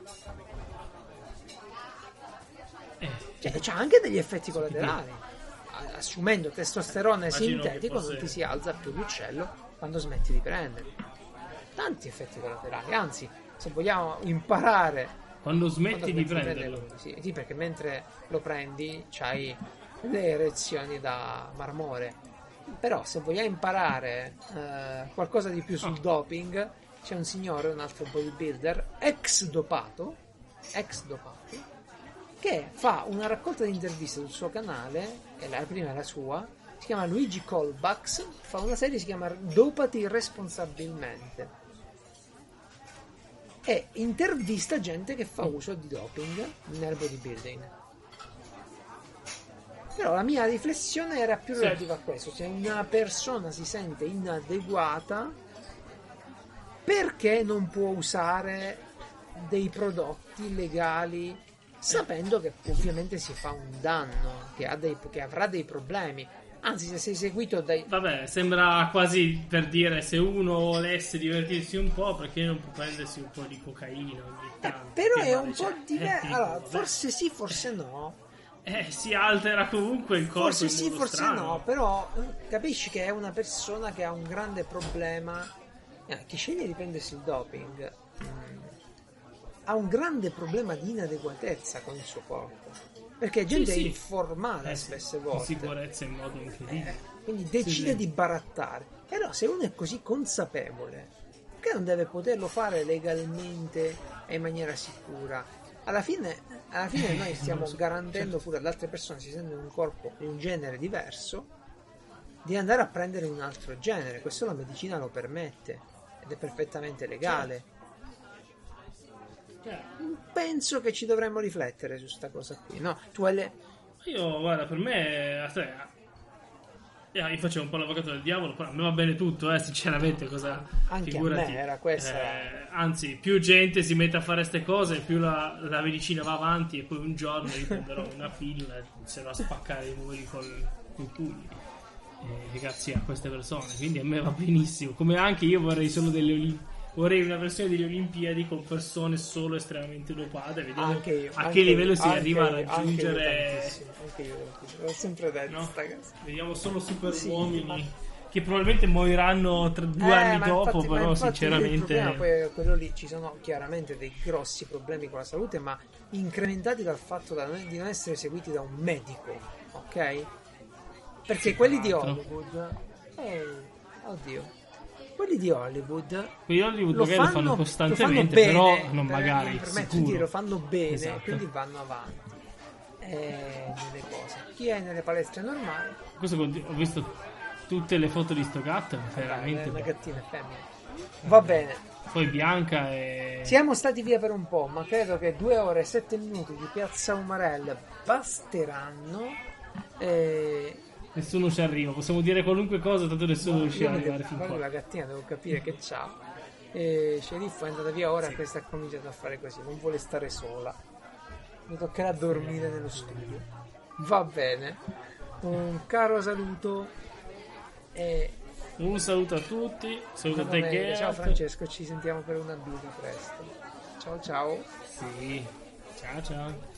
Cioè, c'ha anche degli effetti collaterali. Assumendo testosterone Immagino sintetico che fosse- non ti si alza più l'uccello quando smetti di prendere. Tanti effetti collaterali. Anzi, se vogliamo imparare Quando quando smetti di prenderlo. prenderlo, sì, perché mentre lo prendi c'hai le erezioni da marmore. Però se vogliamo imparare qualcosa di più sul doping, c'è un signore, un altro bodybuilder ex dopato, che fa una raccolta di interviste sul suo canale, e la prima è la sua, si chiama Luigi Colbax, fa una serie che si chiama Dopati responsabilmente e intervista gente che fa uso di doping nel bodybuilding. Però la mia riflessione era più Sì. relativa a questo: se una persona si sente inadeguata, perché non può usare dei prodotti legali sapendo che ovviamente si fa un danno, che avrà dei problemi? Anzi, se sei seguito dai... Vabbè, sembra quasi per dire, se uno volesse divertirsi un po', perché non può prendersi un po' di cocaina ogni tanto? Però Che è male un c'è? po' diverso. Allora, vabbè. forse sì, forse no. Si altera comunque il corpo Forse in sì, modo forse strano. no. Però capisci che è una persona che ha un grande problema. Chi sceglie di prendersi il doping ha un grande problema di inadeguatezza con il suo corpo. Perché gente sì. informale Sì, spesse di volte. sicurezza in modo incredibile. Quindi decide sì. di barattare. Però se uno è così consapevole, perché non deve poterlo fare legalmente e in maniera sicura? Alla fine noi stiamo garantendo pure ad altre persone che si sentono in un corpo di un genere diverso di andare a prendere un altro genere. Questo la medicina lo permette ed è perfettamente legale. Penso che ci dovremmo riflettere su sta cosa qui, no? Tu hai le... Io, guarda, per me, io facevo un po' l'avvocato del diavolo, però a me va bene tutto, sinceramente, cosa Anche figurati. a me era questa. Anzi, più gente si mette a fare queste cose, più la medicina va avanti, e poi un giorno io prenderò una pillola e inizierò a spaccare i muri con i pugni. Grazie a queste persone, quindi a me va benissimo. Come anche io vorrei solo vorrei una versione delle Olimpiadi con persone solo estremamente dopate, vedendo Anche io, a anche che livello io, si arriva a anche io raggiungere. tantissimo, anche io tantissimo. L'ho sempre detto, No? sta cosa. Vediamo solo super Sì, uomini ma- che probabilmente moriranno tra 2 anni ma dopo, infatti- ma però infatti il sinceramente problema poi è quello lì. Ci sono chiaramente dei grossi problemi con la salute, ma incrementati dal fatto di non essere seguiti da un medico, ok? Perché quelli di altro. Hollywood, oddio, quelli di Hollywood quelli di Hollywood magari lo fanno costantemente, però non magari, mi permetto di sicuro. dire, lo fanno bene, Esatto. quindi vanno avanti nelle cose. Chi è nelle palestre normali Questo ho visto tutte le foto di sto gatto, è veramente una bello. gattina femmina. Va bene. Poi bianca e Siamo stati via per un po', ma credo che 2 ore e 7 minuti di Piazza Umarell basteranno. nessuno ci arriva, possiamo dire qualunque cosa, tanto nessuno riuscirà ad Io arrivare fin guarda qua. la gattina, devo capire che c'ha. Sceriffo è andata via ora, questa ha cominciato a fare così, non vuole stare sola. Mi toccherà dormire nello studio. Va bene. Un caro saluto e Un saluto a tutti, saluto a te domenica. Ciao Gerd. Francesco, ci sentiamo per una birra presto. Ciao ciao. Sì, ciao ciao.